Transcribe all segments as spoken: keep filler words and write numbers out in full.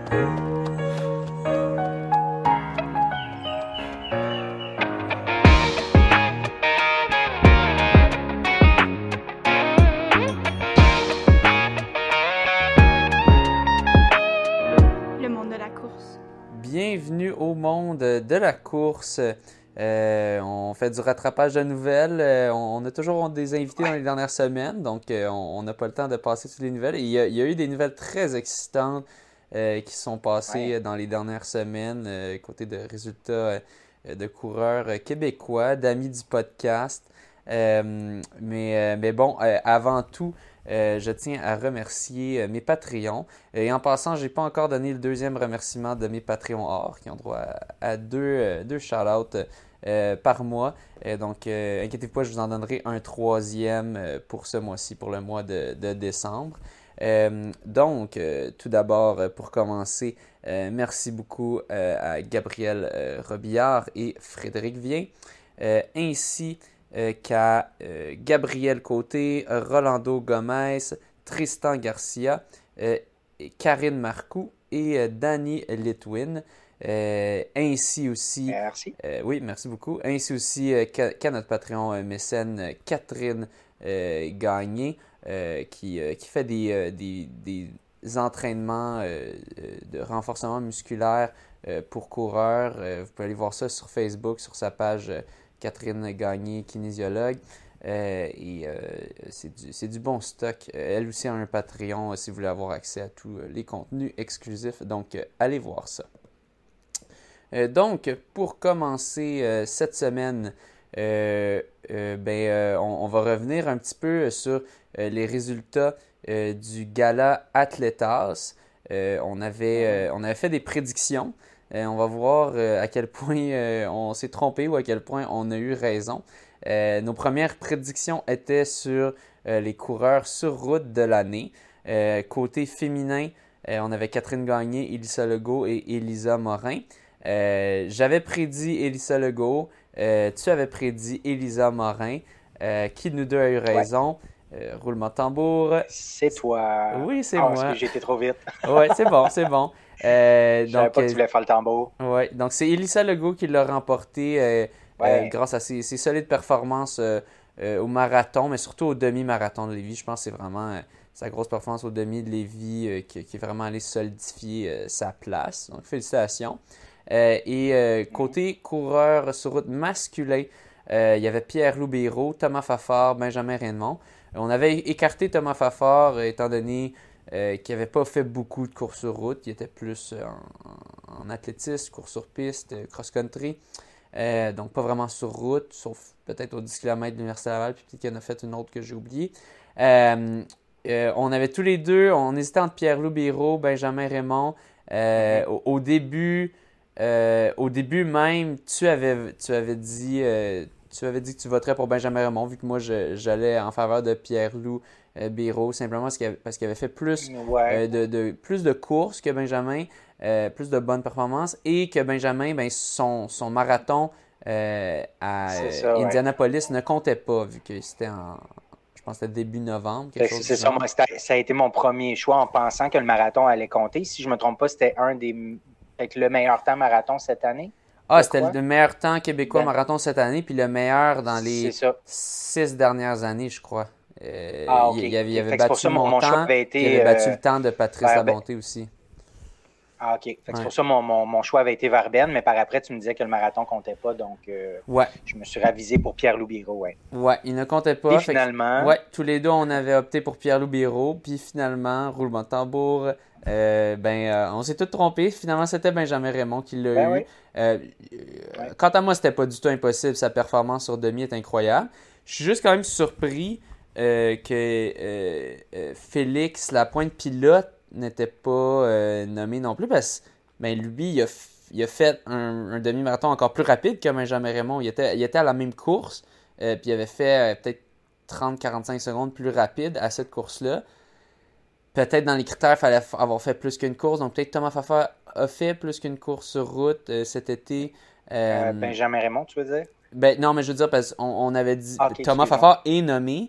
Bienvenue au monde de la course. Euh, on fait du rattrapage de nouvelles. Euh, on, on a toujours des invités dans les dernières semaines, donc euh, on n'a pas le temps de passer toutes les nouvelles. Et il, y a, il y a eu des nouvelles très excitantes euh, qui sont passées ouais. dans les dernières semaines, euh, côté de résultats euh, de coureurs québécois, d'amis du podcast. Euh, mais, euh, mais bon, euh, avant tout, Euh, je tiens à remercier euh, mes Patreons. Et en passant, je n'ai pas encore donné le deuxième remerciement de mes Patreons or, qui ont droit à, à deux, euh, deux shout-outs euh, par mois. Et donc, euh, inquiétez-vous pas, je vous en donnerai un troisième euh, pour ce mois-ci, pour le mois de, de décembre. Euh, donc, euh, tout d'abord, pour commencer, euh, merci beaucoup euh, à Gabriel euh, Robillard et Frédéric Vien, euh, ainsi Euh, qu'à euh, Gabriel Côté, Rolando Gomez, Tristan Garcia, euh, Karine Marcoux et euh, Danny Litwin. Euh, ainsi aussi... Merci. Euh, oui, merci beaucoup. Ainsi aussi euh, qu'à, qu'à notre Patreon euh, mécène Catherine euh, Gagné, euh, qui, euh, qui fait des, euh, des, des entraînements euh, de renforcement musculaire euh, pour coureurs. Euh, vous pouvez aller voir ça sur Facebook, sur sa page euh, Catherine Gagné, kinésiologue. Euh, et euh, c'est, du, c'est du bon stock. Elle aussi a un Patreon euh, si vous voulez avoir accès à tous euh, les contenus exclusifs. Donc, euh, allez voir ça. Euh, donc, pour commencer euh, cette semaine, euh, euh, ben, euh, on, on va revenir un petit peu sur euh, les résultats euh, du gala Atletas. Euh, on, avait, euh, on avait fait des prédictions. Euh, on va voir euh, à quel point euh, on s'est trompé ou à quel point on a eu raison. Euh, nos premières prédictions étaient sur euh, les coureurs sur route de l'année. Euh, côté féminin, euh, on avait Catherine Gagné, Elissa Legault et Elisa Morin. Euh, j'avais prédit Elissa Legault. Euh, tu avais prédit Elisa Morin. Euh, qui de nous deux a eu raison? Ouais. Euh, roulement de tambour. C'est toi. Oui, c'est oh, moi. Parce que j'ai été trop vite. Oui, c'est bon, c'est bon. Euh, je savais pas que tu voulais faire le tambour. Oui, donc c'est Elissa Legault qui l'a remporté euh, ouais. euh, grâce à ses, ses solides performances euh, euh, au marathon, mais surtout au demi-marathon de Lévis. Je pense que c'est vraiment euh, sa grosse performance au demi de Lévis euh, qui, qui est vraiment allé solidifier euh, sa place. Donc, félicitations. Euh, et euh, côté coureur sur route masculin, euh, il y avait Pierre Loubéraud, Thomas Fafard, Benjamin Raymond. On avait écarté Thomas Fafard étant donné Euh, qui n'avait pas fait beaucoup de courses sur route. Il était plus euh, en, en athlétisme, course sur piste, euh, cross-country. Euh, donc, pas vraiment sur route, sauf peut-être aux dix kilomètres de l'Université Laval, puis peut-être qu'il y en a fait une autre que j'ai oubliée. Euh, euh, on avait tous les deux, on hésitait entre Pierre Loubéraud, Benjamin Raymond. Euh, mm-hmm. au, au début, euh, au début même, tu avais, tu avais dit... Euh, tu avais dit que tu voterais pour Benjamin Raymond, vu que moi, je, j'allais en faveur de Pierre Lou euh, Béraud, simplement parce qu'il, avait, parce qu'il avait fait plus, ouais. euh, de, de, plus de courses que Benjamin, euh, plus de bonnes performances, et que Benjamin, ben, son, son marathon euh, à ça, euh, Indianapolis ouais. ne comptait pas, vu que c'était en, je pense que c'était début novembre. Quelque c'est chose c'est ça, moi, ça a été mon premier choix en pensant que le marathon allait compter. Si je ne me trompe pas, c'était un des avec le meilleur temps marathon cette année. Ah, c'était crois. le meilleur temps québécois ben, marathon cette année, puis le meilleur dans les six dernières années, je crois. Euh, ah, OK. Il, il avait, il avait fait battu pour ça, mon, mon temps, choix avait été, il avait battu euh, le temps de Patrice ben, Labonté ben, aussi. Ah, OK. Fait que ouais. C'est pour ça que mon, mon, mon choix avait été Verben, mais par après, tu me disais que le marathon ne comptait pas, donc euh, ouais. je me suis ravisé pour Pierre Loubéraud, ouais. Ouais, il ne comptait pas. Et finalement... Que, ouais, tous les deux, on avait opté pour Pierre Loubéraud, puis finalement, roulement de tambour, euh, ben, euh, on s'est tous trompés. Finalement, c'était Benjamin Raymond qui l'a ben eu. Oui. Euh, ouais. Quant à moi, c'était pas du tout impossible. Sa performance sur demi est incroyable. Je suis juste quand même surpris euh, que euh, euh, Félix Lapointe pilote n'était pas euh, nommé non plus parce que ben, lui, il a, il a fait un, un demi-marathon encore plus rapide que Benjamin Raymond. Il était, il était à la même course, euh, puis il avait fait euh, peut-être trente à quarante-cinq secondes plus rapide à cette course-là. Peut-être dans les critères, il fallait avoir fait plus qu'une course. Donc peut-être Thomas Fafard a fait plus qu'une course sur route euh, cet été. Euh, euh, Benjamin Raymond, tu veux dire? Ben, non, mais je veux dire, parce qu'on on avait dit okay, Thomas Fafard est nommé.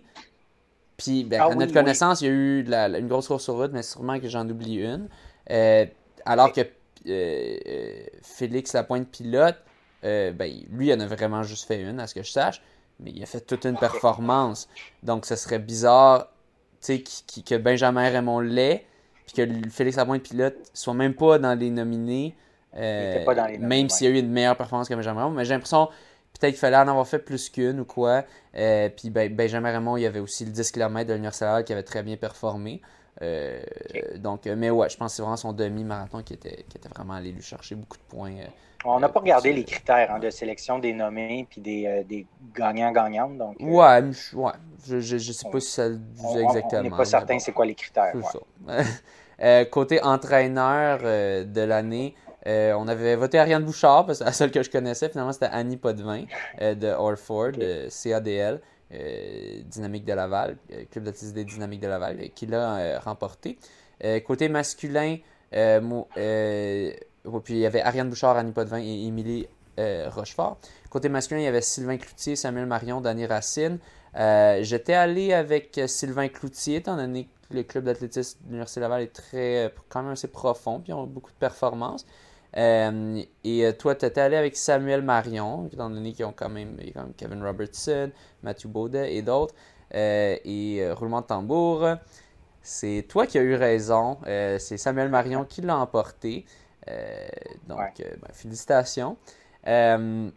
Puis, ben, ah, à oui, notre oui. connaissance, il y a eu la, la, une grosse course sur route, mais sûrement que j'en oublie une. Euh, alors que euh, euh, Félix Lapointe-Pilote, euh, ben, lui, il en a vraiment juste fait une, à ce que je sache, mais il a fait toute une performance. Donc, ce serait bizarre, tu sais, qui- qui- que Benjamin Raymond l'ait, puis que Félix Lapointe-Pilote soit même pas dans les nominés, Il euh, n'était pas dans les nominés, même s'il y ouais. a eu une meilleure performance que Benjamin Raymond. Mais j'ai l'impression, peut-être qu'il fallait en avoir fait plus qu'une ou quoi. Euh, puis ben, Benjamin Raymond, il y avait aussi le dix kilomètres de l'Université Laval qui avait très bien performé. Euh, Ok. donc, euh, mais ouais, je pense que c'est vraiment son demi-marathon qui était, qui était vraiment allé lui chercher beaucoup de points. euh, On n'a euh, pas pour ce... regardé les critères hein, Ouais, de sélection des nommés puis des, euh, des gagnants-gagnantes, donc euh, ouais, je, ouais. Je, je, je sais pas on si ça le disait on n'est pas exactement, mais certain bon, c'est quoi les critères. c'est Ouais. ça. Euh, côté entraîneur euh, de l'année, euh, on avait voté Ariane Bouchard, parce que la seule que je connaissais, finalement, c'était Annie Potvin euh, de Orford, Ok. de C A D L, euh, Dynamique de Laval, euh, Club d'athlétisme Dynamique de Laval, euh, qui l'a euh, remporté. Euh, côté masculin, euh, mo- euh, oh, puis il y avait Ariane Bouchard, Annie Potvin et Émilie euh, Rochefort. Côté masculin, il y avait Sylvain Cloutier, Samuel Marion, Danny Racine. Euh, j'étais allé avec Sylvain Cloutier, étant donné que le club d'athlétisme de l'Université Laval est très, euh, quand même assez profond, puis ils ont beaucoup de performances. Euh, et euh, toi, tu étais allé avec Samuel Marion, étant donné qu'ils ont quand même, il y a quand même Kevin Robertson, Matthew Baudet et d'autres. Euh, et euh, roulement de tambour, c'est toi qui as eu raison. Euh, c'est Samuel Marion qui l'a emporté. Euh, donc, Ouais. euh, ben, félicitations. Euh,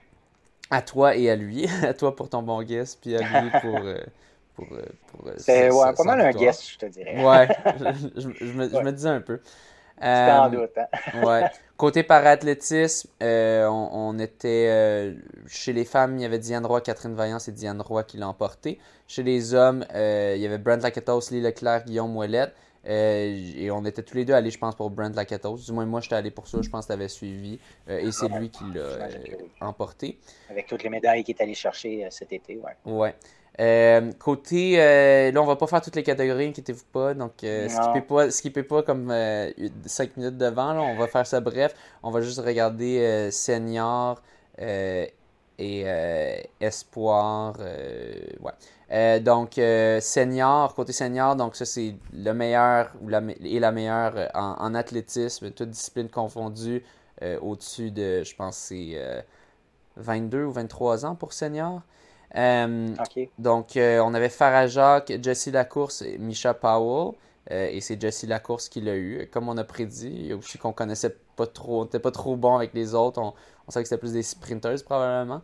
à toi et à lui. À toi pour ton bon guess, puis à lui pour, euh, pour, euh, pour euh, C'est sa, ouais, sa- pas sa mal un victoire. guess, je te dirais. Ouais, je, je- je me, je Ouais. me disais un peu. C'était en Euh, doute. Hein? ouais. Côté parathlétisme, euh, on, on était euh, chez les femmes, il y avait Diane Roy, Catherine Vaillant, c'est Diane Roy qui l'a emporté. Chez les hommes, euh, il y avait Brent Lakatos, Lee Leclerc, Guillaume Ouellette. Euh, et on était tous les deux allés, je pense, pour Brent Lakatos. Du moins, moi, j'étais allé pour ça. Je pense que tu avais suivi. Euh, et c'est Ouais, lui qui l'a euh, j'imagine que oui. emporté. Avec toutes les médailles qu'il est allé chercher euh, cet été, ouais. Ouais. Euh, côté, euh, là, on va pas faire toutes les catégories, inquiétez-vous pas. Donc, euh, skippez Non. pas, skippez pas comme euh, cinq minutes devant. Là, on va faire ça bref. On va juste regarder euh, senior euh, et euh, espoir. euh, ouais. Euh, donc, euh, senior, côté senior, donc ça, c'est le meilleur ou la, me- et la meilleure euh, en, en athlétisme, toutes disciplines confondues, euh, au-dessus de, je pense, c'est euh, vingt-deux ou vingt-trois ans pour senior. Euh, OK. donc, euh, on avait Farah Jacques, Jessie Lacourse et Misha Powell. Euh, et c'est Jessie Lacourse qui l'a eu. Comme on a prédit, il y a aussi qu'on connaissait pas trop, on n'était pas trop bon avec les autres. On, on savait que c'était plus des sprinters probablement.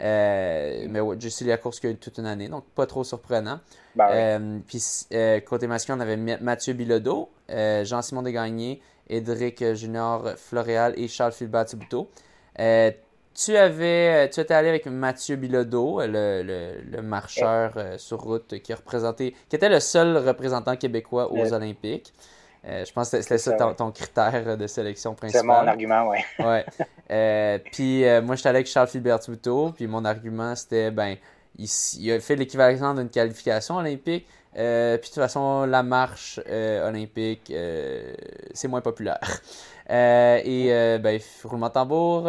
Euh, mais ouais, Jessie Lacourse qui a eu toute une année, donc pas trop surprenant. Ben oui. Euh, Puis euh, côté masculin, on avait Mathieu Bilodeau, euh, Jean-Simon Desgagnés, Édric Junior Floréal et Charles Philbert Thibodeau. Euh, tu avais, tu étais allé avec Mathieu Bilodeau, le, le, le Eh, marcheur euh, sur route qui a représenté, qui était le seul représentant québécois aux le- Olympiques. Euh, je pense que c'était c'est ça ça, ton, ouais. ton critère de sélection C'est mon principal. argument, ouais. Ouais. Euh, puis euh, moi, j'étais allé avec Charles Philbert Thibodeau, puis mon argument c'était, ben, il, il a fait l'équivalent d'une qualification olympique, euh, puis de toute façon, la marche euh, olympique, euh, c'est moins populaire. Euh, et euh, ben, roulement de tambour,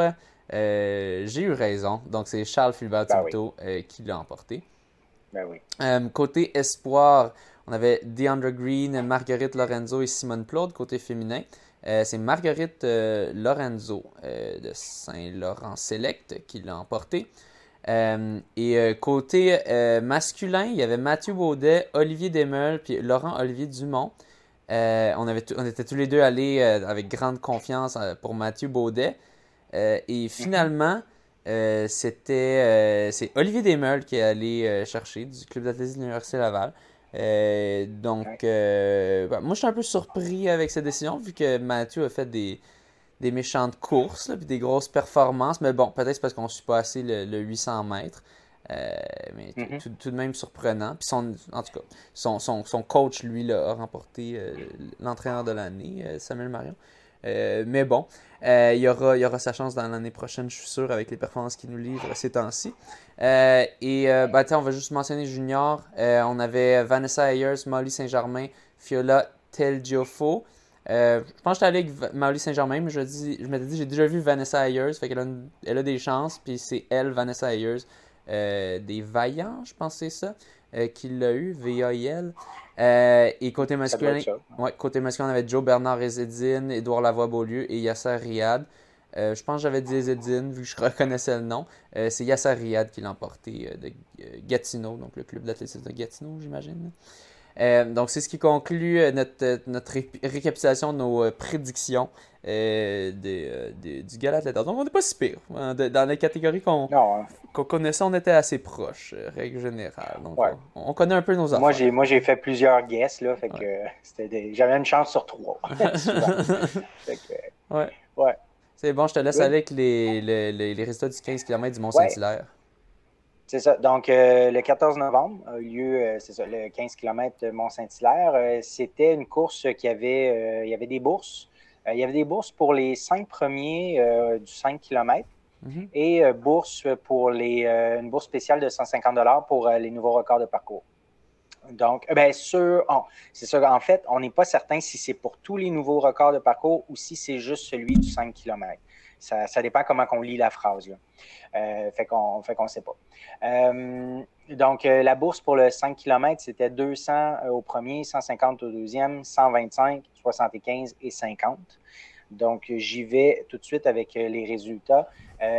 euh, j'ai eu raison. Donc, c'est Charles Philbert Ben oui. Thibodeau euh, qui l'a emporté. Ben oui. Euh, côté espoir, on avait DeAndre Green, Marguerite Lorenzo et Simone Claude. Côté féminin, euh, c'est Marguerite euh, Lorenzo euh, de Saint-Laurent Select qui l'a emporté. Euh, et euh, côté euh, masculin, il y avait Mathieu Baudet, Olivier Desmeules puis Laurent Olivier Dumont. Euh, on, avait on était tous les deux allés euh, avec grande confiance euh, pour Mathieu Baudet. Euh, et Mhm. finalement, euh, c'était euh, c'est Olivier Desmeules qui est allé euh, chercher du club d'athlétisme de l'Université Laval. Euh, Ouais. donc, euh, ben, moi, je suis un peu surpris avec cette décision, vu que Mathieu a fait des, des méchantes courses, là, puis des grosses performances. Mais bon, peut-être c'est parce qu'on ne suit pas assez le, le huit cents mètres. Euh, mais tout, Mhm. tout- tout de même surprenant. Puis son, en tout cas, son, son, son coach, lui, là, a remporté euh, l'entraîneur de l'année, euh, Samuel Marion. Euh, mais bon, euh, il, y aura, il y aura sa chance dans l'année prochaine, je suis sûr, avec les performances qu'il nous livre ces temps-ci. Euh, et euh, bah, tiens, on va juste mentionner Junior. Euh, on avait Vanessa Ayers, Molly Saint-Germain, Fiola Telgiofo. Euh, je pense que j'étais allé avec Va- Molly Saint-Germain, mais je, dis, je m'étais dit, j'ai déjà vu Vanessa Ayers, fait qu'elle a, une- elle a des chances, puis c'est elle, Vanessa Ayers, euh, des Vaillants, je pense que c'est ça, euh, qui l'a eu, V A I L. Euh, et côté Ça doit masculin, être ça. ouais, côté masculin, on avait Joe Bernard Ezedine, Édouard Lavoie-Beaulieu et Yasser Riyad. Euh, je pense que j'avais dit Ezedine, vu que je reconnaissais le nom. Euh, c'est Yasser Riyad qui l'a emporté euh, de euh, Gatineau, donc le club d'athlétisme de Gatineau, j'imagine. Euh, donc, c'est ce qui conclut euh, notre, euh, notre ré- récapitulation de nos euh, prédictions euh, des, euh, des- du gala de la Donc, on n'est pas si pire. Hein. De- dans les catégories qu'on Non, hein. qu'on connaissait, on était assez proches, euh, règle générale. Donc, Ouais. on, on connaît un peu nos Moi, affaires. j'ai, moi, j'ai fait plusieurs guesses, là, fait Ouais. que euh, c'était des... j'avais une chance sur trois, souvent. Fait que, Ouais. ouais. C'est bon, je te laisse Good. avec les, les, les, les résultats du quinze kilomètres du Ouais, Mont-Saint-Hilaire. c'est ça. Donc, euh, le quatorze novembre a eu lieu, euh, c'est ça, le quinze kilomètres de Mont-Saint-Hilaire. Euh, c'était une course qui avait, euh, il y avait des bourses. Euh, il y avait des bourses pour les cinq premiers euh, du cinq kilomètres Mhm. et euh, bourse pour les, euh, une bourse spéciale de cent cinquante dollars pour euh, les nouveaux records de parcours. Donc, ben, sûr, on- c'est ça. En fait, on n'est pas certain si c'est pour tous les nouveaux records de parcours ou si c'est juste celui du cinq kilomètres. Ça, ça dépend comment on lit la phrase, là. Euh, fait qu'on fait qu'on sait pas. Euh, donc, euh, la bourse pour le cinq kilomètres, c'était deux cents au premier, cent cinquante au deuxième, cent vingt-cinq, soixante-quinze et cinquante. Donc, j'y vais tout de suite avec les résultats.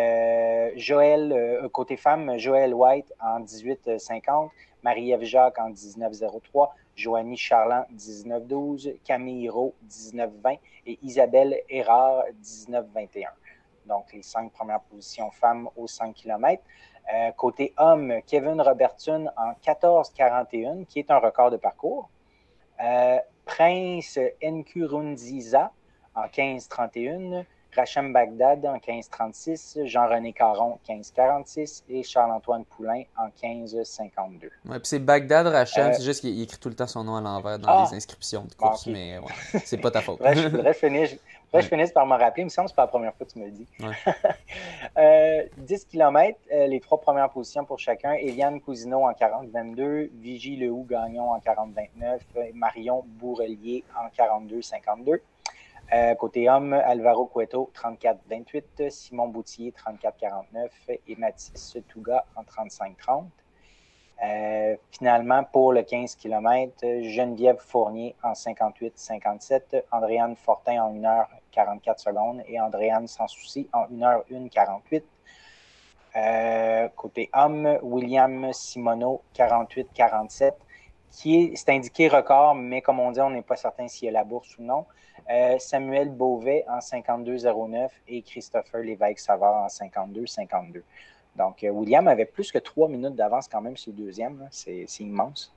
Euh, Joël, euh, côté femme, Joël White en dix-huit cinquante, Marie-Ève Jacques en dix-neuf zéro trois, Joanie Charland dix-neuf douze, Camille Hirault dix-neuf vingt et Isabelle Erard dix-neuf vingt et un. Donc, les cinq premières positions femmes aux cinq kilomètres. Euh, côté homme, Kevin Robertson en quatorze quarante et un, qui est un record de parcours. Euh, Prince Nkurunziza en quinze trente et un, Rachem Bagdad en quinze trente-six, Jean-René Caron quinze quarante-six et Charles-Antoine Poulain en quinze cinquante-deux. Ouais, puis c'est Bagdad Rachem, Euh, c'est juste qu'il écrit tout le temps son nom à l'envers dans ah, les inscriptions de bon, course, ok. mais ouais, c'est pas ta faute. Faudrait, je, faudrait, je finisse, faudrait Ouais. je finisse par me rappeler, il me semble que c'est pas la première fois que tu me le dis. Ouais. euh, dix kilomètres, euh, les trois premières positions pour chacun. Eliane Cousineau en quarante vingt-deux, Vigie Lehoux-Gagnon en quarante vingt-neuf, Marion Bourrelier en quarante-deux cinquante-deux. Euh, côté homme, Alvaro Cueto, trente-quatre vingt-huit, Simon Boutier, trente-quatre quarante-neuf et Mathis Touga en trente-cinq trente. Euh, finalement, pour le quinze kilomètres, Geneviève Fournier en cinquante-huit cinquante-sept, Andréane Fortin en une heure quarante-quatre secondes et Andréane Sans Souci en une heure une quarante-huit. Euh, côté homme, William Simoneau, quarante-huit quarante-sept, qui est, c'est indiqué record, mais comme on dit, on n'est pas certain s'il y a la bourse ou non. Euh, Samuel Beauvais en cinquante-deux zéro neuf et Christopher Lévesque-Savard en cinquante-deux cinquante-deux. Donc, euh, William avait plus que trois minutes d'avance quand même sur le deuxième. Là. C'est, c'est immense.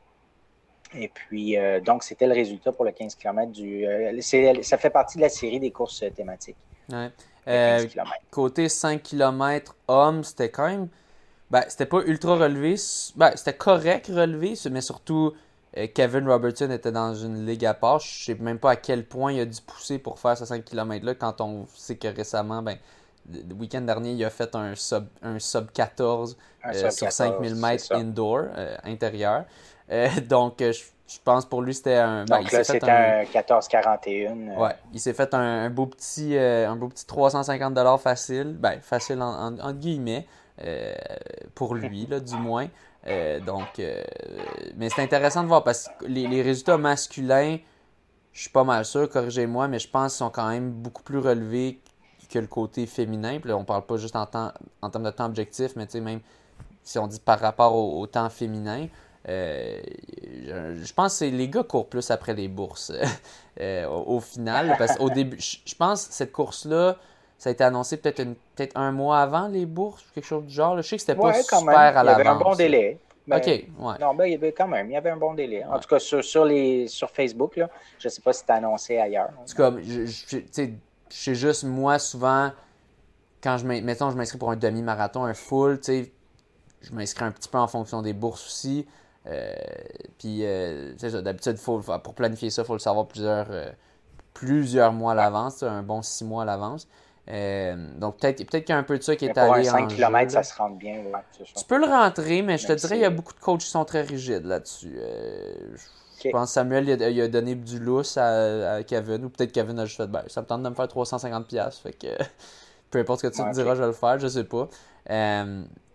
Et puis, euh, donc, c'était le résultat pour le quinze kilomètres. Du, euh, c'est, ça fait partie de la série des courses thématiques. Ouais. Le Euh, quinze kilomètres. côté cinq kilomètres homme, c'était quand même. Ben, c'était pas ultra relevé. Ben, c'était correct relevé, mais surtout, euh, Kevin Robertson était dans une ligue à part. Je sais même pas à quel point il a dû pousser pour faire ce cinq kilomètres-là quand on sait que récemment, ben, le week-end dernier, il a fait un sub, un sub quatorze Un euh, sub sur quatorze, cinq mille mètres c'est ça. indoor, euh, intérieur. Euh, donc, euh, je je pense pour lui, c'était un. Ben, il Donc s'est là, fait c'était un. un quatorze quarante et un. euh, Ouais, il s'est fait un, un beau petit euh, un beau petit trois cent cinquante dollars facile, ben facile en, en, entre guillemets, euh, pour lui là du moins. Euh, donc, euh, mais c'est intéressant de voir parce que les, les résultats masculins, je suis pas mal sûr, corrigez-moi, mais je pense qu'ils sont quand même beaucoup plus relevés que le côté féminin. Puis là, on parle pas juste en temps en termes de temps objectif, mais tu sais même si on dit par rapport au, au temps féminin. Euh, je, je pense que c'est, les gars courent plus après les bourses euh, au, au final. Parce qu'au début, je, je pense que cette course-là, ça a été annoncé peut-être, une, peut-être un mois avant les bourses, quelque chose du genre. Je sais que c'était Ouais, pas quand super même. à Il y avait l'avance. un bon délai. Ben, ok, ouais. Non, ben, il y avait quand même, il y avait un bon délai. En Ouais. tout cas, sur, sur, les, sur Facebook, là, je ne sais pas si c'était annoncé ailleurs. En tout cas, je, je, tu sais, je sais juste, moi, souvent, quand je m'in- mettons, je m'inscris pour un demi-marathon, un full, tu sais, je m'inscris un petit peu en fonction des bourses aussi. Euh, puis, euh, c'est ça, d'habitude, faut, pour planifier ça, il faut le savoir plusieurs, euh, plusieurs mois à l'avance, un bon six mois à l'avance. Euh, donc, peut-être, peut-être qu'il y a un peu de ça qui Mais est pour allé un cinq en kilomètres, jeu, là. ça se rentre bien. Ouais, c'est ça. Tu peux le rentrer, mais je te Même dirais, si- il y a beaucoup de coachs qui sont très rigides là-dessus. Euh, je Ok. pense que Samuel, il a, il a donné du lousse à, à Kevin, ou peut-être Kevin a juste fait, ben, ça me tente de me faire trois cent cinquante dollars, fait que peu importe ce que tu Ouais, me ok. diras, je vais le faire, je sais pas. Euh,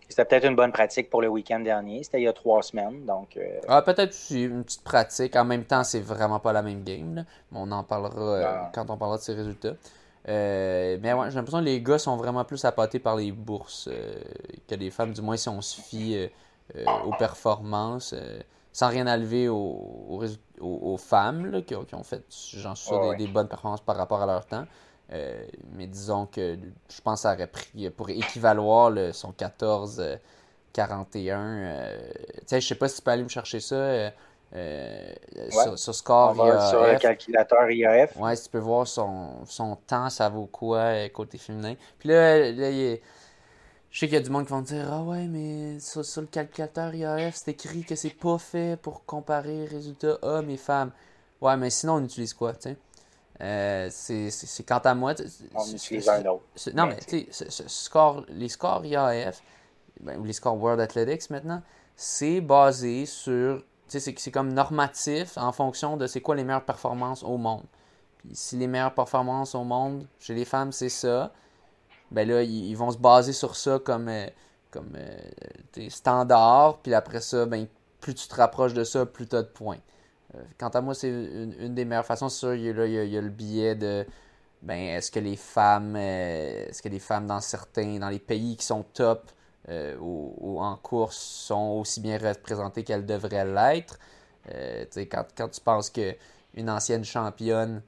C'était peut-être une bonne pratique pour le week-end dernier. C'était il y a trois semaines. Donc, euh... ah, peut-être aussi une petite pratique. En même temps, c'est vraiment pas la même game. Là. Mais on en parlera euh, quand on parlera de ses résultats. Euh, mais ouais, j'ai l'impression que les gars sont vraiment plus appâtés par les bourses euh, que les femmes, du moins si on se fie euh, euh, aux performances, euh, sans rien enlever aux, aux, aux, aux femmes là, qui, ont, qui ont fait, j'en suis sûr, oh, des, ouais. des bonnes performances par rapport à leur temps. Euh, mais disons que je pense que ça aurait pris, pour équivaloir là, son quatorze quarante et un. Euh, tu sais, je sais pas si tu peux aller me chercher ça. Euh, euh, Ouais. sur, sur Score On va sur le I A F. calculateur I A F. Ouais, si tu peux voir son, son temps, ça vaut quoi euh, côté féminin. Puis là, là il est- je sais qu'il y a du monde qui vont te dire ah ouais, mais sur, sur le calculateur I A F, c'est écrit que c'est pas fait pour comparer résultats hommes et femmes. Ouais, mais sinon, on utilise quoi, tu sais? Euh, c'est, c'est, c'est quant à moi. tu- On c'est- utilise c'est- un autre. c'est- non, Mais, mais tu tu sais, ce- ce score, les scores I A F, ben, ou les scores World Athletics maintenant, c'est basé sur. Tu sais, c'est, c'est comme normatif en fonction de c'est quoi les meilleures performances au monde. Puis si les meilleures performances au monde chez les femmes, c'est ça, ben là, ils, ils vont se baser sur ça comme, euh, comme euh, tes standards. Puis après ça, ben, plus tu te rapproches de ça, plus tu as de points. Euh, quant à moi, c'est une, une des meilleures façons. C'est sûr, il y a, là, il y a, il y a le billet de ben, est-ce que les femmes euh, est-ce que les femmes dans certains dans les pays qui sont top euh, ou, ou en course sont aussi bien représentées qu'elles devraient l'être. Euh, tu sais, quand, quand tu penses que une ancienne championne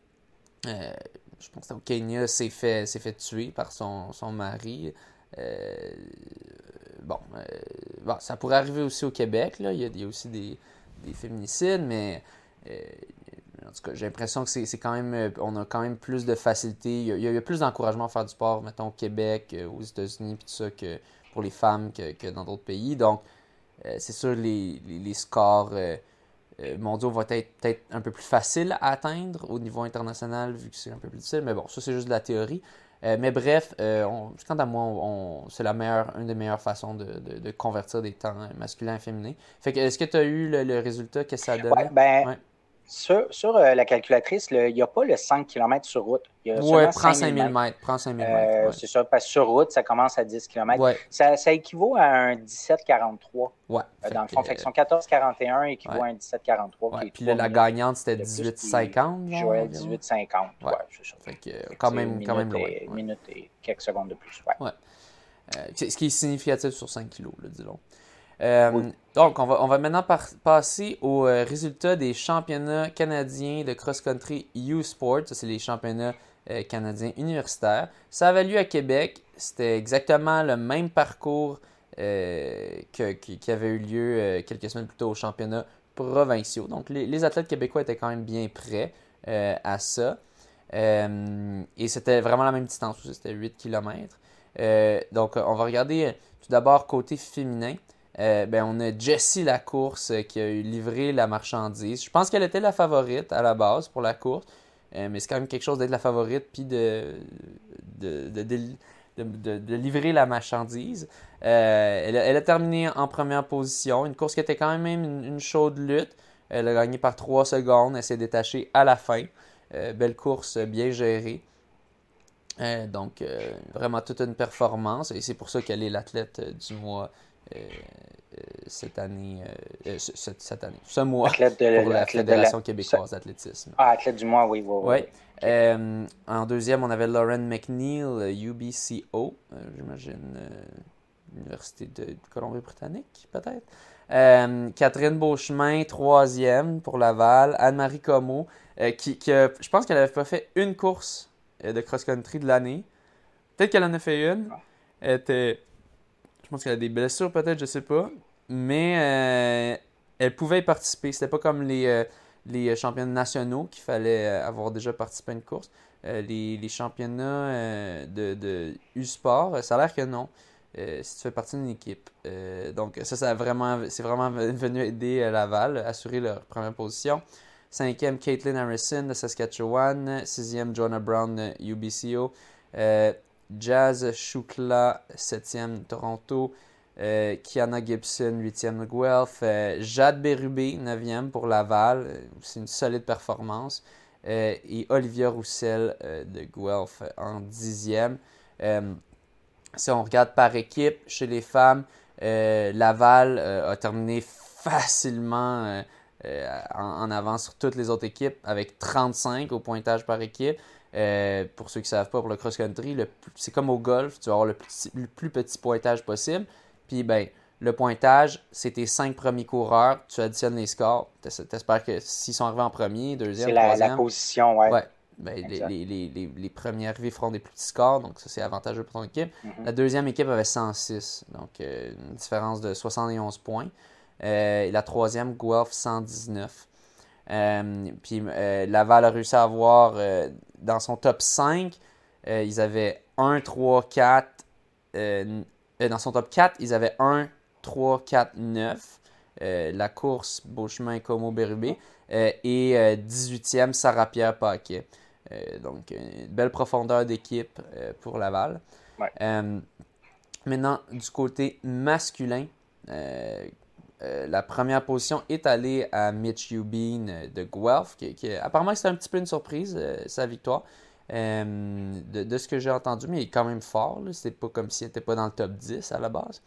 euh, je pense que au Kenya s'est fait, s'est fait tuer par son, son mari. Euh, bon, euh, bon, ça pourrait arriver aussi au Québec. Là. Il, y a, il y a aussi des, des féminicides, mais euh, en tout cas, j'ai l'impression que c'est, c'est quand même, on a quand même plus de facilité. Il y a, il y a plus d'encouragement à faire du sport, mettons, au Québec, euh, aux États-Unis, puis tout ça, que pour les femmes que, que dans d'autres pays. Donc, euh, c'est sûr, les, les, les scores euh, euh, mondiaux vont être peut-être un peu plus faciles à atteindre au niveau international, vu que c'est un peu plus difficile. Mais bon, ça, c'est juste de la théorie. Euh, mais bref, euh, on, quant à moi, on, on, c'est la meilleure, une des meilleures façons de, de, de convertir des temps masculins et féminins. Fait que, est-ce que tu as eu le, le résultat que ça donnait? Ouais, ben, Ouais. Sur, sur euh, la calculatrice, le- il n'y a pas le cinq kilomètres sur route. Il y a Ouais, seulement prends cinq mille mètres. mètres. Prends cinq mille mètres. Euh, Ouais. C'est ça, parce que sur route, ça commence à dix kilomètres. Ouais. Ça, ça équivaut à un dix-sept quarante-trois. Ouais. Euh, dans le que, fond, fait que son quatorze quarante et un équivaut ouais. à un dix-sept quarante-trois. Ouais. Qui Puis là, la gagnante, c'était de plus, dix-huit puis cinquante. il jouait dix-huit cinquante. Ouais, Ouais. c'est ça. Fait que, euh, quand C'est même, une quand même minute loin. et- Une Ouais. minute et quelques secondes de plus. Ouais. Ouais. Euh, ce qui est significatif sur cinq kilos, là, disons. Euh, Oui. Donc, on va, on va maintenant par- passer aux euh, résultats des championnats canadiens de cross-country U-Sport. Ça, c'est les championnats euh, canadiens universitaires. Ça avait lieu à Québec. C'était exactement le même parcours euh, que, qui, qui avait eu lieu euh, quelques semaines plus tôt aux championnats provinciaux. Donc, les, les athlètes québécois étaient quand même bien prêts euh, à ça. Euh, et c'était vraiment la même distance aussi, c'était huit kilomètres. Euh, donc, on va regarder euh, tout d'abord côté féminin. Euh, ben, on a Jessie Lacourse euh, qui a eu livré la marchandise. Je pense qu'elle était la favorite à la base pour la course, euh, mais c'est quand même quelque chose d'être la favorite puis de, de, de, de, de, de- de livrer la marchandise. Euh, elle, a, elle a terminé en première position, une course qui était quand même une, une chaude lutte. Elle a gagné par trois secondes, elle s'est détachée à la fin. Euh, belle course, bien gérée. Euh, donc, euh, vraiment toute une performance. Et c'est pour ça qu'elle est l'athlète euh, du mois euh, euh, cette année, euh, euh, ce- cette, cette année, ce mois, Athlète de, pour la athlète de la- Fédération québécoise d'athlétisme. Ah, athlète du mois, oui, oui, oui. Ouais. oui. Euh, en deuxième, on avait Lauren McNeil, euh, U B C O, euh, j'imagine, euh, Université de Colombie-Britannique, peut-être. Euh, Catherine Beauchemin, troisième pour Laval. Anne-Marie Comeau, euh, qui, qui a- je pense qu'elle n'avait pas fait une course euh, de cross-country de l'année. Peut-être qu'elle en a fait une. Elle était, je pense qu'elle a des blessures, peut-être, je sais pas. Mais euh, elle pouvait y participer. C'était pas comme les, euh, les championnats nationaux qu'il fallait euh, avoir déjà participé à une course. Euh, les, les championnats euh, de, de U-Sport, euh, ça a l'air que non. Euh, si tu fais partie d'une équipe. Euh, donc ça, ça a vraiment, c'est vraiment venu aider euh, Laval à assurer leur première position. Cinquième, Caitlin Harrison de Saskatchewan. Sixième, Jonah Brown de U B C O. Euh, Jazz Shukla, septième, Toronto. Euh, Kiana Gibson, huitième de Guelph. Euh, Jade Bérubé, neuvième pour Laval. Euh, c'est une solide performance. Euh, et Olivia Roussel euh, de Guelph en dixième. Euh, Si on regarde par équipe, chez les femmes, euh, Laval euh, a terminé facilement euh, euh, en, en avance sur toutes les autres équipes avec trente-cinq au pointage par équipe. Euh, pour ceux qui ne savent pas, pour le cross-country, le plus- c'est comme au golf, tu vas avoir le, petit- le plus petit pointage possible. Puis, ben, le pointage, c'est tes cinq premiers coureurs, tu additionnes les scores. Tu espères que s'ils sont arrivés en premier, C'est deuxième, la, la troisième, position, ouais. ouais, ben, les, Exact. les, les, les, les premiers arrivés feront des plus petits scores, donc ça, c'est avantageux pour ton équipe. Mhm. La deuxième équipe avait cent six, donc euh, une différence de soixante et onze points. Euh, et la troisième, Guelph, cent dix-neuf. Euh, puis euh, Laval a réussi à avoir, euh, dans son top cinq, euh, ils avaient un, trois, quatre. Euh, euh, dans son top quatre, ils avaient un, trois, quatre, neuf. Euh, la course, Beauchemin, Como, Bérubé. Euh, et euh, dix-huitième, Sarah-Pierre-Paquet. Euh, donc, une belle profondeur d'équipe euh, pour Laval. Ouais. Euh, maintenant, du côté masculin, euh, euh, la première position est allée à Mitch Eubine euh, de Guelph, qui, qui apparemment c'était un petit peu une surprise, euh, sa victoire. Euh, de, de ce que j'ai entendu, mais il est quand même fort. Là. C'est pas comme s'il n'était pas dans le top dix à la base.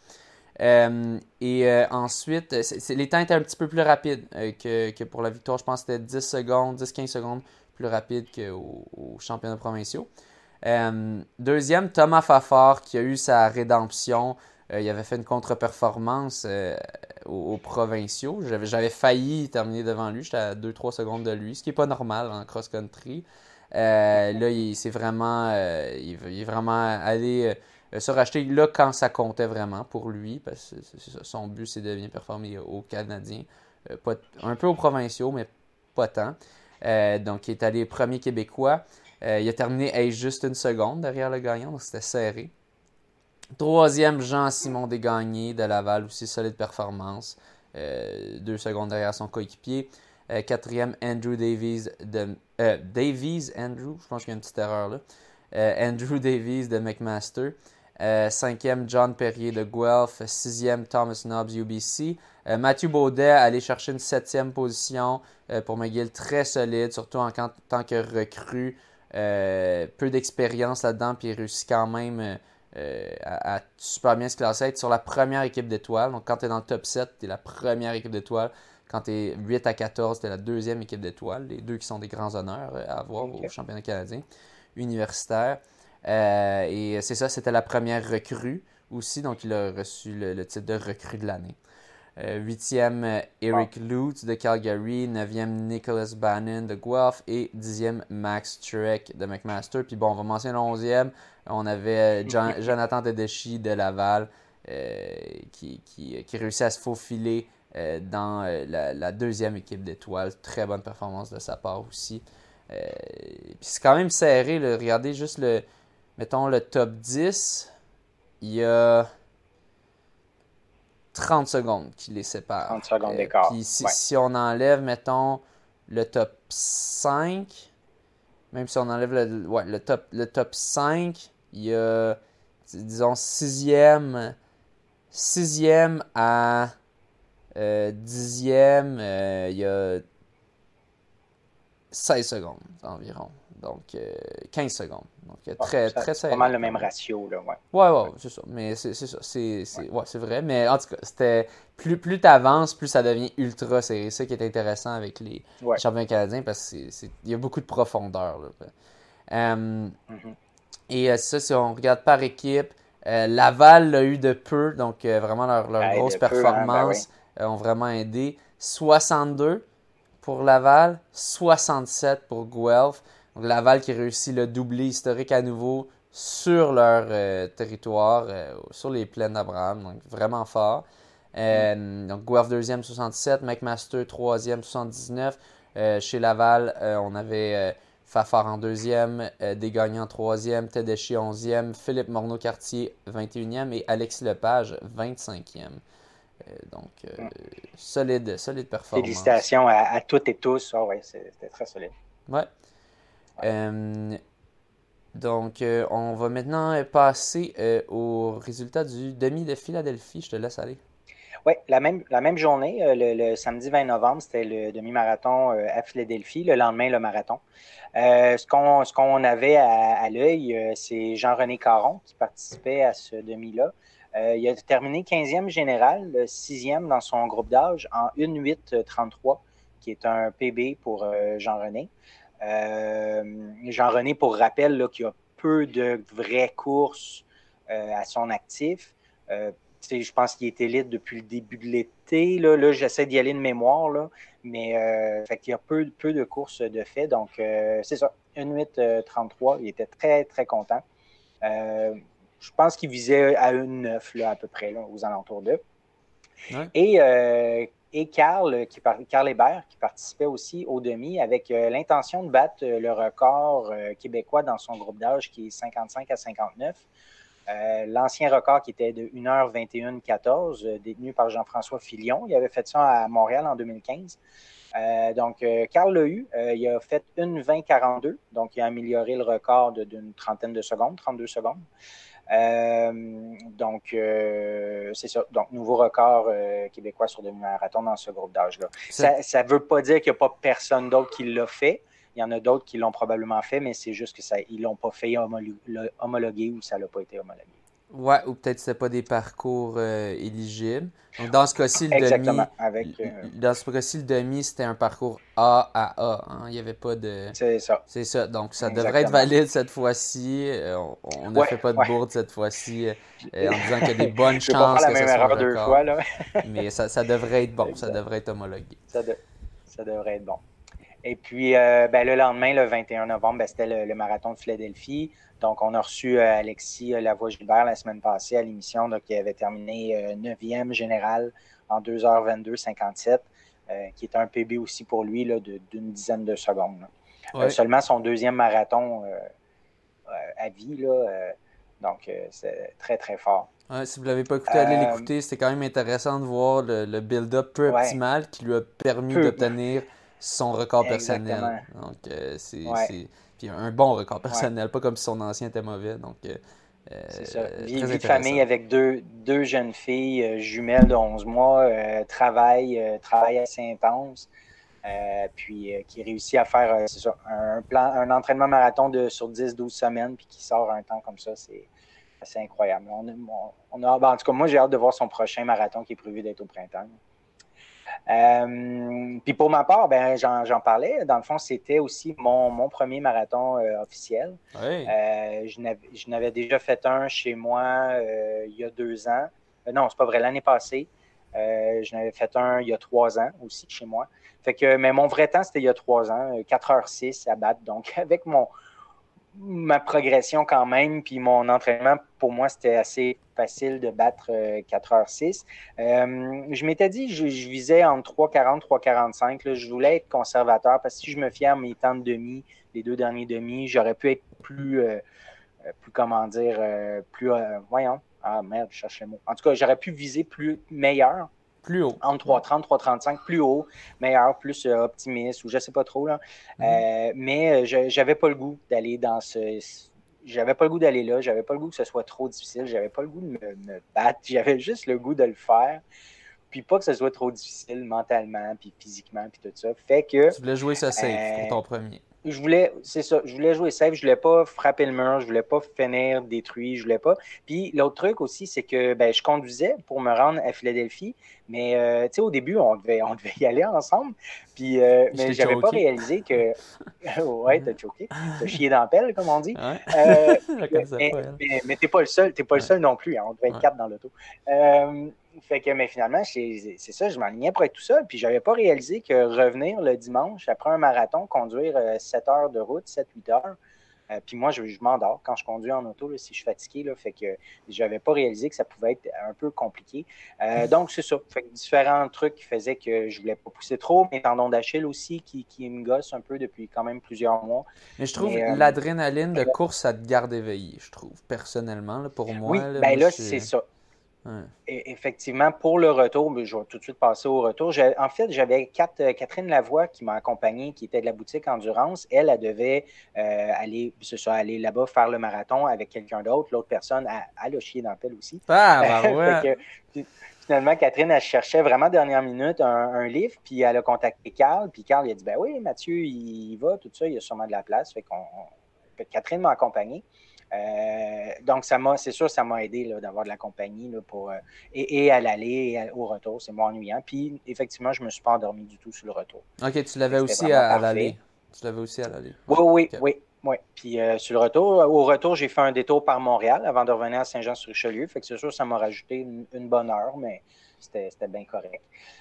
Euh, et euh, ensuite, c'est, c'est, les temps étaient un petit peu plus rapides euh, que, que pour la victoire. Je pense que c'était dix secondes, dix quinze secondes plus rapide qu'aux aux championnats provinciaux. Euh, deuxième, Thomas Fafard qui a eu sa rédemption. Euh, il avait fait une contre-performance euh, aux, aux provinciaux. J'avais, j'avais failli terminer devant lui. J'étais à deux trois secondes de lui, ce qui n'est pas normal en cross-country. Euh, là, il, c'est vraiment, euh, il, il est vraiment allé euh, se racheter là quand ça comptait vraiment pour lui. Parce que c'est, c'est ça, son but, c'est de bien performer aux Canadiens. Euh, pas, un peu aux provinciaux, mais pas tant. Euh, donc, il est allé premier québécois. Euh, il a terminé à juste une seconde derrière le gagnant, donc c'était serré. Troisième, Jean-Simon Desgagnés de Laval, aussi solide performance. Euh, deux secondes derrière son coéquipier. Euh, quatrième, Andrew Davies de. Euh, Davies, Andrew, je pense qu'il y a une petite erreur là. Euh, Andrew Davies de McMaster. Euh, cinquième, John Perrier de Guelph. Sixième, Thomas Nobbs, U B C. Euh, Mathieu Baudet allé chercher une septième position euh, pour McGill, très solide, surtout en tant que recrue. Euh, peu d'expérience là-dedans, puis il réussit quand même euh, euh, à, à super bien se classer, être sur la première équipe d'étoiles. Donc quand tu es dans le top sept, tu es la première équipe d'étoiles. Quand tu es huit à quatorze, tu es la deuxième équipe d'étoiles. Les deux qui sont des grands honneurs à avoir okay. au championnat canadien universitaire. Euh, et c'est ça, c'était la première recrue aussi, donc il a reçu le, le titre de recrue de l'année. Euh, huitième, euh, Eric wow. Lutz de Calgary. Neuvième, Nicholas Bannon de Guelph. Et dixième, Max Trek de McMaster. Puis bon, on va mentionner l'onzième. On avait John, Jonathan Tedeschi de Laval euh, qui, qui, qui réussit à se faufiler euh, dans euh, la, la deuxième équipe d'étoiles. Très bonne performance de sa part aussi. Euh, puis c'est quand même serré. Là. Regardez juste le, mettons, le top dix. Il y a trente secondes qui les séparent. trente secondes d'écart. Puis si, ouais. si on enlève, mettons, le top cinq, même si on enlève le, ouais, le, top, le top cinq, il y a, disons, sixième, sixième à euh, dixième, euh, il y a seize secondes environ. Donc, euh, quinze secondes. Donc, très, ouais, ça, très c'est pas mal le même ratio, là, ouais. Ouais, ouais, c'est ça. Mais c'est, c'est ça. C'est, c'est, ouais. ouais, c'est vrai. Mais en tout cas, c'était plus, plus tu avances, plus ça devient ultra serré. C'est ça qui est intéressant avec les ouais. championnats canadiens parce qu'il y a beaucoup de profondeur. Là. Euh, mm-hmm. Et euh, ça, si on regarde par équipe, euh, Laval l'a eu de peu. Donc, euh, vraiment, leur, leur hey, grosse performance hein, ben oui. euh, ont vraiment aidé. soixante-deux pour Laval, soixante-sept pour Guelph. Donc, Laval qui réussit le doublé historique à nouveau sur leur euh, territoire, euh, sur les plaines d'Abraham. Donc, vraiment fort. Euh, mm. Donc, Guelph deuxième, soixante-sept. McMaster troisième, soixante-dix-neuf. Euh, chez Laval, euh, on avait euh, Fafard en deuxième, euh, Desgagnés en troisième, Tedeschi onzième, Philippe Morneau-Cartier vingt et unième et Alexis Lepage vingt-cinquième. Euh, donc, euh, mm. solide, solide performance. Félicitations à, à toutes et tous. Oh, ouais, c'était très solide. Ouais. ouais. Euh, donc, euh, on va maintenant passer euh, au résultat du demi de Philadelphie. Je te laisse aller. Oui, la même, la même journée, euh, le, le samedi vingt novembre, c'était le demi-marathon euh, à Philadelphie. Le lendemain, le marathon. Euh, ce qu'on ce qu'on avait à, à l'œil, euh, c'est Jean-René Caron qui participait à ce demi-là. Euh, il a terminé quinzième général, sixième dans son groupe d'âge en une huit trente-trois, qui est un P B pour euh, Jean-René. Euh, Jean-René, pour rappel, là, qui a peu de vraies courses euh, à son actif. Euh, je pense qu'il est élite depuis le début de l'été. Là, là j'essaie d'y aller de mémoire, là, mais euh, fait qu'il y a peu, peu de courses de fait. Donc, euh, c'est ça, une huit trente-trois. Il était très, très content. Euh, je pense qu'il visait à une neuf là, à peu près, là, aux alentours d'eux. Ouais. Et, euh, et Carl, qui, Carl Hébert, qui participait aussi au demi avec euh, l'intention de battre le record euh, québécois dans son groupe d'âge qui est cinquante-cinq à cinquante-neuf. Euh, l'ancien record qui était de une heure vingt et une quatorze, euh, détenu par Jean-François Filion. Il avait fait ça à Montréal en deux mille quinze. Euh, donc, euh, Carl l'a eu. Euh, il a fait une vingt quarante-deux. Donc, il a amélioré le record d'une trentaine de secondes, trente-deux secondes. Euh, donc, euh, c'est ça. Donc, nouveau record euh, québécois sur demi-marathon dans ce groupe d'âge-là. Ça ne veut pas dire qu'il n'y a pas personne d'autre qui l'a fait. Il y en a d'autres qui l'ont probablement fait, mais c'est juste qu'ils ne l'ont pas fait homologué, homologué ou ça n'a pas été homologué. Ouais, ou peut-être que ce n'était pas des parcours euh, éligibles. Donc, dans ce cas-ci, le Exactement. demi, Avec, euh... dans ce cas-ci, le demi, c'était un parcours A à A. Hein. Il n'y avait pas de... C'est ça. C'est ça. Donc, ça Exactement. devrait être valide cette fois-ci. Euh, on ne ouais, fait pas de ouais. bourde cette fois-ci euh, en disant qu'il y a des bonnes Je chances pas faire la que même ça soit erreur deux fois, là. Mais ça, ça devrait être bon. Exact. Ça devrait être homologué. Ça, de... ça devrait être bon. Et puis, euh, ben, le lendemain, le vingt et un novembre, ben, c'était le, le marathon de Philadelphie. Donc, on a reçu euh, Alexis Lavoie-Gilbert la semaine passée à l'émission, donc, qui avait terminé euh, neuvième général en deux heures vingt-deux cinquante-sept, euh, qui est un P B aussi pour lui là, de, d'une dizaine de secondes. Ouais. Euh, seulement son deuxième marathon euh, à vie. Là, euh, donc, euh, c'est très, très fort. Ouais, si vous ne l'avez pas écouté, allez euh, l'écouter. C'était quand même intéressant de voir le, le build-up peu ouais. optimal qui lui a permis peu. d'obtenir son record personnel. Exactement. Donc, euh, c'est, ouais. c'est... Puis un bon record personnel, ouais. pas comme si son ancien était mauvais. Donc, euh, c'est ça. Vie, vie de famille avec deux, deux jeunes filles euh, jumelles de onze mois, euh, travail, euh, travail assez intense. Euh, puis euh, qui réussit à faire euh, c'est ça, un, plan, un entraînement marathon de, sur dix douze semaines, puis qui sort un temps comme ça, c'est assez incroyable. On, on, on a, ben, en tout cas, moi, j'ai hâte de voir son prochain marathon qui est prévu d'être au printemps. Euh, puis pour ma part, ben, j'en, j'en parlais. Dans le fond, c'était aussi mon, mon premier marathon euh, officiel. Oui. Euh, je, n'avais, je n'avais déjà fait un chez moi euh, il y a deux ans. Euh, non, c'est pas vrai, l'année passée. Euh, je n'avais fait un il y a trois ans aussi chez moi. Fait que, mais mon vrai temps, c'était il y a trois ans, quatre heures six à battre. Donc, avec mon, ma progression quand même, puis mon entraînement, pour moi, c'était assez facile de battre euh, quatre heures six. Euh, je m'étais dit, je, je visais entre trois quarante, trois quarante-cinq. Là, je voulais être conservateur parce que si je me fiais à mes temps de demi, les deux derniers demi, j'aurais pu être plus, euh, plus comment dire, euh, plus, euh, voyons, ah merde, je cherche le mot. En tout cas, j'aurais pu viser plus meilleur. Plus haut. Entre trois trente, trois trente-cinq, plus haut, meilleur, plus euh, optimiste, ou je ne sais pas trop. Là. Mm. Euh, mais je n'avais pas le goût d'aller dans ce. J'avais pas le goût d'aller là, j'avais pas le goût que ce soit trop difficile, j'avais pas le goût de me, me battre, j'avais juste le goût de le faire. Puis pas que ce soit trop difficile mentalement, puis physiquement, puis tout ça. Fait que. Tu voulais jouer ça safe euh, pour ton premier. Je voulais, c'est ça, je voulais jouer safe, je voulais pas frapper le mur, je voulais pas finir détruit, je voulais pas. Puis l'autre truc aussi, c'est que ben, je conduisais pour me rendre à Philadelphie, mais euh, tu sais, au début, on devait, on devait y aller ensemble. Puis, euh, mais j'avais choqué. Pas réalisé que. Ouais, t'as choqué. T'as chié dans la pelle, comme on dit. Ouais. Euh, mais, pas, mais, mais t'es pas le seul, t'es pas ouais. le seul non plus. Hein, on devait être ouais. quatre dans l'auto. Euh, Fait que, mais finalement, c'est, c'est ça, je m'enlignais pour être tout seul. Puis, j'avais pas réalisé que revenir le dimanche, après un marathon, conduire euh, sept heures de route, sept huit heures, euh, puis moi, je, je m'endors quand je conduis en auto, là, si je suis fatigué. Là, fait que j'avais pas réalisé que ça pouvait être un peu compliqué. Euh, donc, c'est ça. Fait que différents trucs qui faisaient que je voulais pas pousser trop. Mes tendons d'Achille aussi, qui, qui me gossent un peu depuis quand même plusieurs mois. Mais je trouve Mais, euh, l'adrénaline de course, ça te garde éveillé, je trouve, personnellement. Là, pour moi, oui, là, ben moi, là, c'est... c'est ça. Ouais. Et effectivement, pour le retour, je vais tout de suite passer au retour. J'ai, en fait, j'avais Kat, Catherine Lavoie qui m'a accompagné, qui était de la boutique Endurance. Elle, elle devait euh, aller, c'est ça, aller là-bas faire le marathon avec quelqu'un d'autre. L'autre personne, elle, elle a chié dans la pelle aussi. Ah, bah ouais. fait que, tu, finalement, Catherine, elle cherchait vraiment dernière minute un, un livre, puis elle a contacté Carl, puis Carl, il a dit, ben oui, Mathieu, il va, tout ça, il y a sûrement de la place. Fait qu'on, fait que Catherine m'a accompagné. Euh, donc, ça m'a, c'est sûr, ça m'a aidé là, d'avoir de la compagnie là, pour, euh, et, et à l'aller et à- au retour. C'est moins ennuyant. Puis, effectivement, je ne me suis pas endormi du tout sur le retour. Ok, tu l'avais C'était aussi vraiment à, à parfait. l'aller. Tu l'avais aussi à l'aller. Oui, Ouais. oui, Ok. oui, oui. Puis, euh, sur le retour, au retour, j'ai fait un détour par Montréal avant de revenir à Saint-Jean-sur-Richelieu. Fait que c'est sûr, ça m'a rajouté une, une bonne heure, mais c'était, c'était bien correct.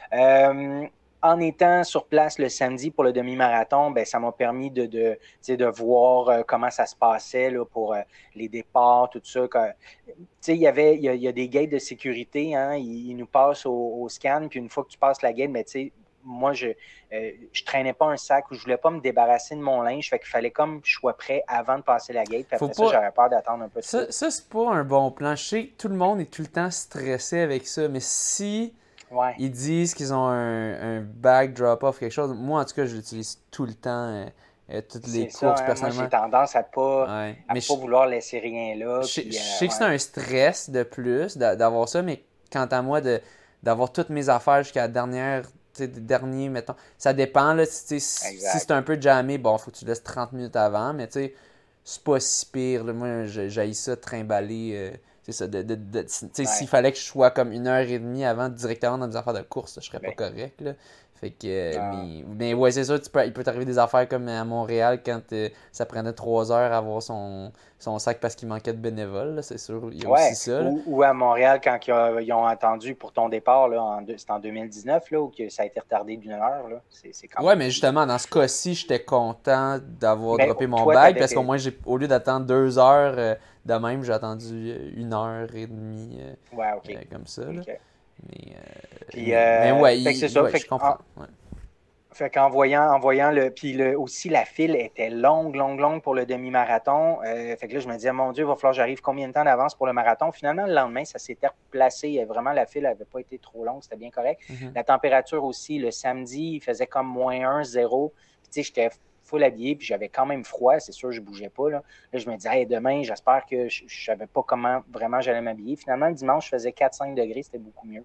Euh, en étant sur place le samedi pour le demi-marathon, ben, ça m'a permis de, de, de voir euh, comment ça se passait là, pour euh, les départs, tout ça. Quand, il y avait, il y, a, il y a des gates de sécurité, hein, ils, ils nous passent au, au scan, puis une fois que tu passes la gate, ben, tu sais, moi, je euh, je traînais pas un sac ou je voulais pas me débarrasser de mon linge. Fait qu'il fallait comme je sois prêt avant de passer la gate. Puis Faut après ça, pas. j'avais peur d'attendre un peu Ça, trop. ça c'est pas un bon plan. Je sais que tout le monde est tout le temps stressé avec ça, mais si Ouais. ils disent qu'ils ont un, un bag drop-off, quelque chose, moi en tout cas, je l'utilise tout le temps, euh, euh, toutes les C'est ça, courses hein. Moi, j'ai personnellement. tendance à pas, Ouais. à Mais pas je, vouloir laisser rien là. je sais je Puis, euh, sais que c'est ouais. un stress de plus d'a- d'avoir ça, mais quant à moi, de, d'avoir toutes mes affaires jusqu'à la dernière, tu sais, dernier, mettons. Ça dépend, là. Si, tu sais, si si Exact. c'est un peu jammé, bon, faut que tu laisses trente minutes avant, mais tu sais, c'est pas si pire, là. Moi, j'ai j'haïs ça, trimballer. euh, c'est ça. De, de, de- tu sais, s'il Ouais. fallait que je sois comme une heure et demie avant directement dans des affaires de course, je serais pas Ben, correct, là. Fait que, euh, non. mais, mais ouais, c'est sûr, tu peux, il peut t'arriver des affaires comme à Montréal quand euh, ça prenait trois heures à avoir son, son sac parce qu'il manquait de bénévoles, là, c'est sûr. Il y a aussi Ouais. ça, là. Ou, ou à Montréal, quand ils ont, ils ont attendu pour ton départ, là, en, deux- c'était en deux mille dix-neuf, là, où que ça a été retardé d'une heure, là. C'est, c'est quand Ouais, même mais fou. justement, dans ce cas-ci, j'étais content d'avoir Ben, droppé mon toi, bag t'avais parce qu'au tes... moins, j'ai, au lieu d'attendre deux heures euh, de même, j'ai attendu euh, une heure et demie euh, Ouais, OK. euh, comme ça, là. OK. Mais, euh, Puis, mais, mais euh, ouais, fait que c'est il- ça. ouais, Fait je que, comprends. Ouais. Fait qu'en voyant, en voyant le. Puis le, aussi, la file était longue, longue, longue pour le demi-marathon. Euh, fait que là, je me disais, mon Dieu, il va falloir que j'arrive combien de temps d'avance pour le marathon. Finalement, le lendemain, ça s'était replacé. Vraiment, la file n'avait pas été trop longue. C'était bien correct. Mhm. La température aussi, le samedi, il faisait comme moins un, zéro. Puis, tu sais, j'étais full habillé, puis j'avais quand même froid. C'est sûr, je ne bougeais pas. Là. là, je me disais, hey, demain, j'espère que je ne savais pas comment vraiment j'allais m'habiller. Finalement, le dimanche, je faisais quatre cinq degrés. C'était beaucoup mieux.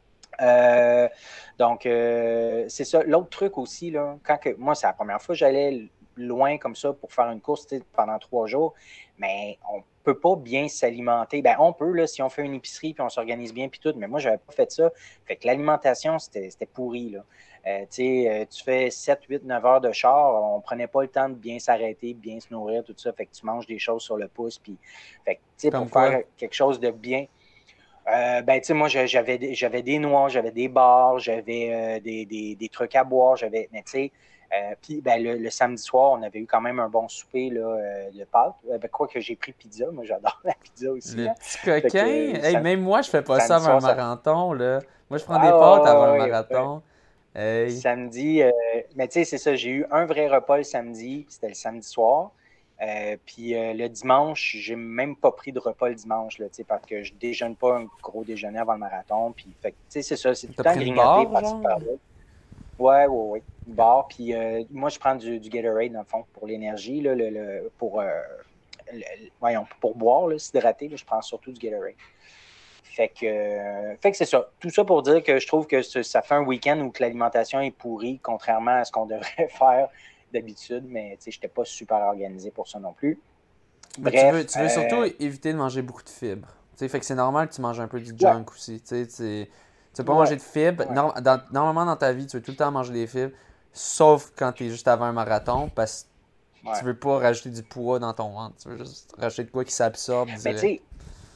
Euh, donc, euh, c'est ça. L'autre truc aussi, là, quand que, moi, c'est la première fois que j'allais loin comme ça pour faire une course pendant trois jours, mais on ne peut pas bien s'alimenter. Ben, on peut, là, si on fait une épicerie puis on s'organise bien puis tout, mais moi, je n'avais pas fait ça. Fait que l'alimentation, c'était, c'était pourri, là. Euh, euh, tu fais sept, huit, neuf heures de char, on ne prenait pas le temps de bien s'arrêter, de bien se nourrir, tout ça. Fait que tu manges des choses sur le pouce. Puis, fait que, tu sais, Comme pour quoi? faire quelque chose de bien, euh, ben, tu sais, moi, j'avais, j'avais des noix, j'avais des bars, j'avais euh, des, des, des trucs à boire, j'avais, mais tu sais, euh, puis ben, le, le samedi soir, on avait eu quand même un bon souper là, euh, de pâtes. Euh, ben, quoi que j'ai pris pizza, moi, j'adore la pizza aussi. Le Là. petit Fait coquin. que euh, Hey, sam- même moi, je fais pas ça samedi avant un soir, ça. marathon, là. Moi, je prends des Ah, pâtes avant un ouais, ouais, ouais. marathon. Hey. Samedi, euh, mais tu sais, c'est ça, j'ai eu un vrai repas le samedi, puis c'était le samedi soir. Euh, puis euh, le dimanche, j'ai même pas pris de repas le dimanche, là, parce que je déjeune pas un gros déjeuner avant le marathon. Puis, fait, c'est ça, c'est tout le T'as temps pris une grignoté barre, par-ci genre? par-là. Ouais, ouais, ouais. Une Ok. barre. Puis euh, moi, je prends du, du Gatorade, dans le fond, pour l'énergie, là, le, le- pour, euh, le- voyons, pour boire, là, s'hydrater, là, je prends surtout du Gatorade. Fait que, euh, fait que c'est ça. Tout ça pour dire que je trouve que ce- ça fait un week-end où que l'alimentation est pourrie, contrairement à ce qu'on devrait faire d'habitude, mais je n'étais pas super organisé pour ça non plus. Mais tu veux, Bref, tu veux surtout euh, éviter de manger beaucoup de fibres. Tu sais, fait que c'est normal que tu manges un peu du ouais, junk aussi. Tu sais, tu tu veux pas ouais, manger de fibres. ouais. Nor- dans- normalement, dans ta vie, tu veux tout le temps manger des fibres, sauf quand tu es juste avant un marathon, parce que tu Ouais. veux pas rajouter du poids dans ton ventre. Tu veux juste rajouter de quoi qui s'absorbe Mais tu direct. sais,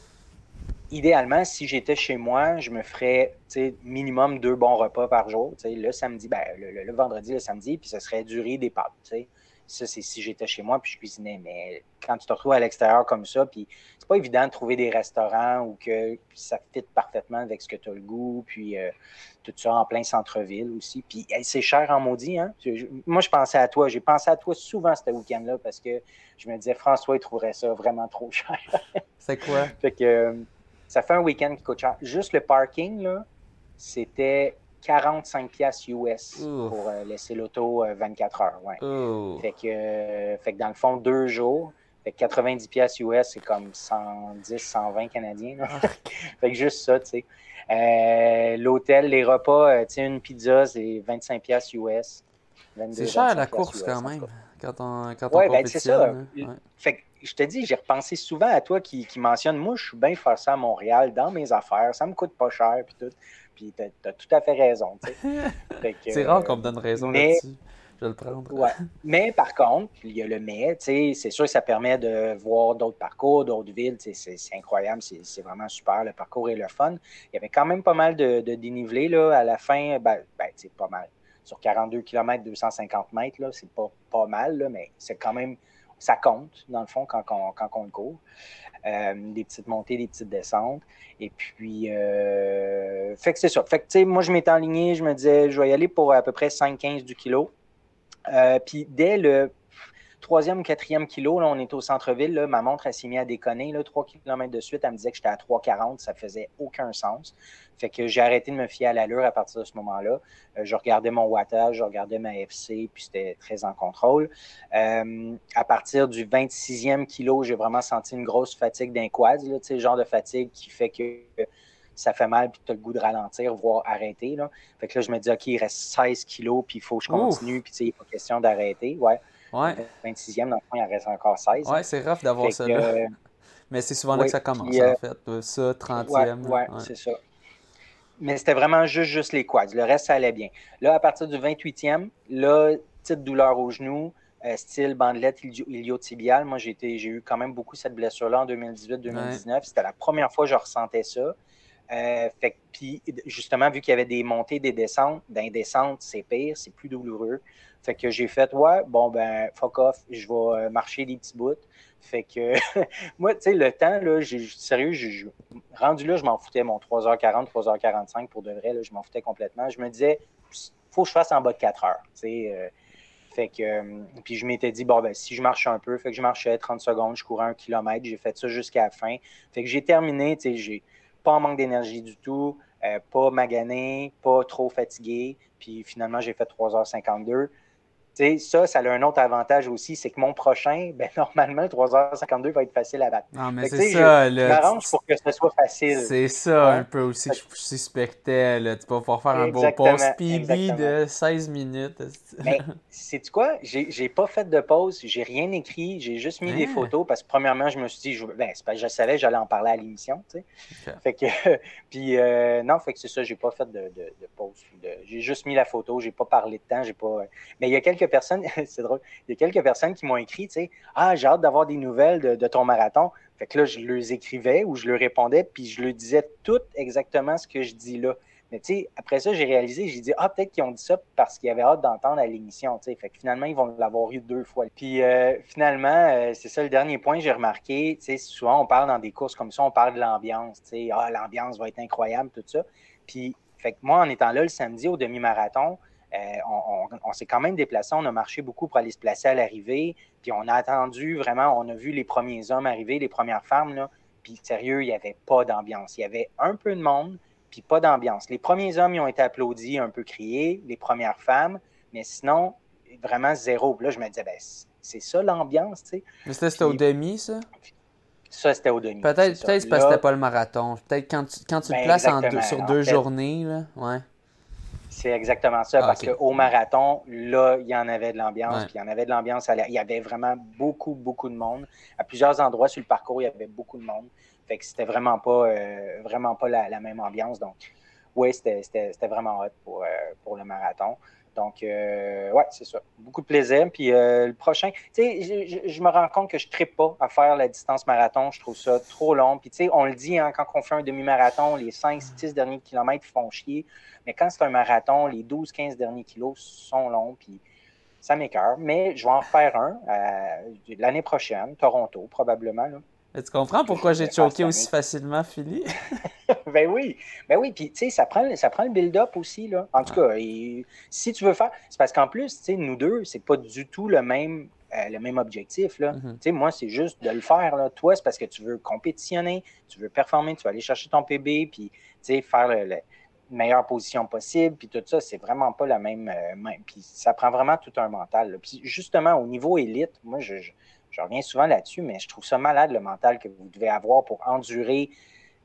idéalement, si j'étais chez moi, je me ferais minimum deux bons repas par jour. Le samedi, ben, le, le, le vendredi, le samedi, puis ça serait duré des pâtes. T'sais. Ça, c'est si j'étais chez moi puis je cuisinais. Mais quand tu te retrouves à l'extérieur comme ça, puis c'est pas évident de trouver des restaurants où que ça fit parfaitement avec ce que tu as le goût, puis euh, tout ça en plein centre-ville aussi. Puis hey, c'est cher en maudit, hein? Moi, je pensais à toi. J'ai pensé à toi souvent ce week-end-là parce que je me disais, François, il trouverait ça vraiment trop cher. C'est quoi? Fait que euh, ça fait un week-end qui coûte cher. Juste le parking, là, c'était quarante-cinq piastres U S Ouf. pour euh, laisser l'auto euh, vingt-quatre heures. Ouais. Oh. Fait, que, euh, fait que dans le fond, deux jours, fait que quatre-vingt-dix piastres U S, c'est comme cent dix, cent vingt canadiens. Là. Ah. Fait que juste ça, tu sais. Euh, l'hôtel, les repas, euh, tu sais, une pizza, c'est vingt-cinq piastres U S. C'est vingt-deux, cher la vingt-cinq piastres course U quand S, en tout même, cas. quand on, quand on Ouais, ben c'est ça. compétitionne. Là. Ouais. Fait que je te dis, j'ai repensé souvent à toi qui, qui mentionne, moi, je suis bien faire ça à Montréal, dans mes affaires, ça me coûte pas cher, puis tout. Puis t'as, t'as tout à fait raison, tu sais. Fait que, C'est rare qu'on euh, me donne raison mais là-dessus. Je vais le prendre. Ouais. Mais par contre, il y a le mais, tu sais, c'est sûr que ça permet de voir d'autres parcours, d'autres villes, tu sais, c'est, c'est incroyable, c'est, c'est vraiment super, le parcours et le fun. Il y avait quand même pas mal de, de dénivelé, là, à la fin, ben, ben tu sais, pas mal. Sur quarante-deux kilomètres, deux cent cinquante mètres, là, c'est pas pas mal, là, mais c'est quand même, ça compte, dans le fond, quand, on, quand on le court. Euh, des petites montées, des petites descentes. Et puis, euh, fait que c'est ça. Fait que, tu sais, moi, je m'étais enligné, je me disais, je vais y aller pour à peu près cinq quinze du kilo. Euh, puis dès le troisième ou quatrième kilo, là, on est au centre-ville, là, ma montre, elle s'est mise à déconner. Là, trois kilomètres de suite, elle me disait que j'étais à trois quarante, ça faisait aucun sens. Fait que j'ai arrêté de me fier à l'allure à partir de ce moment-là. Euh, je regardais mon wattage, je regardais ma F C, puis c'était très en contrôle. Euh, à partir du vingt-sixième kilo, j'ai vraiment senti une grosse fatigue d'un quad, là, tu sais, le genre de fatigue qui fait que ça fait mal, puis tu as le goût de ralentir, voire arrêter. Là. Fait que là, je me dis, OK, il reste seize kilos, puis il faut que je Ouf! continue, puis tu sais, il n'est pas question d'arrêter. Ouais. Ouais. vingt-sixième, dans le fond, il en reste encore seize. Ouais, c'est rough d'avoir Fait ça que, là. euh, Mais c'est souvent là que oui, ça commence, puis, en euh, fait. Ça, ouais, trentième. ouais, Ouais. c'est ça. Mais c'était vraiment juste, juste les quads. Le reste, ça allait bien. Là, à partir du vingt-huitième, là, petite douleur au genou, euh, style bandelette iliotibiale. Moi, j'ai, été, j'ai eu quand même beaucoup cette blessure-là en deux mille dix-huit deux mille dix-neuf. Ouais. C'était la première fois que je ressentais ça. Euh, fait puis justement, vu qu'il y avait des montées, des descentes, dans les descentes, c'est pire, c'est plus douloureux. Fait que j'ai fait, ouais, bon, ben, fuck off, je vais marcher des petits bouts. Fait que, moi, tu sais, le temps, là, j'ai, sérieux, j'ai, rendu là, je m'en foutais, mon trois heures quarante, trois heures quarante-cinq, pour de vrai, là, je m'en foutais complètement. Je me disais, faut que je fasse en bas de quatre heures, tu sais. Euh, fait que, euh, puis je m'étais dit, bon, ben, si je marche un peu, fait que je marchais trente secondes, je courais un kilomètre, j'ai fait ça jusqu'à la fin. Fait que j'ai terminé, tu sais, j'ai pas en manque d'énergie du tout, euh, pas magané, pas trop fatigué, puis finalement, j'ai fait trois heures cinquante-deux. Tu sais, ça, ça a un autre avantage aussi, c'est que mon prochain, ben, normalement, trois heures cinquante-deux va être facile à battre. Non, mais Fait que, c'est tu sais, je, ça, je là. tu- m'arrange tu- pour que ce soit facile. C'est ça un Ouais. peu aussi que Fait je suspectais, là. Tu vas pouvoir faire un beau post Exactement, P B exactement. de seize minutes. Mais sais-tu quoi? J'ai, j'ai pas fait de pause, j'ai rien écrit, j'ai juste mis des Hein? photos parce que premièrement, je me suis dit, je, ben, c'est parce que je savais que j'allais en parler à l'émission, tu sais. Ok. Fait que, puis euh, non, fait que c'est ça, j'ai pas fait de, de, de pause. De, j'ai juste mis la photo, j'ai pas parlé de temps, j'ai pas. Mais il y a quelques personnes, c'est drôle, il y a quelques personnes qui m'ont écrit, tu sais, ah, j'ai hâte d'avoir des nouvelles de, de ton marathon. Fait que là, je leur écrivais ou je leur répondais, puis je leur disais tout exactement ce que je dis là. Mais tu sais, après ça, j'ai réalisé, j'ai dit, ah, peut-être qu'ils ont dit ça parce qu'ils avaient hâte d'entendre à l'émission, tu sais. Fait que finalement, ils vont l'avoir eu deux fois. Puis euh, finalement, euh, c'est ça le dernier point que j'ai remarqué, tu sais, souvent on parle dans des courses comme ça, on parle de l'ambiance, tu sais, ah, l'ambiance va être incroyable, tout ça. Puis, fait que moi, en étant là le samedi au demi-marathon, euh, on, on, on s'est quand même déplacé, on a marché beaucoup pour aller se placer à l'arrivée, puis on a attendu vraiment, on a vu les premiers hommes arriver, les premières femmes, là, puis sérieux, il n'y avait pas d'ambiance. Il y avait un peu de monde, puis pas d'ambiance. Les premiers hommes, ils ont été applaudis, un peu criés, les premières femmes, mais sinon, vraiment zéro. Puis là, je me disais, ben, c'est ça l'ambiance, tu sais. Mais c'était c'était au Puis demi, ça? ça, c'était au demi, c'est Peut-être ça. peut-être c'est parce que c'était Là, pas le marathon. Peut-être quand tu, quand tu le ben places en deux- exactement. sur En deux fait, journées, là. Ouais. c'est exactement ça, Ah, parce ok. qu'au marathon, là, il y en avait de l'ambiance, Ouais. puis il y en avait de l'ambiance. Il y avait vraiment beaucoup, beaucoup de monde. À plusieurs endroits sur le parcours, il y avait beaucoup de monde. Fait que c'était vraiment pas, euh, vraiment pas la, la même ambiance. Donc, oui, c'était, c'était, c'était vraiment hot pour, euh, pour le marathon. Donc, euh, ouais, c'est ça. Beaucoup de plaisir. Puis euh, le prochain, tu sais, je, je, je me rends compte que je ne trippe pas à faire la distance marathon. Je trouve ça trop long. Puis, tu sais, on le dit, hein, quand on fait un demi-marathon, les cinq six derniers kilomètres font chier. Mais quand c'est un marathon, les douze quinze derniers kilos sont longs. Puis, ça m'écoeure. Mais je vais en refaire un euh, l'année prochaine, Toronto, probablement. Là, Et tu comprends que pourquoi je j'ai vais faire cette choqué aussi année. facilement, Philly? Ben oui, ben oui, puis tu sais, ça prend, ça prend le build-up aussi, là. En tout Ouais. cas, et, si tu veux faire, c'est parce qu'en plus, tu sais, nous deux, c'est pas du tout le même, euh, le même objectif, là. Mm-hmm. Tu sais, moi, c'est juste de le faire, là. Toi, c'est parce que tu veux compétitionner, tu veux performer, tu veux aller chercher ton P B, puis, tu sais, faire le, le meilleure position possible, puis tout ça, c'est vraiment pas la même, euh, même. Puis ça prend vraiment tout un mental, là. Puis justement, au niveau élite, moi, je, je, je reviens souvent là-dessus, mais je trouve ça malade, le mental que vous devez avoir pour endurer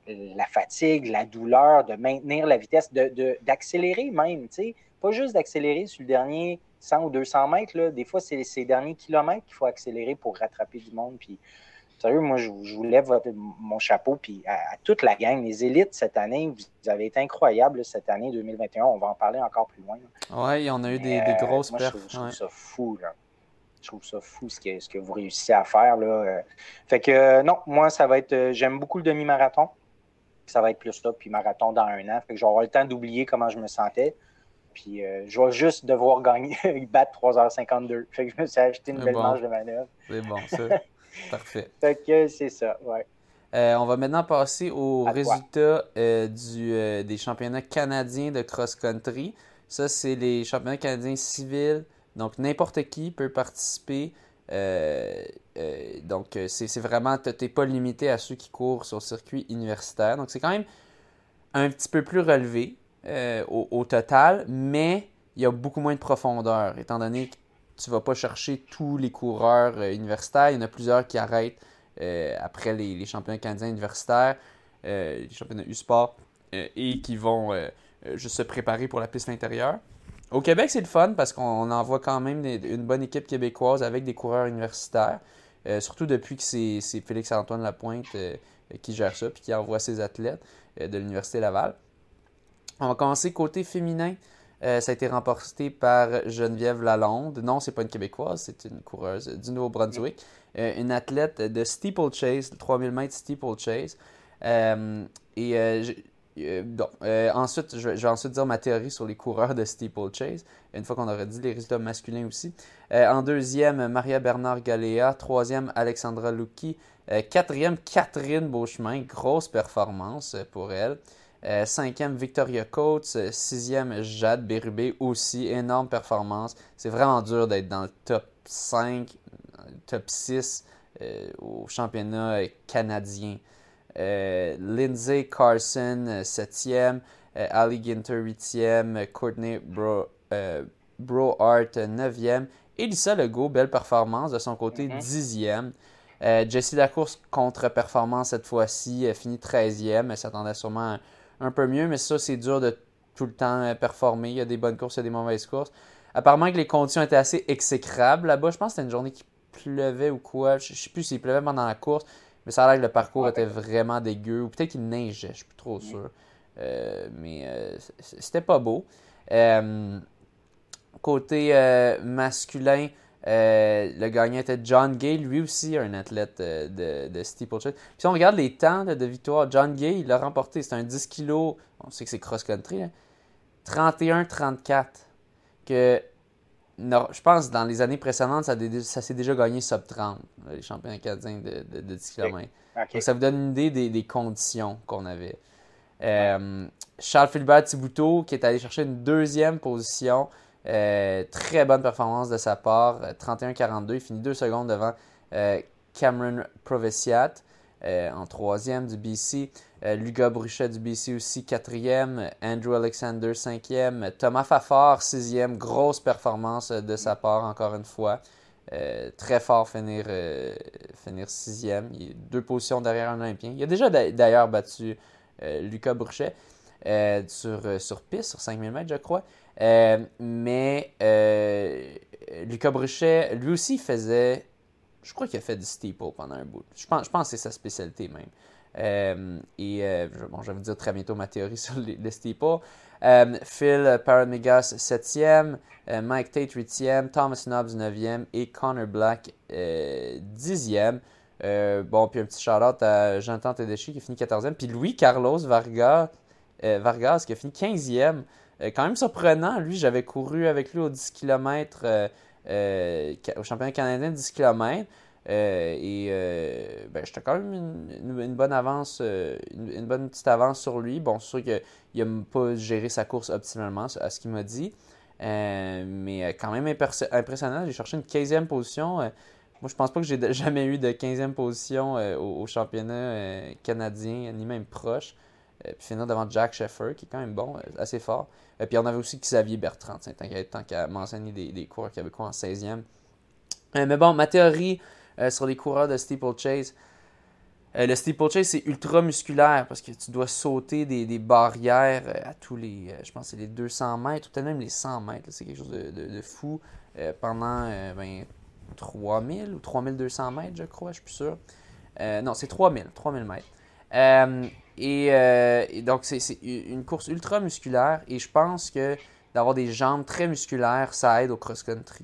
la fatigue, la douleur, de maintenir la vitesse, de, de, d'accélérer même, tu sais. Pas juste d'accélérer sur le dernier cent ou deux cents mètres, là. Des fois, c'est ces derniers kilomètres qu'il faut accélérer pour rattraper du monde. Puis, sérieux, moi, je, je vous lève votre, mon chapeau. Puis, à, à toute la gang, les élites cette année, vous avez été incroyables cette année deux mille vingt et un. On va en parler encore plus loin. Oui, on a eu des, des grosses euh, moi, perfs. Je trouve, je trouve ouais. ça fou, là. Je trouve ça fou ce que, ce que vous réussissez à faire, là. Fait que, euh, non, moi, ça va être... Euh, j'aime beaucoup le demi-marathon. Ça va être plus ça, puis marathon dans un an. Fait que je vais avoir le temps d'oublier comment je me sentais. Puis euh, je vais juste devoir gagner, battre trois heures cinquante-deux. Fait que je me suis acheté une C'est belle bon. marge de manœuvre. C'est bon, ça. Parfait. Fait que c'est ça, ouais. Euh, on va maintenant passer aux À toi. résultats euh, du, euh, des championnats canadiens de cross-country. Ça, c'est les championnats canadiens civils. Donc, n'importe qui peut participer. Euh, euh, donc, c'est, c'est vraiment, tu n'es pas limité à ceux qui courent sur le circuit universitaire. Donc, c'est quand même un petit peu plus relevé euh, au, au total, mais il y a beaucoup moins de profondeur, étant donné que tu ne vas pas chercher tous les coureurs euh, universitaires. Il y en a plusieurs qui arrêtent euh, après les, les championnats canadiens universitaires, euh, les championnats U-Sport, euh, et qui vont euh, juste se préparer pour la piste intérieure. Au Québec, c'est le fun parce qu'on envoie quand même des, une bonne équipe québécoise avec des coureurs universitaires, euh, surtout depuis que c'est, c'est Félix-Antoine Lapointe euh, qui gère ça puis qui envoie ses athlètes euh, de l'Université Laval. On va commencer côté féminin. Euh, ça a été remporté par Geneviève Lalonde. Non, c'est pas une Québécoise, c'est une coureuse du Nouveau-Brunswick. Euh, une athlète de steeplechase, trois mille mètres steeplechase. Euh, et euh, euh, donc, euh, ensuite, je vais, je vais ensuite dire ma théorie sur les coureurs de steeplechase, une fois qu'on aura dit les résultats masculins aussi. Euh, en deuxième, Maria Bernard-Galéa. Troisième, Alexandra Luki. Euh, quatrième, Catherine Beauchemin. Grosse performance pour elle. Euh, cinquième, Victoria Coates. Euh, sixième, Jade Bérubé aussi. Énorme performance. C'est vraiment dur d'être dans le top cinq, top six euh, au championnat canadien. Euh, Lindsay Carson, septième. Euh, Ali Ginter, huitième. Courtney Bro, euh, Brohart, neuvième. Elissa Legault, belle performance de son côté, Mm-hmm. dixième. Euh, Jessie Lacourse, contre-performance cette fois-ci, elle finit treizième. Elle s'attendait sûrement à un peu mieux, mais ça, c'est dur de tout le temps performer. Il y a des bonnes courses, il y a des mauvaises courses. Apparemment que les conditions étaient assez exécrables là-bas. Je pense que c'était une journée qui pleuvait ou quoi. Je ne sais plus s'il pleuvait pendant la course, mais ça a l'air que le parcours Ouais, était vraiment dégueu. Ou peut-être qu'il neigeait, je ne suis plus trop sûr. Euh, mais euh, c'était pas beau. Euh, côté euh, masculin, Euh, le gagnant était John Gay, lui aussi un athlète euh, de, de steeplechase. Puis si on regarde les temps là, de victoire, John Gay, il l'a remporté. C'est un dix kilos, on sait que c'est cross-country, hein, trente et un trente-quatre. Que, non, je pense que dans les années précédentes, ça, dé, ça s'est déjà gagné sub trente, les championnats canadiens de, de, de dix kilomètres. Okay. Donc ça vous donne une idée des, des conditions qu'on avait. Euh, Charles Philbert Thibouteau, qui est allé chercher une deuxième position. Euh, très bonne performance de sa part, trente et un quarante-deux, il finit deux secondes devant euh, Cameron Provesiat euh, en troisième du B C, euh, Luga Bruchet du B C aussi quatrième, Andrew Alexander cinquième, Thomas Fafard sixième, grosse performance de sa part encore une fois, euh, très fort finir, euh, finir sixième, il est deux positions derrière un Olympien, il a déjà d'ailleurs battu euh, Luca Bruchet euh, sur, sur piste, sur cinq mille mètres je crois. Euh, mais euh, Lucas Bruchet, lui aussi, faisait. Je crois qu'il a fait du steeple pendant un bout. Je pense, je pense que c'est sa spécialité même. Euh, et euh, bon, je vais vous dire très bientôt ma théorie sur les, le steeple. Euh, Phil Paramegas, septième. Euh, Mike Tate, huitième. Thomas Nobbs, neuvième. Et Connor Black, euh, dixième. Euh, bon, puis un petit shout-out à Jonathan Tedeschi qui finit quatorzième. Puis Louis Carlos Vargas, euh, Vargas qui a fini quinzième. Euh, quand même surprenant, lui, j'avais couru avec lui au dix kilomètres, euh, euh, au championnat canadien de dix kilomètres. Euh, et euh, ben, j'étais quand même une, une, une bonne avance, euh, une, une bonne petite avance sur lui. Bon, c'est sûr qu'il n'a pas géré sa course optimalement, à ce qu'il m'a dit. Euh, mais quand même impressionnant. J'ai cherché une quinzième position. Euh, moi, je pense pas que j'ai jamais eu de quinzième position euh, au, au championnat euh, canadien, ni même proche. Euh, puis finir devant Jack Sheffer, qui est quand même bon, euh, assez fort. Euh, puis on avait aussi Xavier Bertrand, tant qu'à, tant qu'à mentionner des, des coureurs québécois en seizième. Euh, mais bon, ma théorie euh, sur les coureurs de steeplechase, Euh, le steeplechase, c'est ultra musculaire parce que tu dois sauter des, des barrières euh, à tous les, euh, je pense que c'est les deux cents mètres ou peut-être même les cent mètres. Là, c'est quelque chose de, de, de fou euh, pendant euh, ben, trois mille ou trois mille deux cents mètres, je crois, je suis plus sûr. Euh, non, c'est trois mille, trois mille mètres. Euh, et, euh, et donc, c'est, c'est une course ultra musculaire et je pense que d'avoir des jambes très musculaires, ça aide au cross-country.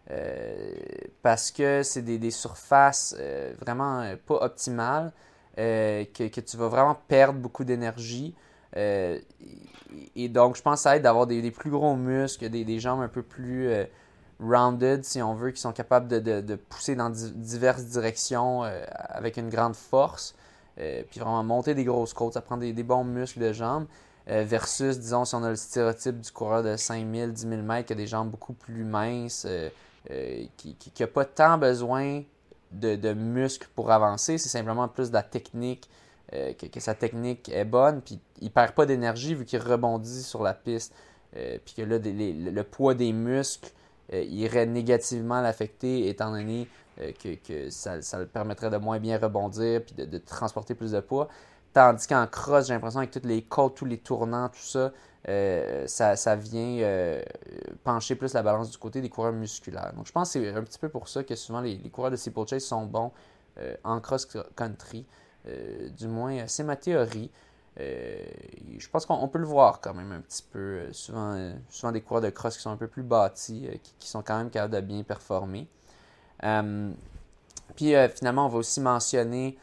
Euh, parce que c'est des, des surfaces euh, vraiment euh, pas optimales, euh, que, que tu vas vraiment perdre beaucoup d'énergie. Euh, et, et donc, je pense que ça aide d'avoir des, des plus gros muscles, des, des jambes un peu plus euh, rounded, si on veut, qui sont capables de, de, de pousser dans di- diverses directions euh, avec une grande force. Euh, puis vraiment monter des grosses côtes, ça prend des, des bons muscles de jambes. Euh, versus, disons, si on a le stéréotype du coureur de cinq mille, dix mille mètres qui a des jambes beaucoup plus minces, euh, euh, qui n'a pas tant besoin de, de muscles pour avancer, c'est simplement plus de la technique, euh, que, que sa technique est bonne, puis il perd pas d'énergie vu qu'il rebondit sur la piste, euh, puis que là, les, les, le poids des muscles euh, irait négativement l'affecter étant donné euh, que, que ça, ça le permettrait de moins bien rebondir, puis de, de transporter plus de poids. Tandis qu'en cross, j'ai l'impression avec toutes les côtes, tous les tournants, tout ça, euh, ça, ça vient euh, pencher plus la balance du côté des coureurs musculaires. Donc je pense que c'est un petit peu pour ça que souvent les, les coureurs de steeplechase sont bons euh, en cross-country. Euh, du moins, c'est ma théorie. Euh, je pense qu'on peut le voir quand même un petit peu. Euh, souvent, euh, souvent des coureurs de cross qui sont un peu plus bâtis, euh, qui, qui sont quand même capables de bien performer. Euh, Puis euh, finalement, on va aussi mentionner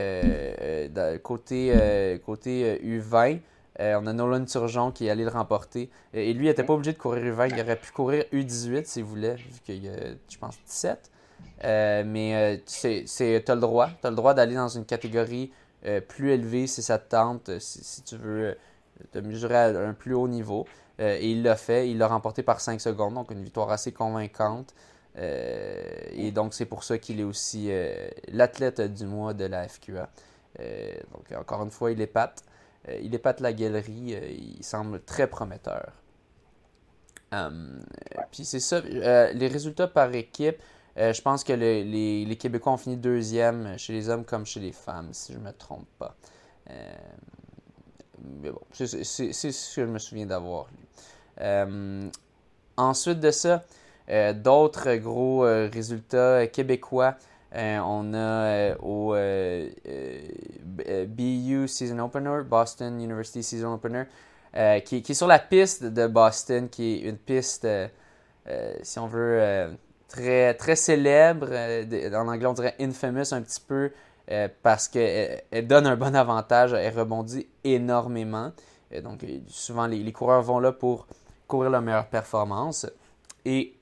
euh, euh, côté, euh, côté euh, U vingt, euh, on a Nolan Turgeon qui est allé le remporter. Et lui, il n'était pas obligé de courir U vingt, il aurait pu courir U dix-huit s'il voulait, vu qu'il y a, je pense, dix-sept. Euh, mais euh, c'est, c'est, tu as le droit. Tu as le droit d'aller dans une catégorie euh, plus élevée si ça te tente, si, si tu veux euh, te mesurer à un plus haut niveau. Euh, et il l'a fait. Il l'a remporté par cinq secondes, donc une victoire assez convaincante. Euh, et donc, c'est pour ça qu'il est aussi euh, l'athlète du mois de la F Q A. Euh, donc, encore une fois, il épate. Euh, il épate la galerie. Euh, il semble très prometteur. Um, Puis c'est ça. Euh, les résultats par équipe, euh, je pense que le- les, les Québécois ont fini deuxième chez les hommes comme chez les femmes, si je ne me trompe pas. Euh, mais bon, c'est, c'est, c'est ce que je me souviens d'avoir lu. Euh, Ensuite de ça, euh, d'autres gros euh, résultats québécois. Euh, on a euh, au euh, euh, B U Season Opener, Boston University Season Opener, euh, qui, qui est sur la piste de Boston, qui est une piste, euh, euh, si on veut, euh, très, très célèbre. Euh, de- en anglais, on dirait infamous un petit peu, euh, parce qu'elle elle donne un bon avantage. Elle rebondit énormément. Euh, donc, souvent, les, les coureurs vont là pour courir leur meilleure performance. Et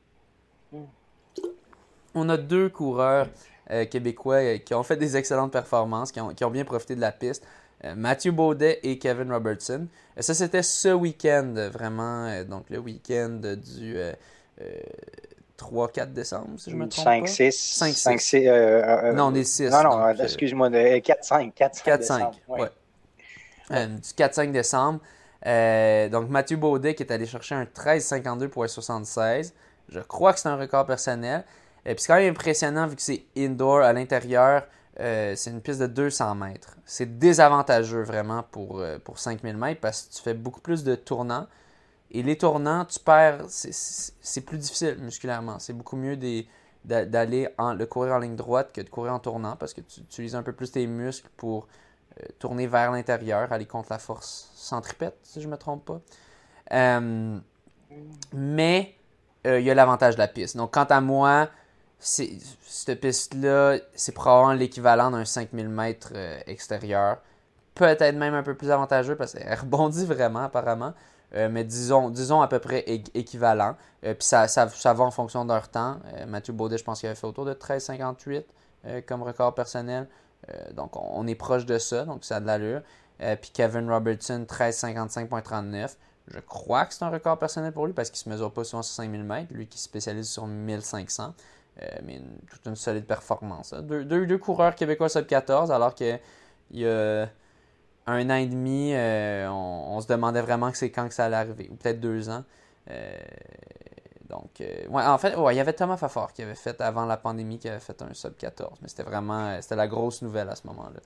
on a deux coureurs euh, québécois euh, qui ont fait des excellentes performances, qui ont, qui ont bien profité de la piste. Euh, Matthew Baudet et Kevin Robertson. Euh, ça, c'était ce week-end, vraiment. Euh, donc, le week-end du euh, euh, trois quatre décembre, si je ne me trompe cinq pas. six cinq cinq six six euh, euh, Non, on est six. non, non, Donc, euh, excuse-moi, quatre cinq quatre cinq quatre décembre. cinq Ouais. ouais. Ouais. Euh, du quatre cinq décembre. Euh, donc, Mathieu Baudet qui est allé chercher un treize cinquante-deux virgule soixante-seize. Je crois que c'est un record personnel. Et puis, c'est quand même impressionnant vu que c'est indoor à l'intérieur. Euh, c'est une piste de deux cents mètres. C'est désavantageux vraiment pour, euh, pour cinq mille mètres parce que tu fais beaucoup plus de tournants. Et les tournants, tu perds, c'est, c'est, c'est plus difficile musculairement. C'est beaucoup mieux des, d'aller en, le courir en ligne droite que de courir en tournant parce que tu utilises un peu plus tes muscles pour euh, tourner vers l'intérieur, aller contre la force centripète, si je ne me trompe pas. Euh, mais euh, il y a l'avantage de la piste. Donc, quant à moi, c'est, cette piste-là, c'est probablement l'équivalent d'un cinq mille mètres euh, extérieur. Peut-être même un peu plus avantageux parce qu'elle rebondit vraiment, apparemment. Euh, mais disons, disons à peu près é- équivalent. Euh, Puis ça, ça, ça va en fonction de leur temps. Euh, Mathieu Baudet, je pense qu'il avait fait autour de treize cinquante-huit euh, comme record personnel. Euh, donc on, on est proche de ça, donc ça a de l'allure. Euh, Puis Kevin Robertson, treize cinquante-cinq virgule trente-neuf. Je crois que c'est un record personnel pour lui parce qu'il ne se mesure pas souvent sur cinq mille mètres. Lui qui se spécialise sur mille cinq cents. Euh, mais une, toute une solide performance. Hein. Deux, deux, deux coureurs québécois sub quatorze alors qu'il y a un an et demi, euh, on, on se demandait vraiment que c'est quand que ça allait arriver. Ou peut-être deux ans. Euh, Donc, euh, ouais, en fait, ouais, il y avait Thomas Fafard qui avait fait, avant la pandémie, qui avait fait un sub quatorze. Mais c'était vraiment, c'était la grosse nouvelle à ce moment-là.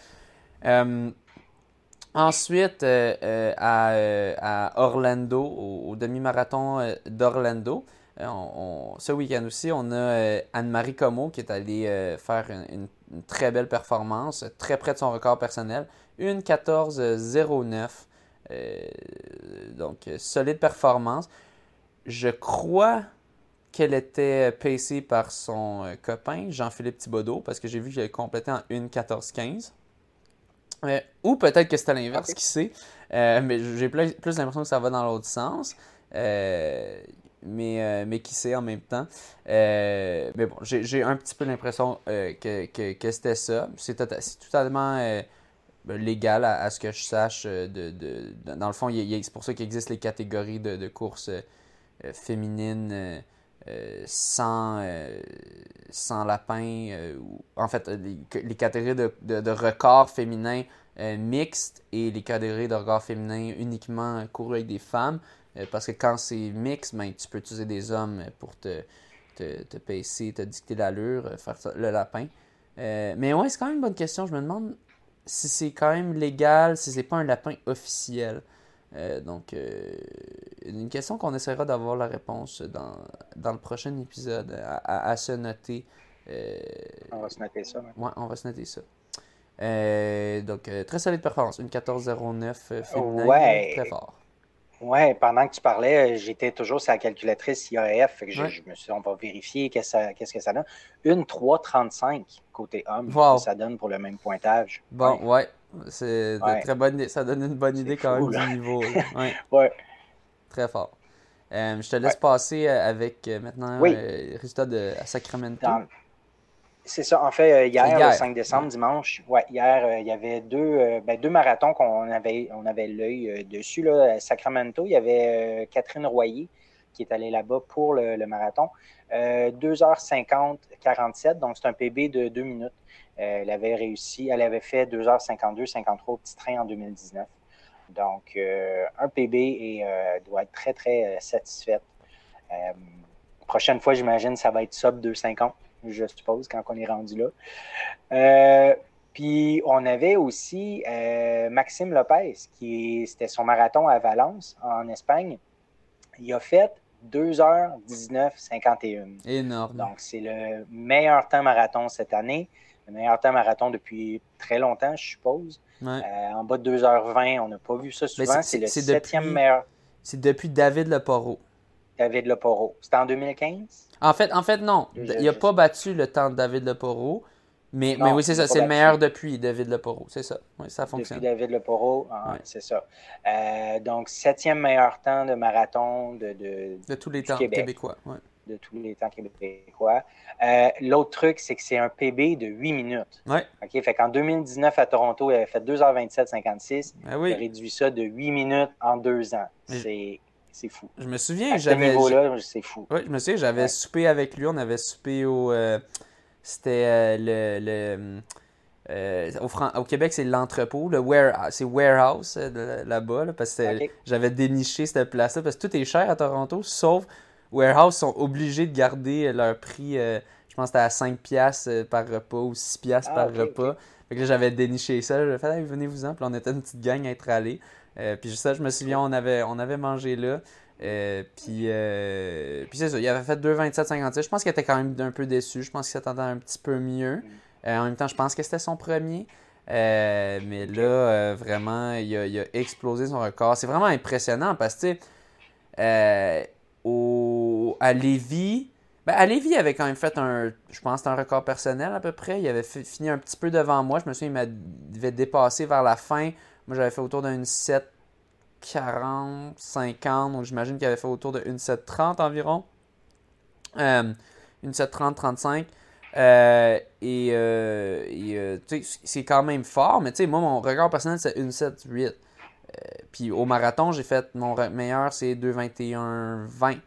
Euh, ensuite, euh, euh, à, euh, à Orlando, au, au demi-marathon euh, d'Orlando, euh, on, on, ce week-end aussi, on a euh, Anne-Marie Comeau qui est allée euh, faire une, une, une très belle performance, très près de son record personnel, une quatorze zéro neuf. Euh, donc, solide performance. Je crois qu'elle était pacée par son euh, copain, Jean-Philippe Thibodeau, parce que j'ai vu qu'il avait complété en une quatorze quinze. Euh, ou peut-être que c'était l'inverse, Okay. qui sait. Euh, mais j'ai plus, plus l'impression que ça va dans l'autre sens. Euh, mais, euh, mais qui sait en même temps. Euh, mais bon, j'ai, j'ai un petit peu l'impression euh, que, que, que c'était ça. C'est, tota- c'est totalement euh, légal à, à ce que je sache. De, de, de- dans le fond, il y a, c'est pour ça qu'il existe les catégories de, de courses euh, féminines. Euh, euh, sans, euh, sans lapin, euh, ou, en fait, les, les catégories de, de, de records féminins euh, mixtes et les catégories de records féminins uniquement courus avec des femmes, euh, parce que quand c'est mixte, ben, tu peux utiliser des hommes pour te, te, te pacer, te dicter l'allure, faire ça, le lapin. Euh, mais ouais, c'est quand même une bonne question. Je me demande si c'est quand même légal, si c'est pas un lapin officiel. Euh, donc, euh, une question qu'on essaiera d'avoir la réponse dans, dans le prochain épisode, à, à, à se noter. Euh, On va se noter ça. Ouais, ouais, on va se noter ça. Euh, donc, euh, très solide performance. Une quatorze zéro neuf euh, féminin, ouais. très fort. Ouais, pendant que tu parlais, j'étais toujours sur la calculatrice I A F. Fait que je, Ouais. je me suis dit, on va vérifier qu'est-ce, ça, qu'est-ce que ça donne. Une trois trente-cinq côté homme, Wow. que ça donne pour le même pointage. Bon, ouais. ouais. C'est Ouais. très bonne, ça donne une bonne idée C'est quand fou, même là. du niveau. Là. Ouais. ouais. Très fort. Euh, je te laisse Ouais. passer avec euh, maintenant Oui. euh, résultat de, à Sacramento. Dans- C'est ça. En fait, euh, hier, hier, le cinq décembre, ouais. dimanche, ouais, hier, euh, il y avait deux, euh, ben, deux marathons qu'on avait, on avait l'œil euh, dessus. Là. À Sacramento, il y avait euh, Catherine Royer qui est allée là-bas pour le, le marathon. Euh, deux heures cinquante quarante-sept, donc c'est un P B de deux minutes. Euh, elle avait réussi, elle avait fait deux heures cinquante-deux cinquante-trois au petit train en deux mille dix-neuf. Donc, euh, un P B et euh, doit être très, très euh, satisfaite. Euh, prochaine fois, j'imagine, ça va être sub deux cinquante. Je suppose, quand on est rendu là. Euh, puis, on avait aussi euh, Maxime Lopez, qui c'était son marathon à Valence, en Espagne. Il a fait deux heures dix-neuf cinquante et un. Énorme. Donc, c'est le meilleur temps marathon cette année. Le meilleur temps marathon depuis très longtemps, je suppose. Ouais. Euh, en bas de deux heures vingt, on n'a pas vu ça souvent. C'est, c'est, c'est le c'est septième depuis, meilleur. C'est depuis David Leporo. David Leporo. C'était en deux mille quinze? En fait, en fait non. Je, il n'a je pas sais. battu le temps de David Leporo. Mais, Non, mais oui, c'est il ça. n'a pas C'est le battu. meilleur depuis David Leporo. C'est ça. Oui, ça fonctionne. Depuis David Leporo, hein, Ouais. c'est ça. Euh, donc, septième meilleur temps de marathon de, de, De tous les du temps Québec. québécois. Ouais. De tous les temps québécois. Euh, l'autre truc, c'est que c'est un P B de huit minutes. Ouais. OK, fait qu'en deux mille dix-neuf, à Toronto, il avait fait deux heures vingt-sept cinquante-six. Ben oui. Il a réduit ça de huit minutes en deux ans. Mais C'est, c'est fou. Je me souviens, À ce j'avais... niveau-là, c'est fou. Oui, je me souviens, j'avais Ouais. soupé avec lui. On avait soupé au... euh, c'était euh, le... le euh, au, Fran- au Québec, c'est l'entrepôt, le warehouse, c'est warehouse euh, là-bas, là, parce que OK. j'avais déniché cette place-là, parce que tout est cher à Toronto, sauf warehouse sont obligés de garder leur prix, euh, je pense que c'était à cinq piastres par repas ou six piastres Ah, par OK, repas. OK. Fait que là, j'avais déniché ça, j'avais fait hey, venez-vous-en, puis on était une petite gang à être allés. Euh, puis juste ça, je me souviens, on avait, on avait mangé là. Euh, puis, euh, puis c'est ça, il avait fait deux vingt-sept cinquante-six. Je pense qu'il était quand même un peu déçu. Je pense qu'il s'attendait un petit peu mieux. Euh, en même temps, je pense que c'était son premier. Euh, mais là, euh, vraiment, il a, il a explosé son record. C'est vraiment impressionnant parce que, tu sais, euh, au, à Lévis, ben à Lévis, il avait quand même fait un, je pense, c'était un record personnel à peu près. Il avait fait, fini un petit peu devant moi. Je me souviens, il m'avait dépassé vers la fin. Moi, j'avais fait autour d'un sept quarante, cinquante. Donc, j'imagine qu'il avait fait autour de une sept trente environ. Euh, une sept trente, trente-cinq. Euh, et euh, et euh, tu sais, c'est quand même fort. Mais tu sais, moi, mon record personnel, c'est une sept huit. Euh, puis au marathon, j'ai fait mon meilleur, c'est deux vingt et un vingt.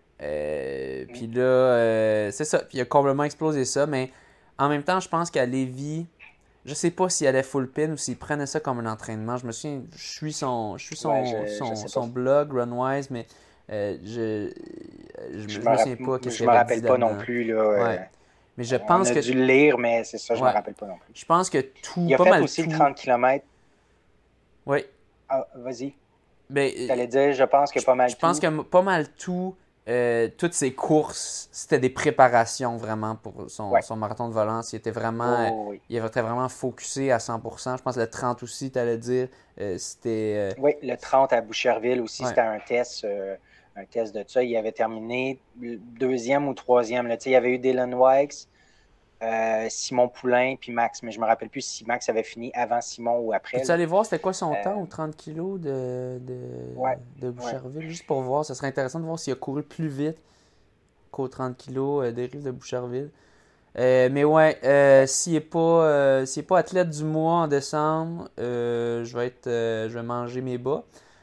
Euh, puis là, euh, c'est ça. Puis il a complètement explosé ça. Mais en même temps, je pense qu'à Lévis, je sais pas s'il allait full pin ou s'il prenait ça comme un entraînement. Je me souviens, je suis son, je suis son, Ouais, je- son, je sais pas. son blog, Runwise, mais euh, je, je, Je me- me, je me souviens rapp- pas qu'est-ce je qu'il me avait rappelle dit pas non là-dedans. plus. Là, euh, Ouais. Mais je on pense a que. dû le lire, mais c'est ça, je Ouais. me rappelle pas non plus. Je pense que tout, Il a pas fait mal aussi le tout. trente kilomètres. Oui. Ah, vas-y. Ben, Tu allais dire, je pense que je, pas mal je pense tout. que m- pas mal tout, euh, toutes ces courses, c'était des préparations vraiment pour son, Ouais. son marathon de Valence. Il était vraiment, euh, Oh, oui. il était vraiment focusé à cent pour cent. Je pense que le trente aussi, tu allais dire, euh, c'était. Oui, le trente à Boucherville euh, aussi, ouais. c'était un test, euh, un test de ça. Il avait terminé deuxième ou troisième. Là. Tu sais, il y avait eu Dylan Wykes, euh, Simon Poulain, puis Max. Mais je me rappelle plus si Max avait fini avant Simon ou après. Peux-tu Là. aller voir c'était quoi son temps Euh, aux trente kilos de, de, ouais, de ouais. Boucherville? Juste pour voir, ça serait intéressant de voir s'il a couru plus vite qu'aux trente kilos euh, des rives de Boucherville. Euh, mais ouais, euh, s'il n'est pas, euh, s'il est pas athlète du mois en décembre, euh, je vais être, euh, je vais manger mes bas.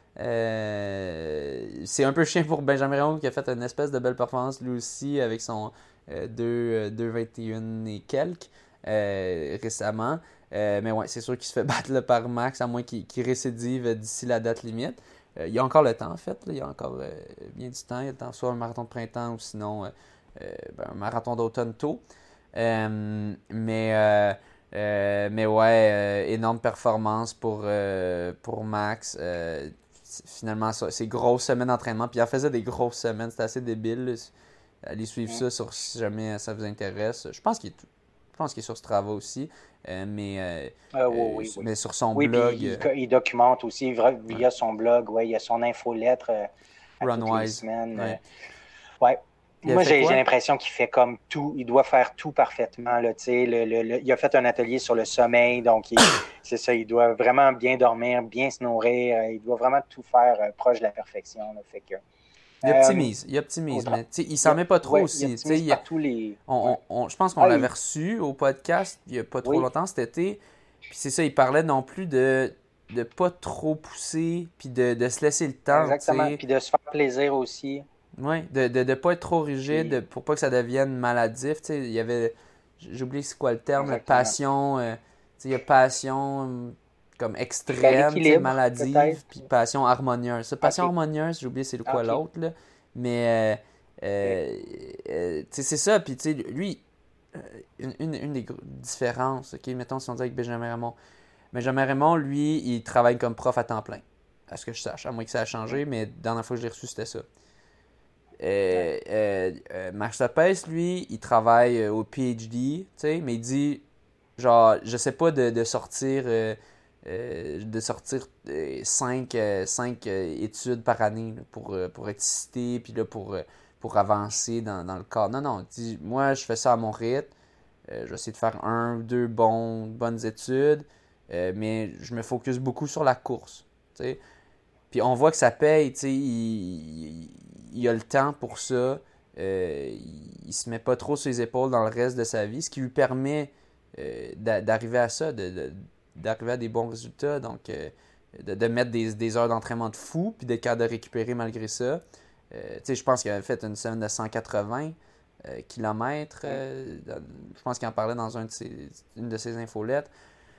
Euh, c'est un peu chiant pour Benjamin Raymond qui a fait une espèce de belle performance lui aussi avec son euh, deux, deux vingt et un et quelques euh, récemment. Euh, mais ouais, c'est sûr qu'il se fait battre là, par Max, à moins qu'il qu'il récidive d'ici la date limite. Euh, il y a encore le temps en fait, là, il y a encore euh, bien du temps. Il y a le temps soit un marathon de printemps ou sinon euh, euh, ben, un marathon d'automne tôt. Euh, mais, euh, euh, mais ouais, euh, énorme performance pour, euh, pour Max. Euh, finalement, ça, c'est grosses semaines d'entraînement. Puis il en faisait des grosses semaines, c'était assez débile. Là. Allez suivre Mm. ça sur, si jamais ça vous intéresse. Je pense qu'il est, je pense qu'il est sur Strava aussi. Euh, mais, euh, Euh, euh, oui, oui, oui. mais sur son Oui, puis blog, il, euh, il documente aussi via ouais, son blog. Ouais, il y a son infolettre euh, à toutes les Runwise. semaines. Euh, Ouais. ouais. Il a Moi, fait j'ai j'ai quoi? l'impression qu'il fait comme tout. Il doit faire tout parfaitement. Là, tu sais, le, le- le- il a fait un atelier sur le sommeil, donc il- c'est ça. Il doit vraiment bien dormir, bien se nourrir. euh, Il doit vraiment tout faire euh, proche de la perfection. Là, fait que, Il euh, optimise, il optimise, autre- mais tu sais, il il, s'en met pas trop ouais, il aussi. Tu sais, optimise il- par tous les. on, Ouais. on- on- je pense qu'on Ah, l'avait il- reçu au podcast il y a pas trop oui, longtemps cet été. Puis c'est ça, il parlait non plus de de pas trop pousser, puis de, de se laisser le temps, tu exactement. sais. Puis de se faire plaisir aussi. Ouais, de, de, de pas être trop rigide de- Puis, pour pas que ça devienne maladif, tu sais. Il y avait, j'ai oublié c'est quoi le terme, là, exactement. passion, euh, tu sais, il y a passion hum, comme Ben, extrême, tu sais, l'équilibre, maladive, peut-être. puis passion harmonieuse. Ça, passion OK. harmonieuse, j'ai oublié c'est le quoi OK. l'autre, là. Mais, euh, OK. euh, euh, tu sais, c'est ça, puis tu sais, lui, euh, une, une, une des gros différences, ok, mettons si on dit avec Benjamin Raymond. Benjamin Raymond, lui, il travaille comme prof à temps plein, à ce que je sache, à moins que ça a changé, Mm. mais la dernière fois que je l'ai reçu, c'était ça. Ouais. Euh, euh, euh, Max Lopez, lui, il travaille euh, au P H D, tu sais, mais il dit, genre, je sais pas de, de sortir, euh, euh, de sortir euh, cinq, euh, cinq euh, études par année là, pour, euh, pour être cité, puis là, pour, euh, pour avancer dans, dans le cadre. Non, non, il dit, moi, je fais ça à mon rythme, euh, je vais essayer de faire un ou deux bons, bonnes études, euh, mais je me focus beaucoup sur la course, tu sais. Puis on voit que ça paye, tu sais, il, il, il a le temps pour ça. Euh, il, il se met pas trop sur les épaules dans le reste de sa vie, ce qui lui permet euh, d'a- d'arriver à ça, de, de- d'arriver à des bons résultats. Donc, euh, de, de mettre des, des heures d'entraînement de fou, puis d'être capable de récupérer malgré ça. Euh, tu sais, je pense qu'il avait fait une semaine de cent quatre-vingts euh, kilomètres. Euh, dans- je pense qu'il en parlait dans un de ses, une de ses infolettes.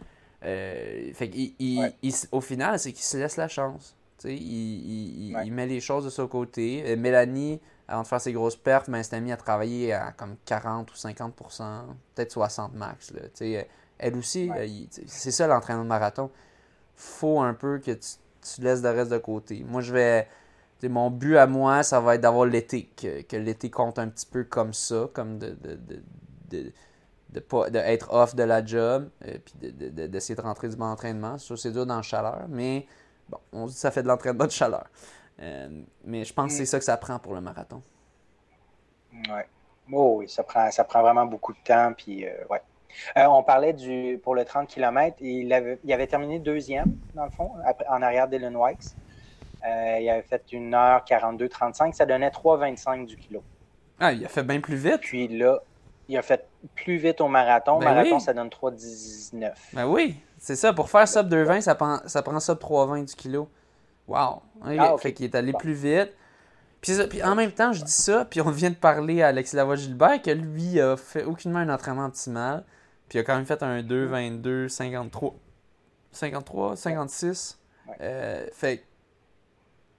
Euh, fait qu'il- il- Ouais. il- au final, c'est qu'il se laisse la chance. Tu sais, il, il- il- Ouais. il met les choses de son côté. Euh, Mélanie, avant de faire ses grosses perfs, ben, elle s'était mise à travailler à comme quarante ou cinquante pour cent, peut-être soixante max. Là. Tu sais, euh, elle aussi, Ouais. euh, il- tu sais, c'est ça l'entraînement de marathon. Faut un peu que tu, tu laisses le reste de côté. Moi, je vais. Tu sais, mon but à moi, ça va être d'avoir l'été. Que, que l'été compte un petit peu comme ça, comme de, de, de, de, de pas de être off de la job, euh, puis de, de, de- d'essayer de rentrer du bon entraînement. Ça, c'est dur dans la chaleur, mais bon, on dit que ça fait de l'entraînement de chaleur. Euh, mais je pense que Mm. c'est ça que ça prend pour le marathon. Ouais. Oh, oui, ça prend, ça prend vraiment beaucoup de temps. Puis, euh, ouais. Euh, on parlait du pour le trente kilomètres. Il avait, il avait terminé deuxième, dans le fond, après, en arrière d'Ellen Wykes. Euh, il avait fait une heure quarante-deux trente-cinq. Ça donnait trois vingt-cinq du kilo. Ah, il a fait bien plus vite. Puis là, il a fait plus vite au marathon. Au Ben marathon, oui. ça donne trois dix-neuf. Ben oui, c'est ça. Pour faire sub deux vingt, ça prend, ça prend sub trois vingt du kilo. Wow. Ok. Ah, OK. Fait qu'il est allé Bon. plus vite. Puis, c'est ça. Puis en même temps, je dis ça, puis on vient de parler à Alexis Lavoie-Gilbert que lui a fait aucunement un entraînement optimal. Puis il a quand même fait un deux vingt-deux cinquante-trois. cinquante-trois, cinquante-six. Ouais. Euh, fait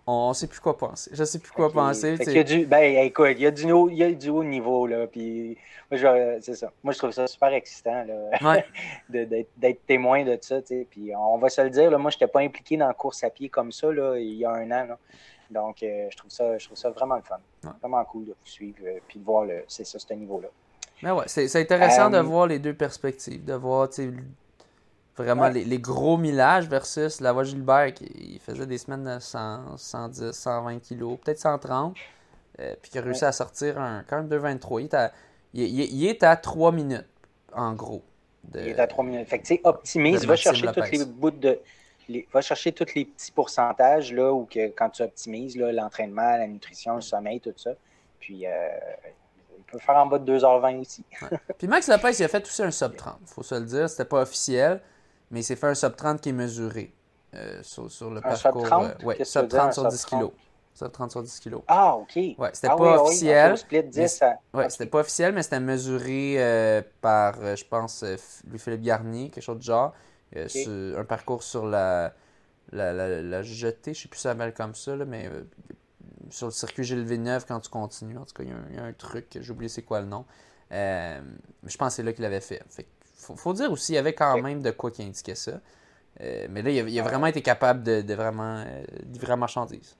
on ne sait plus quoi penser. Je ne sais plus quoi Okay. penser. Fait qu'il y a du, ben, écoute, il y a du haut, il y a du haut niveau, là, puis moi, je, c'est ça. Moi, je trouve ça super excitant, là, Ouais. de, d'être, d'être témoin de ça, tu sais. Puis on va se le dire, là, moi, je n'étais pas impliqué dans la course à pied comme ça, là, il y a un an, là. Donc, euh, je trouve ça, je trouve ça vraiment le fun. Ouais. Vraiment cool de vous suivre, euh, puis de voir, le, c'est ça, ce niveau-là. Mais ouais, c'est, c'est intéressant Um, de voir les deux perspectives, de voir, tu sais, vraiment ouais. les, les gros millages versus la voie Gilbert qui il faisait des semaines de cent, cent dix, cent vingt kilos, peut-être cent trente, euh, puis qui a réussi ouais. à sortir un, quand même deux vingt-trois. Il est à, il, il, il est à trois minutes, en gros. De, il est à trois minutes. Fait que, tu sais, optimise, va chercher tous les bouts de... Les, va chercher tous les petits pourcentages, là, où que, quand tu optimises, là, l'entraînement, la nutrition, le sommeil, tout ça. Puis, euh, il peut faire en bas de deux heures vingt aussi. Ouais. Puis Max Lopez, il a fait aussi un sub trente, il faut se le dire. C'était pas officiel, mais il s'est fait un sub trente qui est mesuré euh, sur, sur le un parcours. Sub trente? Euh, ouais, sub trente sur dix kilos. Sub trente sur dix kilos. Ah, OK. Ouais, c'était ah, pas oui, officiel. Oui, split dix à... Ouais, okay. C'était pas officiel, mais c'était mesuré euh, par, euh, je pense, euh, Louis-Philippe Garnier, quelque chose de genre. Euh, okay. sur, un parcours sur la, la, la, la jetée, je sais plus si ça s'appelle comme ça, là, mais euh, sur le circuit Gilles Villeneuve, quand tu continues, en tout cas, il y, y a un truc, j'ai oublié c'est quoi le nom. Euh, je pense que c'est là qu'il l'avait fait. Fait faut, faut dire aussi, il y avait quand okay. même de quoi qui indiquait ça. Euh, mais là, il a, il a vraiment été capable de, de vraiment euh, livrer la marchandise.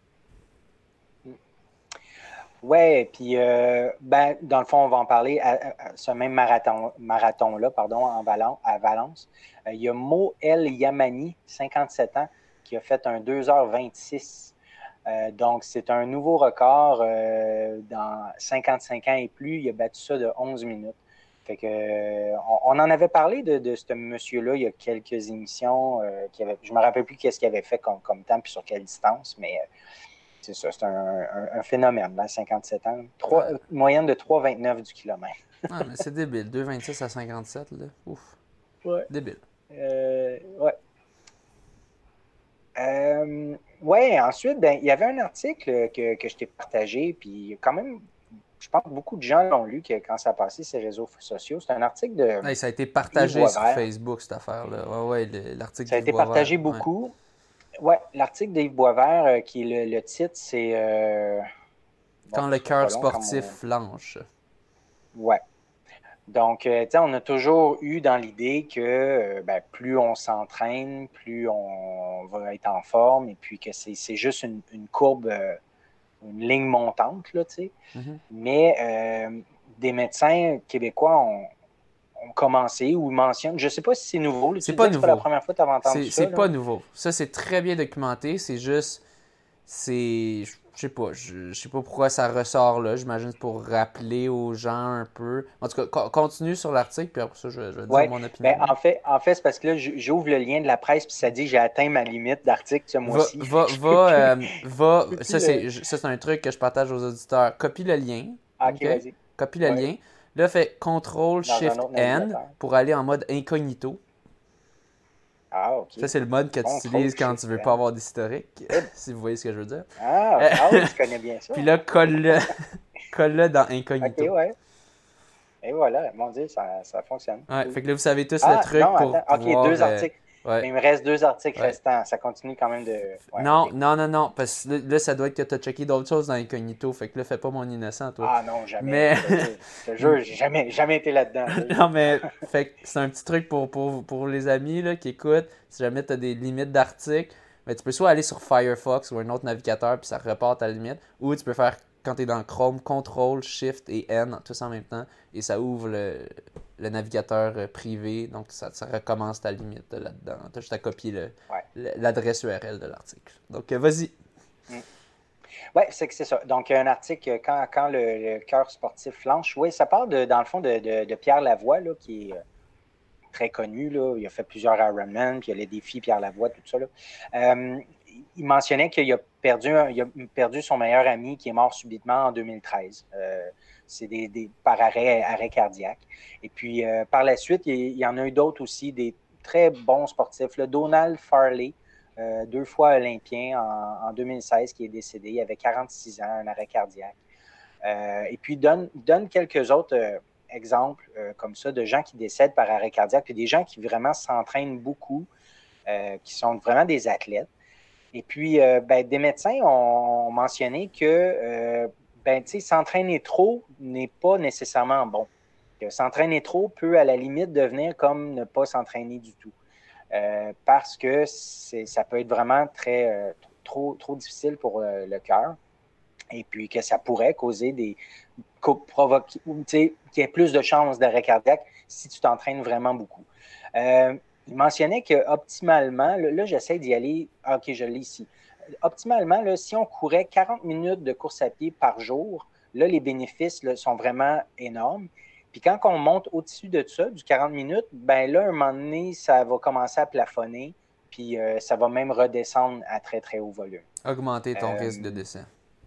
Ouais, puis euh, ben, dans le fond, on va en parler à, à, à ce même marathon, marathon-là, pardon, en Valence, à Valence. Euh, il y a Mo El Yamani, cinquante-sept ans, qui a fait un deux heures vingt-six. Euh, donc, c'est un nouveau record euh, dans cinquante-cinq ans et plus. Il a battu ça de onze minutes. Fait que, euh, on, on en avait parlé de, de ce monsieur-là il y a quelques émissions. Euh, qui avait, je ne me rappelle plus qu'est-ce qu'il avait fait comme, comme temps puis sur quelle distance, mais... Euh, c'est ça, c'est un, un, un phénomène, là, cinquante-sept ans. trois, ouais. Moyenne de trois virgule vingt-neuf du kilomètre. Ah, mais c'est débile. deux virgule vingt-six à cinquante-sept, là. Ouf. Ouais. Débile. Euh, ouais. Euh, ouais, ensuite, ben, il y avait un article que, que je t'ai partagé, puis quand même, je pense que beaucoup de gens l'ont lu que, quand ça a passé sur les réseaux sociaux. C'est un article de. Ouais, ça a été partagé sur Facebook, cette affaire-là. Ouais, ouais, le, l'article Ça a été partagé Boisvert, beaucoup. Ouais. Oui, l'article d'Yves Boisvert, euh, qui est le, le titre, c'est... Euh, bon, quand le cœur sportif on... flanche. Oui. Donc, euh, tu sais, on a toujours eu dans l'idée que euh, ben, plus on s'entraîne, plus on va être en forme, et puis que c'est, c'est juste une, une courbe, euh, une ligne montante, là, tu sais. Mm-hmm. Mais euh, des médecins québécois ont... ont commencé ou mentionnent. Je ne sais pas si c'est nouveau. C'est pas nouveau. C'est pas la première fois que tu avais entendu c'est, ça. C'est là. Pas nouveau. Ça, c'est très bien documenté. C'est juste... C'est... Je sais pas. Je, je sais pas pourquoi ça ressort là. J'imagine c'est pour rappeler aux gens un peu. En tout cas, continue sur l'article, puis après ça, je, je vais ouais. dire mon opinion. Ben, en, fait, en fait, c'est parce que là, j'ouvre le lien de la presse, puis ça dit que j'ai atteint ma limite d'article ce mois-ci. Va, va, va, euh, va ça, c'est, ça, c'est un truc que je partage aux auditeurs. Copie le lien. Ah, ok, okay? Vas-y. Copie le ouais. lien. Là, fais contrôle shift N pour aller en mode incognito. Ah, ok. Ça, c'est le mode que tu utilises quand tu veux pas avoir d'historique, si vous voyez ce que je veux dire. Ah, ah oui, tu connais bien ça. Puis là, colle-le, colle-le dans incognito. Ok, ouais. Et voilà, mon Dieu, ça, ça fonctionne. Ouais, oui. Fait que là, vous savez tous ah, le truc non, pour attends. pouvoir... Ok, deux articles. Euh, ouais. Mais il me reste deux articles ouais. restants. Ça continue quand même de... Ouais, non, okay. non, non, non, parce que là, là, ça doit être que tu as checké d'autres choses dans incognito. Fait que là, fais pas mon innocent, toi. Ah non, jamais. Mais... Je te jure, j'ai jamais, jamais été là-dedans. non, mais fait que c'est un petit truc pour, pour, pour les amis là, qui écoutent. Si jamais tu as des limites d'articles, ben, tu peux soit aller sur Firefox ou un autre navigateur, puis ça repart ta limite, ou tu peux faire, quand tu es dans Chrome, contrôle shift et N, tous en même temps, et ça ouvre le, le navigateur privé, donc ça, ça recommence ta limite là-dedans. Tu as juste à copier le, ouais. l'adresse U R L de l'article. Donc, vas-y. Mm. Oui, c'est que c'est ça. Donc, un article, quand, quand le, le cœur sportif flanche, oui, ça parle, de, dans le fond, de, de, de Pierre Lavoie, là, qui est euh, très connu. Là. Il a fait plusieurs Ironman, puis il y a les défis Pierre Lavoie, tout ça. Là. Euh, il mentionnait qu'il a perdu, il a perdu son meilleur ami qui est mort subitement en deux mille treize. Euh, c'est des, des, par arrêt, arrêt cardiaque. Et puis, euh, par la suite, il, il y en a eu d'autres aussi, des très bons sportifs. Là. Donald Farley, Euh, deux fois olympien en, en deux mille seize, qui est décédé. Il avait quarante-six ans, un arrêt cardiaque. Euh, et puis, donne, donne quelques autres euh, exemples euh, comme ça de gens qui décèdent par arrêt cardiaque, puis des gens qui vraiment s'entraînent beaucoup, euh, qui sont vraiment des athlètes. Et puis, euh, ben, des médecins ont mentionné que euh, ben, s'entraîner trop n'est pas nécessairement bon. Que s'entraîner trop peut, à la limite, devenir comme ne pas s'entraîner du tout. Euh, parce que ça peut être vraiment très euh, trop, trop difficile pour euh, le cœur. Et puis que ça pourrait causer des. provoquer, qu'il y ait plus de chances d'arrêt cardiaque si tu t'entraînes vraiment beaucoup. Euh, il mentionnait qu'optimalement, là, là j'essaie d'y aller. Ah, OK, je l'ai ici. Optimalement, là, si on courait quarante minutes de course à pied par jour, là, les bénéfices là, sont vraiment énormes. Puis quand on monte au-dessus de ça, du quarante minutes, ben là, à un moment donné, ça va commencer à plafonner, puis euh, ça va même redescendre à très, très haut volume. Augmenter ton euh, risque de décès.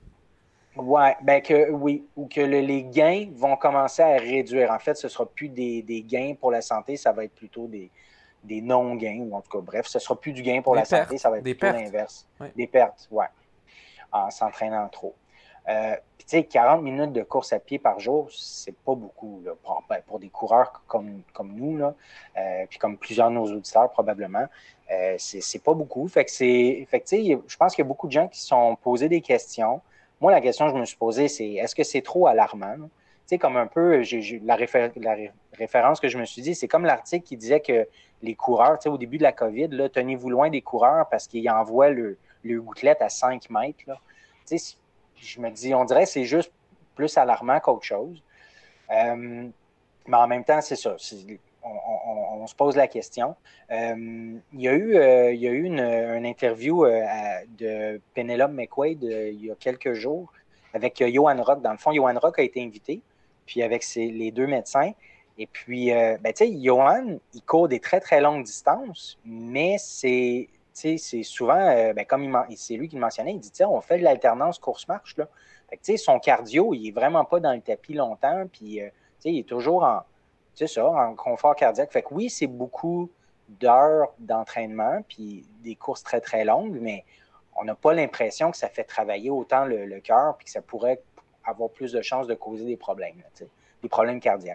Ouais, ben que oui, ou que le, les gains vont commencer à réduire. En fait, ce ne sera plus des, des gains pour la santé, ça va être plutôt des, des non-gains, ou en tout cas, bref, ce ne sera plus du gain pour des la pertes, santé, ça va être des plutôt pertes. l'inverse. Oui. Des pertes, ouais, en s'entraînant trop. Euh, Puis, tu sais, quarante minutes de course à pied par jour, c'est pas beaucoup, là, pour, ben, pour des coureurs comme, comme nous, là, euh, puis comme plusieurs de nos auditeurs, probablement. Euh, c'est, c'est pas beaucoup. Fait que c'est. Fait que, tu sais, je pense qu'il y a beaucoup de gens qui se sont posés des questions. Moi, la question que je me suis posée, c'est est-ce que c'est trop alarmant? Tu sais, comme un peu, j'ai, j'ai, la, réfé- la ré- référence que je me suis dit, c'est comme l'article qui disait que les coureurs, tu sais, au début de la COVID, là, tenez-vous loin des coureurs parce qu'ils envoient le, le gouttelette à cinq mètres. Là. Tu sais, je me dis, on dirait que c'est juste plus alarmant qu'autre chose. Euh, mais en même temps, c'est ça. C'est, on, on, on se pose la question. Euh, il y a eu, euh, il y a eu une, une interview euh, à, de Penelope McQuaid euh, il y a quelques jours avec euh, Johan Rock. Dans le fond, Johan Rock a été invité, puis avec ses, les deux médecins. Et puis, euh, ben, tu sais, Johan, il court des très, très longues distances, mais c'est, c'est souvent, euh, ben, comme il, c'est lui qui le mentionnait, il dit, tiens, on fait de l'alternance course-marche, là. Fait que, son cardio, il n'est vraiment pas dans le tapis longtemps, puis euh, il est toujours en, c'est ça, en confort cardiaque. Fait que oui, c'est beaucoup d'heures d'entraînement, puis des courses très, très longues, mais on n'a pas l'impression que ça fait travailler autant le, le cœur, puis que ça pourrait avoir plus de chances de causer des problèmes, là, des problèmes cardiaques.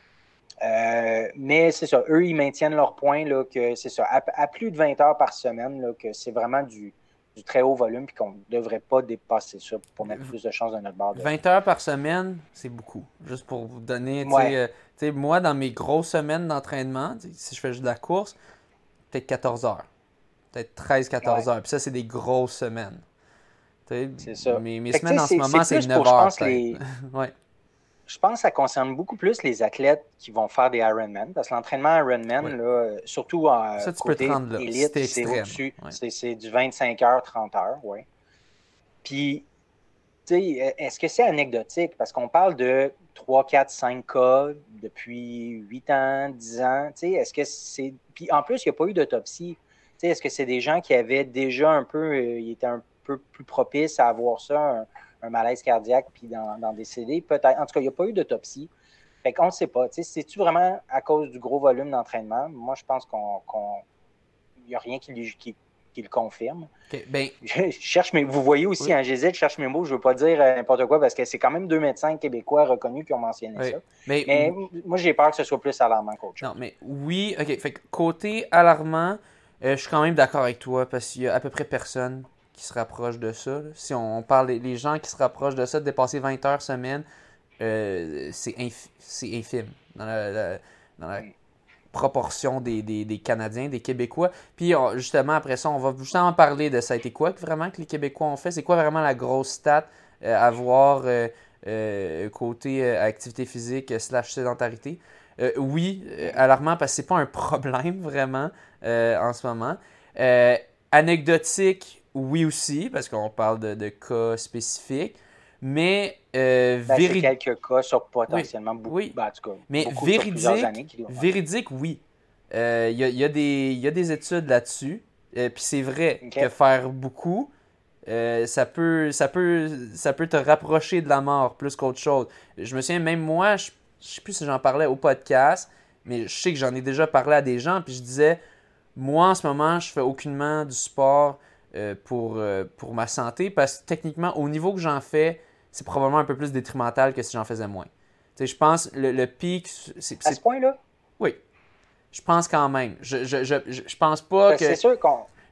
Euh, mais c'est ça, eux, ils maintiennent leur point, là, que c'est ça, à, à plus de vingt heures par semaine, là, que c'est vraiment du, du très haut volume, puis qu'on ne devrait pas dépasser ça pour mettre plus de chances de notre barre de... vingt heures par semaine, c'est beaucoup. Juste pour vous donner, ouais. tu sais, euh, moi, dans mes grosses semaines d'entraînement, si je fais juste de la course, peut-être quatorze heures. Peut-être treize quatorze ouais. heures. Puis ça, c'est des grosses semaines. C'est ça. Mes, mes fait semaines que, en ce moment, c'est neuf heures. Je pense, les... ouais. je pense que ça concerne beaucoup plus les athlètes qui vont faire des Ironman. Parce que l'entraînement Ironman, oui. là, surtout en ça, tu côté peux te rendre là, élite, si c'est au-dessus. Ouais. C'est, c'est du vingt-cinq heures, trente heures. Ouais. Puis, tu sais, est-ce que c'est anecdotique? Parce qu'on parle de trois, quatre, cinq cas depuis huit ans, dix ans. Tu sais, est-ce que c'est... Puis en plus, il n'y a pas eu d'autopsie. Tu sais, est-ce que c'est des gens qui avaient déjà un peu... Euh, ils étaient un peu plus propices à avoir ça, un, un malaise cardiaque, puis d'en, d'en décéder? Peut-être. En tout cas, il n'y a pas eu d'autopsie. Fait qu'on ne sait pas. Tu sais, c'est-tu vraiment à cause du gros volume d'entraînement? Moi, je pense qu'on... qu'on... il n'y a rien qui, qui, qui le confirme. Okay, ben, je cherche mes, vous voyez aussi, oui. hein, j'hésite, je cherche mes mots, je ne veux pas dire n'importe quoi parce que c'est quand même deux médecins québécois reconnus qui ont mentionné oui. ça. Mais, mais ou... moi, j'ai peur que ce soit plus alarmant qu'autre chose. Non, mais oui, OK. Fait que côté alarmant, euh, je suis quand même d'accord avec toi parce qu'il y a à peu près personne qui se rapproche de ça. Là. Si on parle des les gens qui se rapprochent de ça, de dépasser vingt heures semaine, euh, c'est, infi- c'est infime dans la, la, dans la mm. proportion des, des, des Canadiens, des Québécois. Puis on, justement, après ça, on va justement parler de ça a été quoi vraiment que les Québécois ont fait. C'est quoi vraiment la grosse stat euh, à voir euh, euh, côté euh, activité physique euh, slash sédentarité. Euh, oui, euh, alarmant parce que c'est pas un problème vraiment euh, en ce moment. Euh, anecdotique, oui aussi, parce qu'on parle de, de cas spécifiques. Mais euh, ben, véri... c'est quelques cas sur potentiellement oui, beaucoup, oui. Ben, en tout cas, mais beaucoup véridique, sur plusieurs années. Qui véridique, oui. Il euh, y, y, y, y a des études là-dessus. Euh, Puis c'est vrai okay. que faire beaucoup, euh, ça, peut, ça, peut, ça peut te rapprocher de la mort plus qu'autre chose. Je me souviens, même moi, je ne sais plus si j'en parlais au podcast, mais je sais que j'en ai déjà parlé à des gens. Puis je disais, moi en ce moment, je fais aucunement du sport euh, pour, euh, pour ma santé parce que techniquement, au niveau que j'en fais, c'est probablement un peu plus détrimental que si j'en faisais moins. Tu sais, je pense le, le pic... C'est, c'est... À ce point-là? Oui. Je pense quand même. Je je, je, je pense pas Parce que... C'est sûr qu'on...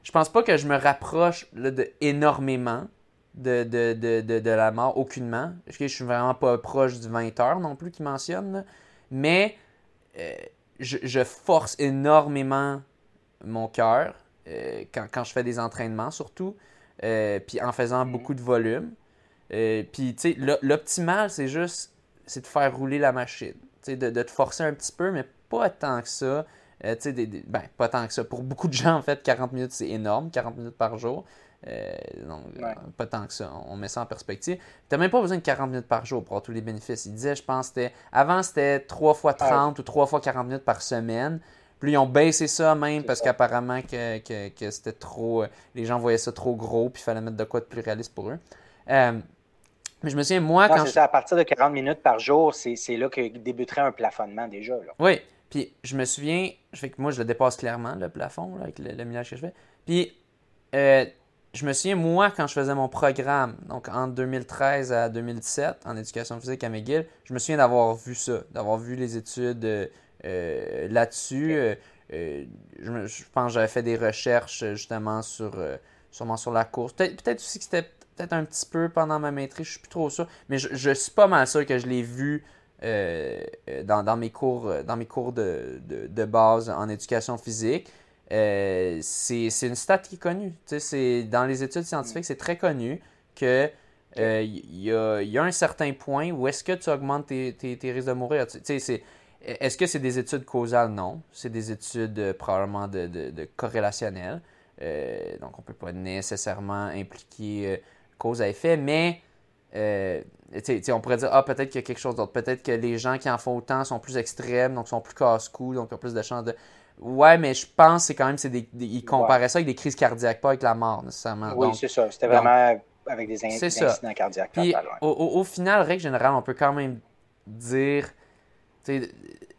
je pense pas que je me rapproche là, de, énormément de, de, de, de, de la mort, aucunement. Je suis vraiment pas proche du vingt heures non plus qu'il mentionne, là. Mais euh, je, je force énormément mon cœur euh, quand, quand je fais des entraînements surtout, euh, puis en faisant Mhm. beaucoup de volume. Euh, puis tu sais, l'optimal, c'est juste c'est de faire rouler la machine. Tu sais, de, de te forcer un petit peu, mais pas tant que ça. Euh, tu sais, des- des- ben, pas tant que ça. Pour beaucoup de gens, en fait, quarante minutes, c'est énorme, quarante minutes par jour. Euh, donc, euh, Ouais. pas tant que ça. On met ça en perspective. Tu n'as même pas besoin de quarante minutes par jour pour avoir tous les bénéfices. Il disait, je pense, c'était avant, c'était trois fois Ah, trente ou trois fois quarante minutes par semaine. Puis ils ont baissé ça même c'est parce ça. qu'apparemment que, que, que c'était trop. euh, les gens voyaient ça trop gros, puis il fallait mettre de quoi de plus réaliste pour eux. Euh, mais je me souviens, moi, Non, quand c'est je. ça. À partir de quarante minutes par jour, c'est c'est là que débuterait un plafonnement déjà. Là. Oui, puis je me souviens, je fais que moi, je le dépasse clairement, le plafond, là, avec le, le millage que je fais. Puis, euh, je me souviens, moi, quand je faisais mon programme, donc en deux mille treize à deux mille dix-sept, en éducation physique à McGill, je me souviens d'avoir vu ça, d'avoir vu les études euh, euh, là-dessus. OK. Euh, euh, je, me- je pense que j'avais fait des recherches euh, justement sur, euh, sûrement sur la course. Peut-être peut-être aussi que c'était peut-être un petit peu pendant ma maîtrise, je suis plus trop sûr, mais je, je suis pas mal sûr que je l'ai vu euh, dans, dans mes cours, dans mes cours de, de, de base en éducation physique. Euh, c'est, c'est une stat qui est connue. Tu sais, c'est, dans les études Hmm. scientifiques, c'est très connu que OK. euh, y, a, y a un certain point où est-ce que tu augmentes tes, tes, tes risques de mourir. Tu sais, c'est, est-ce que c'est des études causales? Non. C'est des études euh, probablement de, de, de corrélationnelles. Euh, donc, on ne peut pas nécessairement impliquer euh, cause à effet, mais euh, tu sais, on pourrait dire, ah, peut-être qu'il y a quelque chose d'autre. Peut-être que les gens qui en font autant sont plus extrêmes, donc sont plus casse-cou, donc ont plus de chances de. Ouais, mais je pense que c'est quand même, c'est des, des- ils Ouais. comparaient ça avec des crises cardiaques, pas avec la mort nécessairement. Oui, Donc, c'est ça. C'était donc vraiment avec des, in- c'est des ça. incidents cardiaques Puis, fatals. Ouais. au, au, au final, règle générale, on peut quand même dire, tu sais,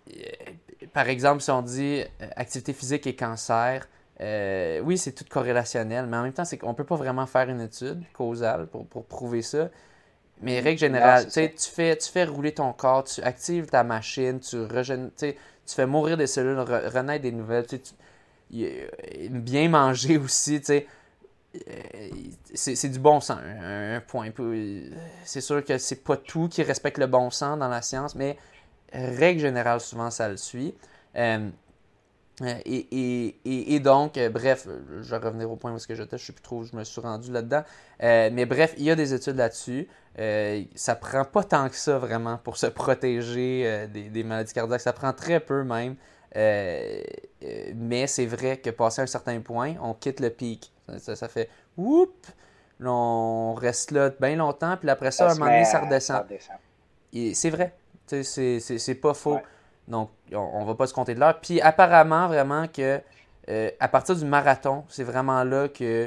euh, par exemple, si on dit euh, activité physique et cancer, euh, oui, c'est tout corrélationnel, mais en même temps, c'est qu'on peut pas vraiment faire une étude causale pour, pour prouver ça. Mais Hmm. règle Non, générale, c'est tu ça. sais, tu fais, tu fais rouler ton corps, tu actives ta machine, tu régènes, tu sais, tu fais mourir des cellules, re- renaître des nouvelles, tu sais, tu- y- y- bien manger aussi, tu sais, euh, c'est, c'est du bon sens, un, un point. Puis, c'est sûr que c'est pas tout qui respecte le bon sens dans la science, mais règle générale, souvent, ça le suit. Euh, euh, et, et, et, et donc, euh, bref, je vais revenir au point où est-ce que j'étais, je ne sais plus trop où je me suis rendu là-dedans. Euh, mais bref, il y a des études là-dessus. Euh, ça prend pas tant que ça vraiment pour se protéger euh, des, des maladies cardiaques. Ça prend très peu même. Euh, euh, mais c'est vrai que passé un certain point, on quitte le pic. Ça, ça, ça fait whoop, là, on reste là bien longtemps, puis après ça, Ça à un se moment donné, met ça à. Ça redescend. redescend. Et c'est vrai. Tu sais, C'est, c'est, c'est pas faux. Ouais. Donc, on, ne va pas se compter de l'heure. Puis apparemment, vraiment que euh, à partir du marathon, c'est vraiment là que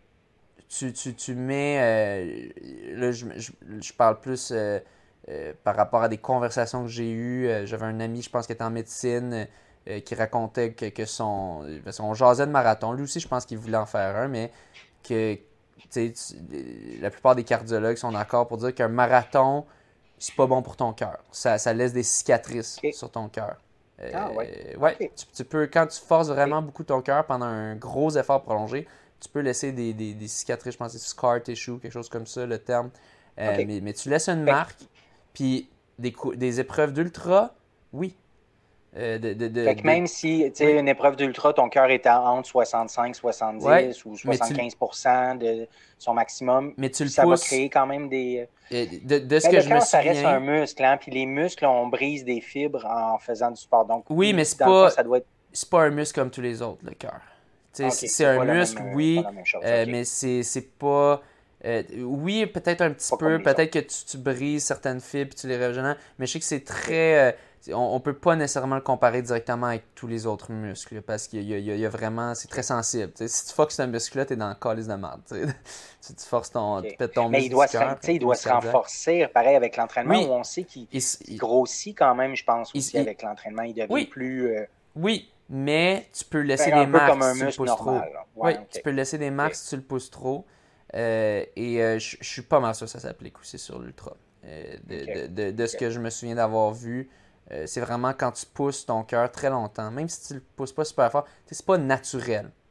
tu, tu, tu mets. Euh, là, je, je, je parle plus euh, euh, par rapport à des conversations que j'ai eues. Euh, J'avais un ami, je pense, qui était en médecine, euh, qui racontait que, que son. Parce qu'on jasait de marathon. Lui aussi, je pense qu'il voulait en faire un, mais que. Tu sais, tu- la plupart des cardiologues sont d'accord pour dire qu'un marathon, c'est pas bon pour ton cœur. Ça, ça laisse des cicatrices OK. sur ton cœur. Ah, ouais. Euh, ouais, OK. tu, tu peux, quand tu forces OK. vraiment beaucoup ton cœur pendant un gros effort prolongé, tu peux laisser des, des, des cicatrices, je pense que c'est scar tissue, quelque chose comme ça, le terme. Euh, OK. mais, mais tu laisses une Fait marque, puis des, cou- des épreuves d'ultra, oui. Euh, de, de, de, Fait que de- même si, tu sais, oui, une épreuve d'ultra, ton cœur est à entre soixante-cinq, ouais, soixante-dix ou mais tu, soixante-quinze pour cent de son maximum, mais tu le ça va pousses. créer quand même des. Euh, de, de ce Ben, que le je me cœur, ça reste un souviens, muscle, hein, puis les muscles, on brise des fibres en faisant du sport. Donc, oui, mais c'est dans le fond, pas, ça doit être. c'est pas un muscle comme tous les autres, le cœur. Tu sais, OK, C'est c'est c'est un pas la même, muscle, euh, pas oui, la même chose. euh, OK. mais c'est c'est pas. Euh, oui, peut-être un petit Pas comme peu, les peut-être autres. que tu, tu brises certaines fibres et tu les régénères, mais je sais que c'est OK. très. euh, on, on peut pas nécessairement le comparer directement avec tous les autres muscles parce qu'il y a, il y a- il y a vraiment. C'est très OK. sensible. Tu sais, si tu focuses ce muscle-là, t'es dans le calice de merde. Tu sais. Tu, tu forces ton. Tu OK. pètes ton Mais il muscle du doit se, tu cœur, sais, il tes doit muscles se cardiaques. renforcer, pareil avec l'entraînement, où Oui, on sait qu'il il, qu'il il- grossit quand même, je pense il- aussi, il- avec l'entraînement. Il devient oui, plus. euh, Oui, mais tu peux laisser ben, des un peu marques comme un si tu le muscle pousses trop. normal. Là. Oui, Ouais, tu OK. peux laisser des marques OK. si tu le pousses trop. Euh, et euh, je je suis pas mal sûr que ça s'applique aussi sur l'ultra. Euh, de, OK. de, de, de ce OK. que je me souviens d'avoir vu, euh, c'est vraiment quand tu pousses ton cœur très longtemps, même si tu le pousses pas super fort, tu sais, c'est pas naturel.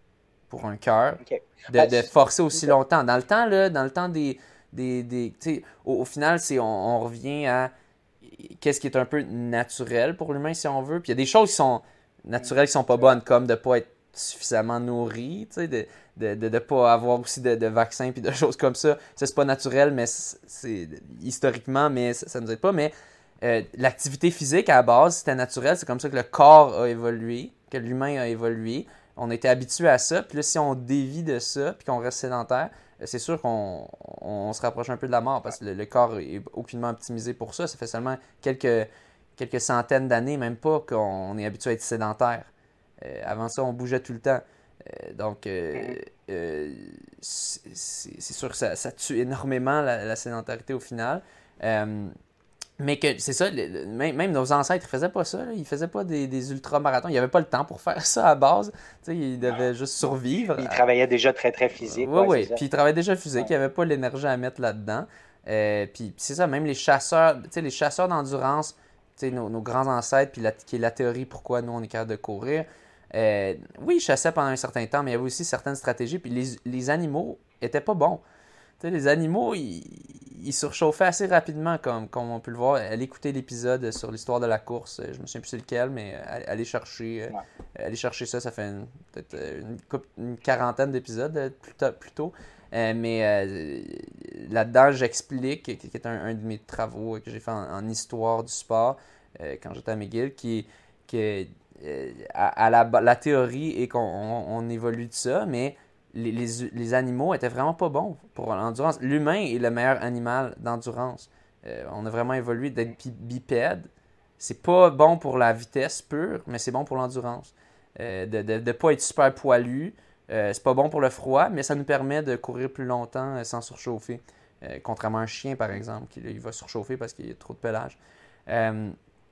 pour un cœur Okay. de, Ben, de forcer aussi okay. longtemps. Dans le temps, là, dans le temps des... des, des tu sais, au, au final, c'est, on, on revient à qu'est-ce qui est un peu naturel pour l'humain, si on veut. Puis il y a des choses qui sont naturelles qui sont pas bonnes, comme de ne pas être suffisamment nourri, tu sais, de de ne de, de pas avoir aussi de, de vaccins puis de choses comme ça. Ça, c'est pas naturel, mais c'est, c'est historiquement, mais ça, ça nous aide pas. Mais euh, l'activité physique, à la base, c'était naturel. C'est comme ça que le corps a évolué, que l'humain a évolué. On était habitué à ça. Puis là, si on dévie de ça puis qu'on reste sédentaire, c'est sûr qu'on on se rapproche un peu de la mort parce que le, le corps est aucunement optimisé pour ça. Ça fait seulement quelques, quelques centaines d'années, même pas, qu'on est habitué à être sédentaire. Euh, avant ça, on bougeait tout le temps. Euh, donc, euh, euh, c'est, c'est sûr que ça, ça tue énormément la, la sédentarité au final. Euh, mais que c'est ça, le, même, même nos ancêtres ne faisaient pas ça. Là. Ils ne faisaient pas des, des ultramarathons. Ils n'avaient pas le temps pour faire ça à base. Tu sais, ils devaient juste survivre. Ils travaillaient déjà très, très physique. Oui, oui. Puis ils travaillaient déjà physique. Ouais. Il n'y avait pas l'énergie à mettre là-dedans. Euh, puis c'est ça, même les chasseurs, tu sais, les chasseurs d'endurance, tu sais, nos, nos grands ancêtres, puis la, qui est la théorie pourquoi nous, on est capable de courir. Euh, oui, ils chassaient pendant un certain temps, mais il y avait aussi certaines stratégies. Puis les, les animaux étaient pas bons. Tu sais, les animaux, ils, ils surchauffaient assez rapidement, comme, comme on peut le voir. Allez écouter l'épisode sur l'histoire de la course. Je me souviens plus c'est lequel, mais allez chercher, ouais. allez chercher ça. Ça fait une, peut-être une, une quarantaine d'épisodes plus, tôt, plus tôt. Euh, mais euh, là-dedans, j'explique, qui est un, un de mes travaux que j'ai fait en, en histoire du sport euh, quand j'étais à McGill, qui, qui euh, à, à la, la théorie est qu'on on, on évolue de ça, mais les, les, les animaux étaient vraiment pas bons pour l'endurance. L'humain est le meilleur animal d'endurance. Euh, on a vraiment évolué d'être bipède. C'est pas bon pour la vitesse pure, mais c'est bon pour l'endurance. Euh, de ne de, de pas être super poilu. Euh, c'est pas bon pour le froid, mais ça nous permet de courir plus longtemps euh, sans surchauffer. Euh, contrairement à un chien, par exemple, qui il va surchauffer parce qu'il y a trop de pelage. Euh,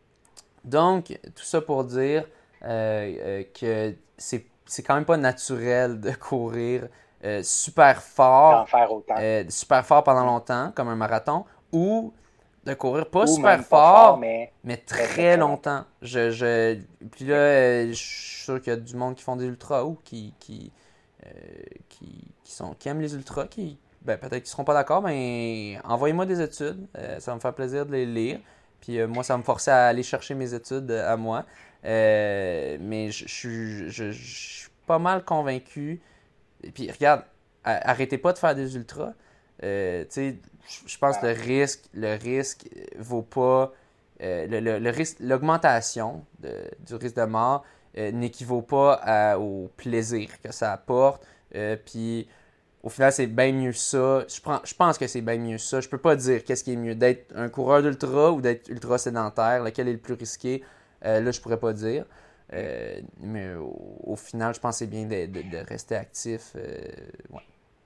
donc, tout ça pour dire euh, euh, que c'est, c'est quand même pas naturel de courir euh, super fort, d'en faire autant. Euh, super fort pendant longtemps, comme un marathon, ou de courir pas ou super fort, fort, mais, mais très, très longtemps. Je, je, puis là, je suis sûr qu'il y a du monde qui font des ultras ou qui, qui, euh, qui, qui, sont, qui aiment les ultras, qui ben, peut-être qu'ils ne seront pas d'accord, mais envoyez-moi des études. Euh, ça va me faire plaisir de les lire. Puis euh, moi, ça va me forcer à aller chercher mes études euh, à moi. Euh, mais je, je, je, je suis pas mal convaincu. Et puis regarde, arrêtez pas de faire des ultras. Euh, tu sais, je pense que le risque, le risque vaut pas. Euh, le, le, le risque, l'augmentation de, du risque de mort euh, n'équivaut pas à, au plaisir que ça apporte. Euh, puis au final, c'est bien mieux ça. Je, prends, je pense que c'est bien mieux ça. Je peux pas dire qu'est-ce qui est mieux, d'être un coureur d'ultra ou d'être ultra sédentaire, lequel est le plus risqué. Euh, là, je pourrais pas dire. Euh, mais au, au final, je pense que c'est bien de, de, de rester actif. Euh, ouais.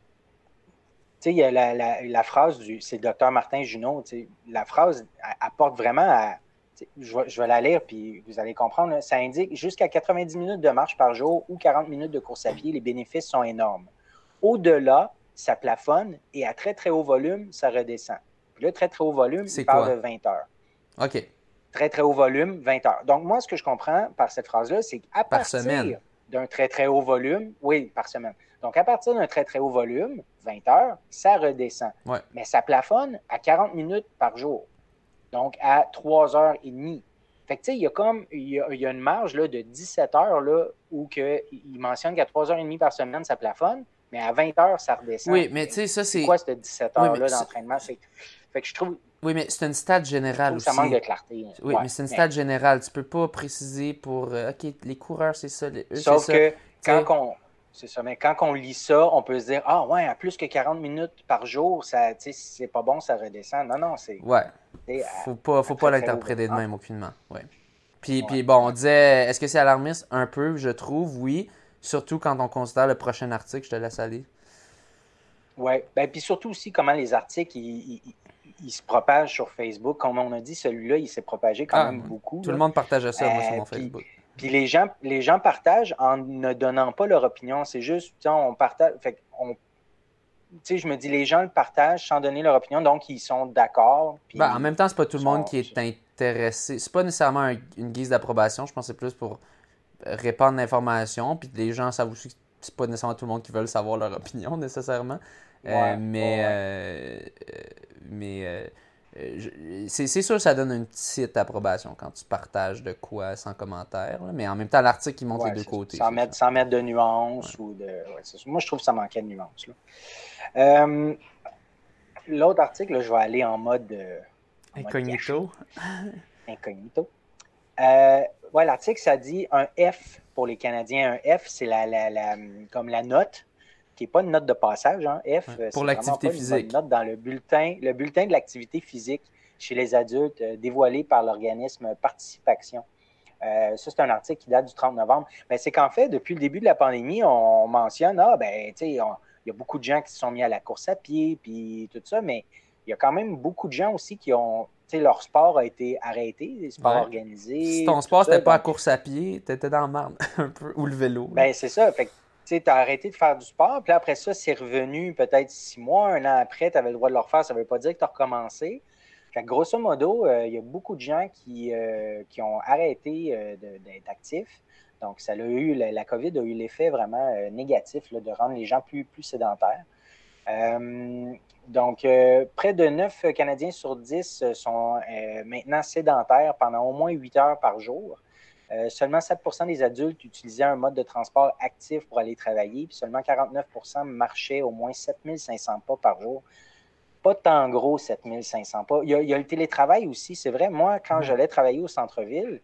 Tu sais, il y a la, la, la phrase du, c'est le docteur Martin Junot, tu sais, la phrase apporte vraiment à, je vais, je vais la lire puis vous allez comprendre, là, ça indique jusqu'à quatre-vingt-dix minutes de marche par jour ou quarante minutes de course à pied, les bénéfices sont énormes. Au-delà, ça plafonne et à très très haut volume, ça redescend. Puis là, très très haut volume, c'est il parle quoi? de vingt heures. OK. Très très haut volume, vingt heures. Donc moi, ce que je comprends par cette phrase-là, c'est qu'à par partir semaine. d'un très très haut volume, oui, par semaine. Donc, à partir d'un très, très haut volume, vingt heures, ça redescend. Ouais. Mais ça plafonne à quarante minutes par jour. Donc, à trois heures trente. Fait que, tu sais, il y a comme, il y a, il y a une marge là, de dix-sept heures là, où que, il mentionne qu'à trois heures trente par semaine, ça plafonne, mais à vingt heures, ça redescend. Oui, mais tu sais, ça, c'est... C'est quoi, cette dix-sept heures-là oui, d'entraînement? C'est... Fait que je trouve... Oui, mais c'est une stat générale aussi. Ça manque de clarté. Oui, ouais, mais c'est une stat mais... générale. Tu peux pas préciser pour, euh, OK, les coureurs, c'est ça, les, eux, Sauf c'est que ça. quand on... C'est ça, mais quand on lit ça, on peut se dire, ah ouais, à plus que quarante minutes par jour, ça, c'est pas bon, ça redescend. Non, non, c'est... Ouais, faut pas, faut pas l'interpréter de même, aucunement. Ouais. Puis, ouais. puis bon, on disait, est-ce que c'est alarmiste? Un peu, je trouve, oui. Surtout quand on considère le prochain article, je te laisse aller. Oui, ben, puis surtout aussi comment les articles, ils, ils, ils se propagent sur Facebook. Comme on a dit, celui-là, il s'est propagé quand ah, même beaucoup. Tout là. le monde partageait ça, euh, moi, sur mon puis, Facebook. Puis les gens, les gens partagent en ne donnant pas leur opinion. C'est juste, on partage. Fait on, tu sais, je me dis, les gens le partagent sans donner leur opinion, donc ils sont d'accord. Ben, en même temps, c'est pas tout le monde qui est intéressé. C'est pas nécessairement un, une guise d'approbation. Je pense que c'est plus pour répandre l'information. Puis les gens savent aussi c'est pas nécessairement tout le monde qui veut savoir leur opinion, nécessairement. Ouais, Euh, mais ouais. euh, euh, mais euh, je- c'est, c'est sûr que ça donne une petite approbation quand tu partages de quoi sans commentaire. Là. Mais en même temps, l'article, il montre les Ouais, deux c'est ça. côtés. Sans C'est mettre, ça. sans mettre de Ouais. nuances ou de. Ouais, c'est ça. Moi, je trouve que ça manquait de nuances. Là. Euh, l'autre article, là, je vais aller en mode, euh, en mode caché, Incognito. incognito. Euh, ouais, l'article, ça dit un F pour les Canadiens. Un F, c'est la, la, la, comme la note, qui n'est pas une note de passage. Hein. F, Ouais. Pour c'est vraiment l'activité pas une bonne physique. note dans le bulletin, le bulletin de l'activité physique chez les adultes euh, dévoilé par l'organisme Participation. Euh, ça, c'est un article qui date du trente novembre. Mais c'est qu'en fait, depuis le début de la pandémie, on mentionne, ah, ben, tu sais, il y a beaucoup de gens qui se sont mis à la course à pied, puis tout ça, mais il y a quand même beaucoup de gens aussi qui ont, tu sais, leur sport a été arrêté, les sports Ouais. Si organisés, ton tout sport, ça. c'était pas à Donc, course à pied, t'étais dans le marde un peu. Ou le vélo. Là. ben, c'est ça. Fait que, tu sais, tu as arrêté de faire du sport, puis après ça, c'est revenu peut-être six mois, un an après, tu avais le droit de le refaire. Ça ne veut pas dire que tu as recommencé. Fait que, grosso modo, euh, il y a beaucoup de gens qui, euh, qui ont arrêté euh, de, d'être actifs. Donc, ça a eu, la, la COVID a eu l'effet vraiment euh, négatif là, de rendre les gens plus, plus sédentaires. Euh, donc, euh, près de neuf Canadiens sur dix sont euh, maintenant sédentaires pendant au moins huit heures par jour. Euh, seulement sept pour cent des adultes utilisaient un mode de transport actif pour aller travailler, puis seulement quarante-neuf pour cent marchaient au moins sept mille cinq cents pas par jour. Pas tant gros, sept mille cinq cents pas. Il y a, il y a le télétravail aussi, c'est vrai. Moi, quand Mm. j'allais travailler au centre-ville,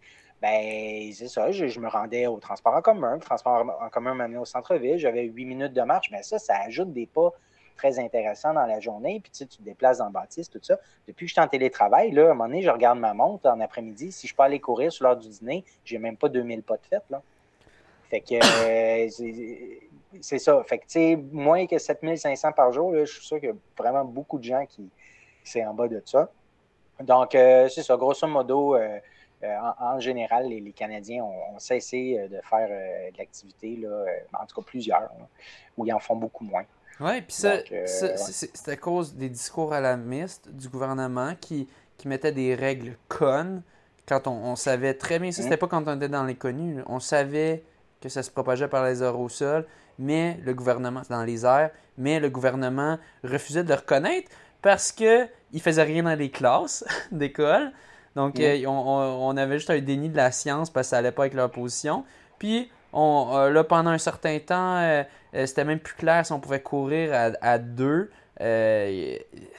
ben c'est ça, je, je me rendais au transport en commun. Le transport en commun m'amenait au centre-ville. J'avais huit minutes de marche, mais ça, ça ajoute des pas très intéressants dans la journée. Puis tu sais, tu te déplaces dans le bâtisse, tout ça. Depuis que je suis en télétravail, là, à un moment donné, je regarde ma montre en après-midi. Si je peux aller courir sur l'heure du dîner, j'ai même pas deux mille pas de fait, là. Fait que euh, c'est, c'est ça. Fait que, tu sais, moins que sept mille cinq cents par jour, là, je suis sûr qu'il y a vraiment beaucoup de gens qui, qui sont en bas de ça. Donc, euh, c'est ça. Grosso modo, euh, euh, en, en, général, les, les Canadiens ont, ont, cessé de faire euh, de l'activité, là, euh, en tout cas plusieurs, là, où ils en font beaucoup moins. Ouais, puis ça, Donc, euh, ça ouais. c'est, c'est à cause des discours alarmistes du gouvernement qui, qui mettaient des règles connes quand on, on savait très bien. Ça, Hum. c'était pas quand on était dans l'inconnu. On savait que ça se propageait par les aérosols, mais le gouvernement, dans les airs, mais le gouvernement refusait de le reconnaître parce que il faisait rien dans les classes d'école. Donc, Hum. euh, on, on, on avait juste un déni de la science parce que ça allait pas avec leur position. Puis, on, euh, là, pendant un certain temps, euh, euh, c'était même plus clair si on pouvait courir à, à deux. Euh,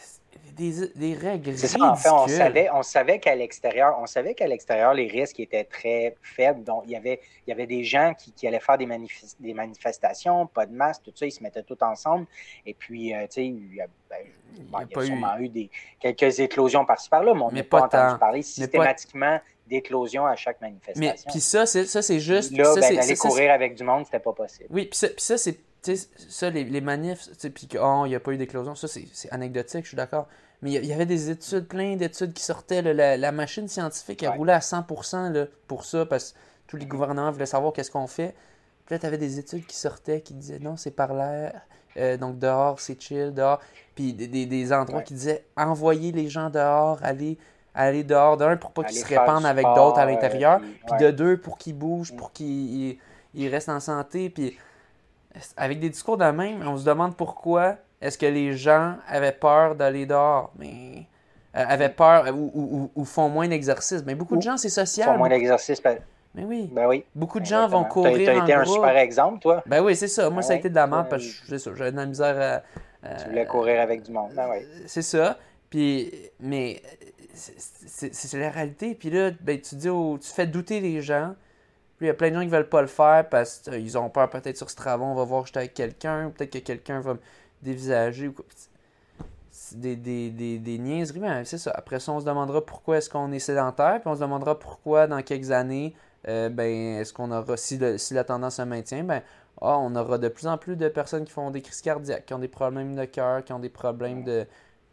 des, des règles C'est ça, ridicules. en fait, on savait, on savait qu'à l'extérieur, on savait qu'à l'extérieur, les risques étaient très faibles. Donc, il y avait, il y avait des gens qui, qui allaient faire des, manif- des manifestations, pas de masque, tout ça, ils se mettaient tous ensemble. Et puis, euh, tu sais, il y a, ben, Il bon, n'y a il y a pas sûrement eu. eu des, quelques éclosions par-ci par-là, mais on Mais n'a pas pas entendu tant. parler Mais pas. systématiquement d'éclosions à chaque Mais manifestation. puis ça, c'est, ça, c'est Puis juste. là, Ça, ben, c'est, ça, d'aller ça, c'est- courir avec du monde, c'était pas possible. Oui, puis ça, puis ça, c'est. Tu sais, ça, les, les manifs, tu sais, puis qu'il oh, n'y a pas eu d'éclosion, ça, c'est, c'est anecdotique, je suis d'accord. Mais il y, a- il y avait des études, plein d'études qui sortaient. Là, la, la machine scientifique, elle Ouais. roulait à cent pour cent là, pour ça, parce que tous les gouvernements voulaient savoir qu'est-ce qu'on fait. Puis là, tu avais des études qui sortaient qui disaient non, c'est par l'air. Euh, donc dehors, c'est chill, dehors. Puis des, des, des endroits Ouais. qui disaient envoyer les gens dehors, aller, aller dehors, d'un, pour pas qu'ils Aller se faire du répandent avec d'autres sport, à euh, l'intérieur. puis, Puis ouais. de deux, pour qu'ils bougent, Mm. pour qu'ils ils, ils restent en santé. Puis avec des discours de même, on se demande pourquoi est-ce que les gens avaient peur d'aller dehors, mais euh, avaient Mm. peur ou, ou- ou- ou font moins d'exercice. Mais beaucoup de Ou gens, c'est font social. moins Beaucoup... d'exercice. Ben, Mais oui, ben oui, beaucoup de gens vont exactement. Tu courir as en été un super groupe. exemple, toi. Ben oui, c'est ça. Moi, Ben ça a oui, été de la toi, merde parce que c'est ça, j'avais de la misère à... tu voulais à- courir avec du monde. Ben oui. c'est ça. Puis, mais c'est, c'est- c'est la réalité. Puis là, ben, tu dis, au- tu fais douter les gens. Puis il y a plein de gens qui veulent pas le faire parce qu'ils ont peur peut-être sur ce travail, on va voir que j'étais avec quelqu'un, peut-être que quelqu'un va me dévisager ou quoi. C'est des, des, des, des niaiseries, mais c'est ça. Après ça, on se demandera pourquoi est-ce qu'on est sédentaire, puis on se demandera pourquoi dans quelques années, euh, ben, est-ce qu'on aura, si, le, si la tendance se maintient, ben, ah, on aura de plus en plus de personnes qui font des crises cardiaques, qui ont des problèmes de cœur, qui ont des problèmes de.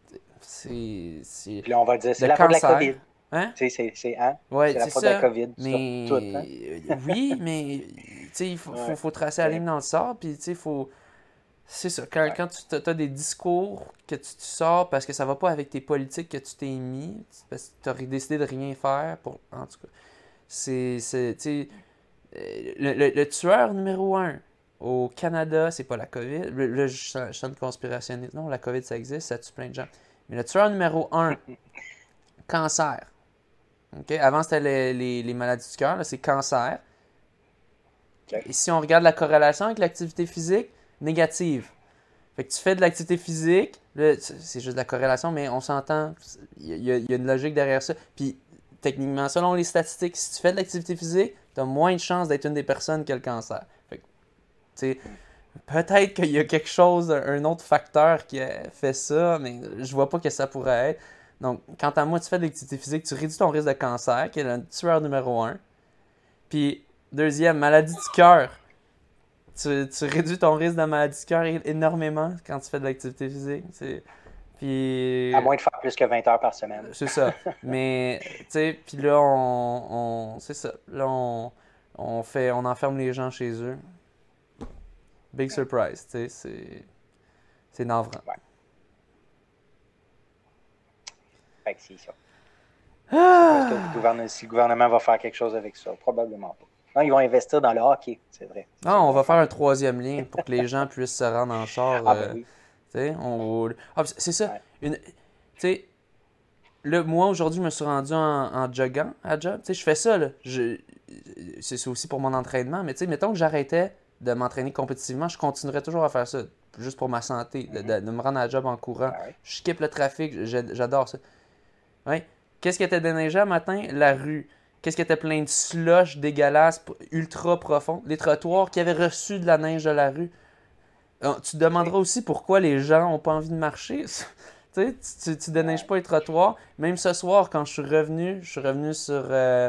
C'est. c'est Puis là, on va dire, c'est de la faute de la cancer. COVID. Hein? Tu sais, c'est, c'est, hein? Ouais, C'est la c'est faute de la ça. COVID, sur tout, hein? Mais euh, oui, mais tu sais, il faut, Ouais. faut, faut tracer la ligne dans le sort, puis tu sais, faut. C'est ça. Quand, Ouais. quand tu as des discours que tu, tu sors parce que ça va pas avec tes politiques que tu t'es mis, parce que tu aurais décidé de rien faire pour. En tout cas. C'est. c'est tu sais, euh, le, le, le tueur numéro un Au Canada, c'est pas la COVID. Là, je sens, je sens une conspirationniste. Non, la COVID, ça existe, ça tue plein de gens. Mais le tueur numéro un, cancer. Okay? Avant, c'était les, les, les maladies du cœur. Là, c'est cancer. Okay. Et si on regarde la corrélation avec l'activité physique, négative. Fait que tu fais de l'activité physique, là, c'est juste de la corrélation, mais on s'entend, il y, a, il y a une logique derrière ça. Puis, techniquement, selon les statistiques, si tu fais de l'activité physique, tu as moins de chances d'être une des personnes qui a le cancer. Fait que, tu sais, peut-être qu'il y a quelque chose, un autre facteur qui a fait ça, mais je vois pas que ça pourrait être. Donc, quant à moi, tu fais de l'activité physique, tu réduis ton risque de cancer, qui est le tueur numéro un. Puis, deuxième, maladie du cœur. Tu, tu réduis ton risque de maladie du cœur énormément quand tu fais de l'activité physique. C'est... Puis... À moins de faire plus que vingt heures par semaine. C'est ça. Mais, tu sais, puis là, on, on... C'est ça. Là, on, on fait... On enferme les gens chez eux. Big surprise, tu sais, c'est... C'est navrant. Ouais. Fait que c'est ça. Ah! Est-ce que le gouvernement, si le gouvernement va faire quelque chose avec ça? Probablement pas. Non, ils vont investir dans le hockey, c'est vrai. C'est non, on va faire un troisième lien pour que les gens puissent se rendre en char. Ah, ben euh, oui. Tu sais, on roule. Ah, c'est ça. Ouais. Une... Tu sais, là, moi, aujourd'hui, je me suis rendu en, en joggant à job. Tu sais, je fais ça, là. Je... C'est aussi pour mon entraînement. Mais tu sais, mettons que j'arrêtais de m'entraîner compétitivement, je continuerais toujours à faire ça, juste pour ma santé, de, de, de me rendre à job en courant. Ah ouais. Je skip le trafic, j'adore ça. Ouais. Qu'est-ce qui était déneigé un matin? La rue. Qu'est-ce qui était plein de slush dégueulasse, ultra profond? Les trottoirs qui avaient reçu de la neige de la rue. Alors, tu te demanderas aussi pourquoi les gens n'ont pas envie de marcher. Tu sais, tu ne déneiges pas les trottoirs. Même ce soir, quand je suis revenu, je suis revenu sur... Euh,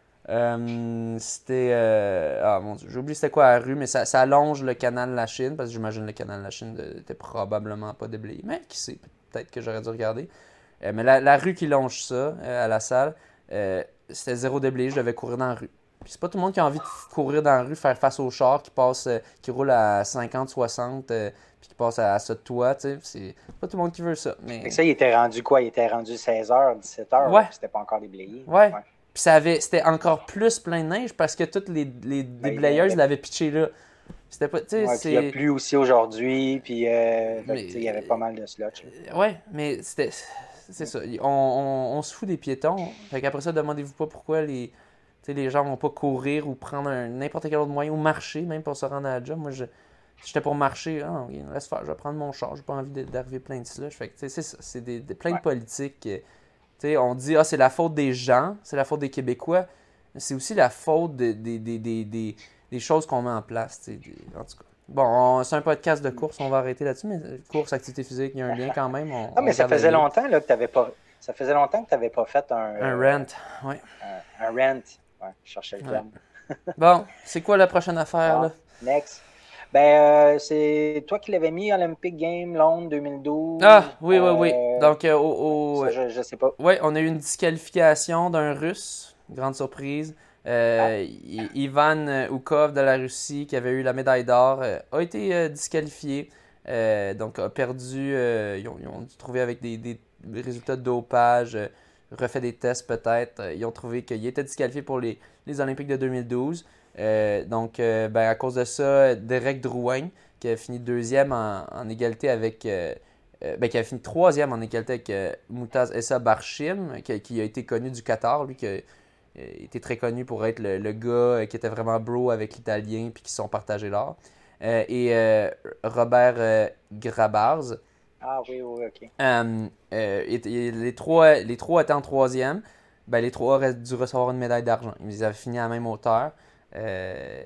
euh, c'était... Euh, ah mon Dieu, j'ai oublié c'était quoi la rue, mais ça, ça allonge le canal de la Chine, parce que j'imagine le canal de la Chine n'était probablement pas déblayé. Mais qui sait, peut-être que j'aurais dû regarder. Euh, mais la, la rue qui longe ça, euh, à la salle, euh, c'était zéro déblayé, je devais courir dans la rue. Puis c'est pas tout le monde qui a envie de courir dans la rue, faire face aux chars qui passent, euh, qui roulent à cinquante, soixante, euh, puis qui passent à, à ça de toi, tu sais. C'est pas tout le monde qui veut ça. Mais... Fait que ça, il était rendu quoi? Il était rendu seize heures, dix-sept heures, ouais. C'était pas encore déblayé. Ouais. ouais. Puis ça avait, c'était encore plus plein de neige parce que toutes les, les ben, déblayeuses avait... l'avaient pitché là. C'était pas, tu sais, ouais, c'est... il a plu aussi aujourd'hui, puis euh, mais... il y avait pas mal de slotch. Là. Ouais, mais c'était... C'est ça. On, on, on se fout des piétons. Fait qu'après ça, demandez-vous pas pourquoi les, les gens vont pas courir ou prendre un, n'importe quel autre moyen ou marcher même pour se rendre à la job. Moi, je, j'étais pour marcher. Ah, okay, laisse faire, je vais prendre mon char. J'ai pas envie d'arriver plein de slush. Fait que, c'est ça. C'est des, des, plein ouais. de politiques. T'sais, on dit ah c'est la faute des gens, c'est la faute des Québécois. C'est aussi la faute de, de, de, de, de, des choses qu'on met en place. Des, en tout cas. Bon, on, c'est un podcast de course, on va arrêter là-dessus, mais course, activité physique, il y a un lien quand même. On, ah, mais ça faisait longtemps là, que tu n'avais pas. Ça faisait longtemps que tu n'avais pas fait un. Un euh, rant, oui. Un, un rant. Ouais, je cherchais le terme. Ouais. Bon, c'est quoi la prochaine affaire bon, là? Next. Ben, euh, c'est toi qui l'avais mis Olympic Games Londres deux mille douze. Ah, oui, oui, euh, oui. Donc, euh, au, au... Ça, je, je sais pas. Oui, on a eu une disqualification d'un Russe, grande surprise. Euh, ah. Ivan Oukov de la Russie, qui avait eu la médaille d'or, euh, a été euh, disqualifié. Euh, donc, a perdu. Euh, ils, ont, ils ont dû trouver avec des, des résultats de dopage, euh, refait des tests peut-être. Ils ont trouvé qu'il était disqualifié pour les, les Olympiques de deux mille douze. Euh, donc, euh, ben, à cause de ça, Derek Drouin, qui a fini deuxième en, en égalité avec. Euh, euh, ben, qui a fini troisième en égalité avec euh, Moutaz Essa Barshim, qui, qui a été connu du Qatar, lui, qui a été très connu pour être le, le gars qui était vraiment bro avec l'Italien, puis qui se sont partagés l'or. Euh, et euh, Robert euh, Grabars. Ah oui, oui, ok. Euh, euh, et, et les, trois, les trois étant en troisième, ben, les trois auraient dû recevoir une médaille d'argent. Ils avaient fini à la même hauteur. Euh,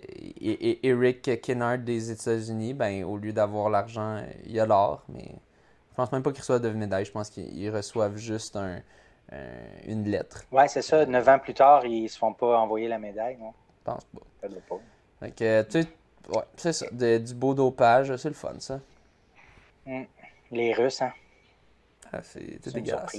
et, et Eric Kennard des États-Unis, ben, au lieu d'avoir l'argent, il a l'or. Mais je pense même pas qu'ils reçoivent de médaille. Je pense qu'ils reçoivent juste un, un, une lettre. Ouais, c'est ça. Neuf ans plus tard, ils se font pas envoyer la médaille, non? Je pense pas. Ça doit pas. Donc, euh, tu sais, ouais, c'est ça. De, du beau dopage, c'est le fun, ça. Mm. Les Russes, hein? Ah, c'est, c'est dégueulasse.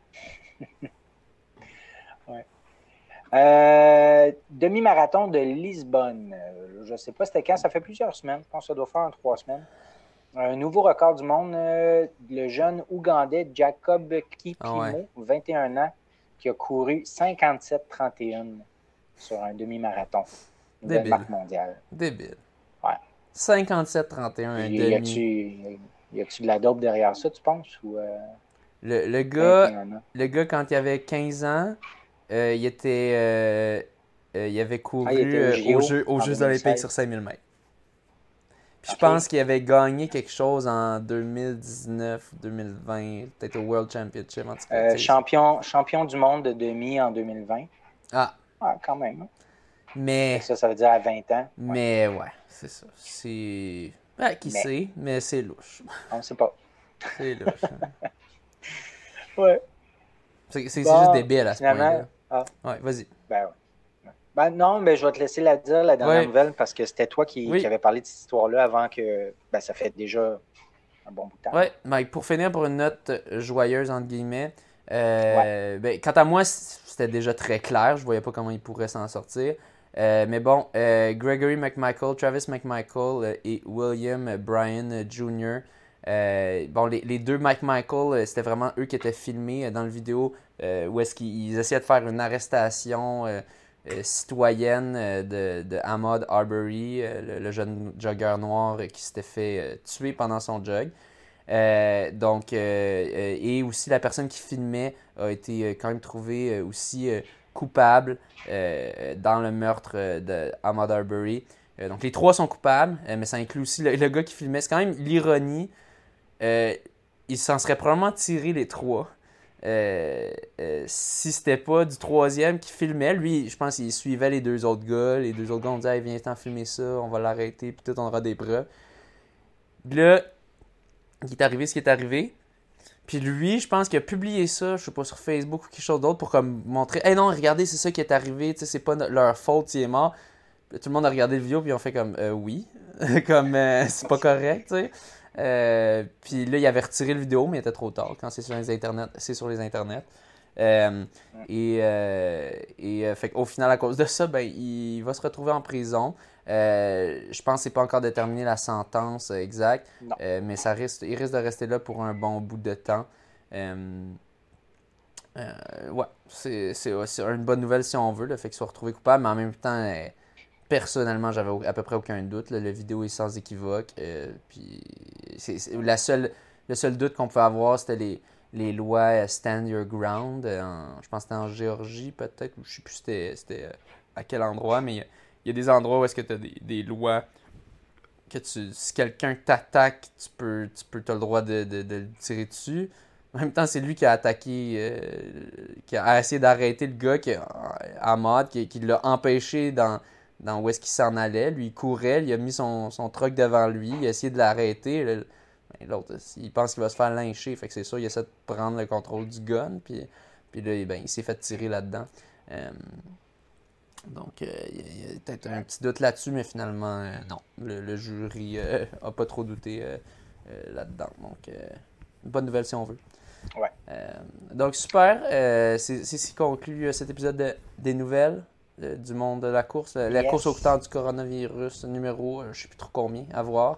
Ouais. Euh, demi-marathon de Lisbonne. Euh, je ne sais pas c'était quand. Ça fait plusieurs semaines. Je pense que ça doit faire en trois semaines. Un nouveau record du monde. Euh, le jeune Ougandais Jacob Kipimo, ah ouais. vingt et un ans, qui a couru cinquante-sept trente et un sur un demi-marathon. Nouvelle marque mondiale. Débile. Ouais. cinquante-sept trente et un, un Y, demi. y a-tu, y a-tu de la dope derrière ça, tu penses? Ou, euh, Le, le, gars, vingt et un ans? le gars, quand il avait quinze ans, euh, il était... Euh, euh, il avait Ah, il était couru au euh, aux J O Jeux, aux en Jeux olympiques sur deux mille seize. cinq mille mètres. Puis je OK. pense qu'il avait gagné quelque chose en deux mille dix-neuf ou deux mille vingt, peut-être au World Championship, en tout cas. Euh, tu sais. champion, champion du monde de demi en deux mille vingt. Ah, Ah, quand même. Hein. Fait mais... que ça, ça veut dire à vingt ans. Ouais. Mais ouais, c'est ça. C'est... Ouais, qui Mais, sait, mais c'est louche. on ne sait pas. C'est louche. hein. Ouais. C'est, c'est, c'est juste Bon, débile à ce finalement, point-là. ah, Ouais, vas-y. ben ouais. Ben non, mais je vais te laisser la dire, la dernière Ouais, nouvelle, parce que c'était toi qui, qui oui. avais parlé de cette histoire-là avant que. Ben, ça fait déjà un bon bout de temps. Ouais, Mike, pour finir pour une note joyeuse, entre guillemets, Ouais. euh, ben, quant à moi, c- c'était déjà très clair. Je voyais pas comment il pourrait s'en sortir. Euh, mais bon, euh, Gregory McMichael, Travis McMichael euh, et William Bryan euh, junior euh, bon, les, les deux McMichael, euh, c'était vraiment eux qui étaient filmés euh, dans le vidéo euh, où est-ce qu'ils ils essayaient de faire une arrestation euh, euh, citoyenne euh, de, de Ahmaud Arbery, euh, le, le jeune jogger noir euh, qui s'était fait euh, tuer pendant son jog. Euh, donc, euh, euh, et aussi la personne qui filmait a été euh, quand même trouvée euh, aussi euh, coupable euh, dans le meurtre euh, de Ahmaud Arbery. Euh, donc les trois sont coupables, euh, mais ça inclut aussi le, le gars qui filmait. C'est quand même l'ironie. Euh, il s'en serait probablement tiré les trois. Euh, euh, si c'était pas du troisième qui filmait, lui, je pense qu'il suivait les deux autres gars. Les deux autres gars ont dit hey, viens t'en filmer ça, on va l'arrêter, puis tout, on aura des preuves. Puis là, il est arrivé ce qui est arrivé. Puis lui, je pense qu'il a publié ça, je sais pas, sur Facebook ou quelque chose d'autre pour comme montrer hey non, regardez, c'est ça qui est arrivé, tu sais, c'est pas no- leur faute s'il est mort. Puis tout le monde a regardé le vidéo, puis ils ont fait comme euh, oui, comme euh, c'est pas correct, tu sais. Euh, puis là, il avait retiré le vidéo, mais il était trop tard. Quand c'est sur les internets, c'est sur les internets. Euh, et euh, et euh, fait qu'au final, à cause de ça, ben, il va se retrouver en prison. Euh, je pense que c'est pas encore déterminé la sentence euh, exacte, Non. euh, mais ça risque, il risque de rester là pour un bon bout de temps. Euh, euh, ouais, c'est, c'est, ouais, c'est une bonne nouvelle si on veut, le fait qu'il soit retrouvé coupable, mais en même temps, euh, personnellement, j'avais au- à peu près aucun doute. Là, la vidéo est sans équivoque. Euh, puis c'est, c'est- la seule, le seul doute qu'on pouvait avoir, c'était les, les lois euh, Stand Your Ground. euh, en- je pense que c'était en Géorgie, peut-être. Ou je sais plus c'était, c'était euh, à quel endroit, mais il y a, il y a des endroits où est-ce que tu as des, des lois que tu, si quelqu'un t'attaque, tu peux, tu peux, t'as le droit de, de, de le tirer dessus. En même temps, c'est lui qui a attaqué, euh, qui a essayé d'arrêter le gars, qui, Ahmad, qui, qui l'a empêché dans, dans où est-ce qu'il s'en allait. Lui, il courait, il a mis son, son truck devant lui, il a essayé de l'arrêter. Là, ben, l'autre, il pense qu'il va se faire lyncher, fait que c'est sûr, il essaie de prendre le contrôle du gun, puis, puis là, ben, il s'est fait tirer là-dedans. Euh, donc, euh, il y a, il y a peut-être un petit doute là-dessus, mais finalement, euh, non. Le, le jury euh, a pas trop douté euh, euh, là-dedans. Donc, euh, une bonne nouvelle si on veut. Ouais. Euh, donc, super. Euh, c'est, c'est ce qui conclut euh, cet épisode de, des nouvelles euh, du monde de la course. La, la Yes. course au temps du coronavirus numéro, euh, je sais plus trop combien, à voir.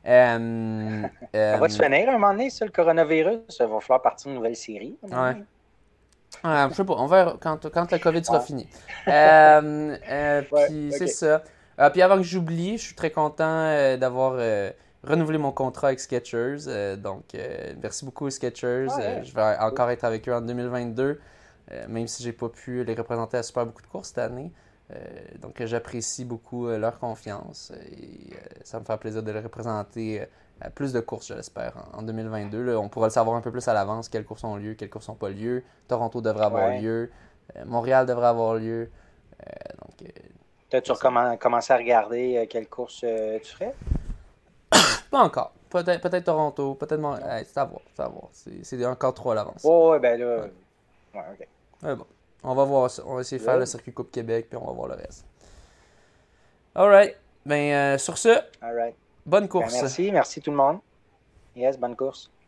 Euh, Ça va euh, se finir un moment donné, ça, le coronavirus. Il va falloir partir une nouvelle série. à un moment ouais. donné. Ah, je sais pas, on verra quand, quand le COVID sera Ouais. fini. Euh, euh, Ouais, puis ok. c'est ça. Euh, puis avant que j'oublie, je suis très content euh, d'avoir euh, renouvelé mon contrat avec Skechers. Euh, donc, euh, merci beaucoup Skechers. Ah, Euh, ouais. je vais encore être avec eux en deux mille vingt-deux, euh, même si j'ai pas pu les représenter à super beaucoup de courses cette année. Euh, donc, j'apprécie beaucoup euh, leur confiance et euh, ça me fait plaisir de les représenter euh, à plus de courses, je l'espère, en, en deux mille vingt-deux. Là, on pourra le savoir un peu plus à l'avance, quelles courses ont lieu, quelles courses n'ont pas lieu. Toronto devrait avoir Ouais. lieu. Euh, Montréal devrait avoir lieu. Euh, donc, euh, T'as-tu recommen- commencé à regarder euh, quelle course euh, tu ferais? pas encore. Peut-être, peut-être Toronto, peut-être Montréal. C'est à voir, c'est à voir. C'est, c'est encore trop à l'avance. Oh, ouais, ben là. Ouais. Ouais, ok. Mais bon, on va voir ça. On va essayer de faire Good. le circuit Coupe Québec, puis on va voir le reste. Alright. Ben, euh, sur ce, All right. bonne Ben, course. merci, merci tout le monde. Yes, bonne course.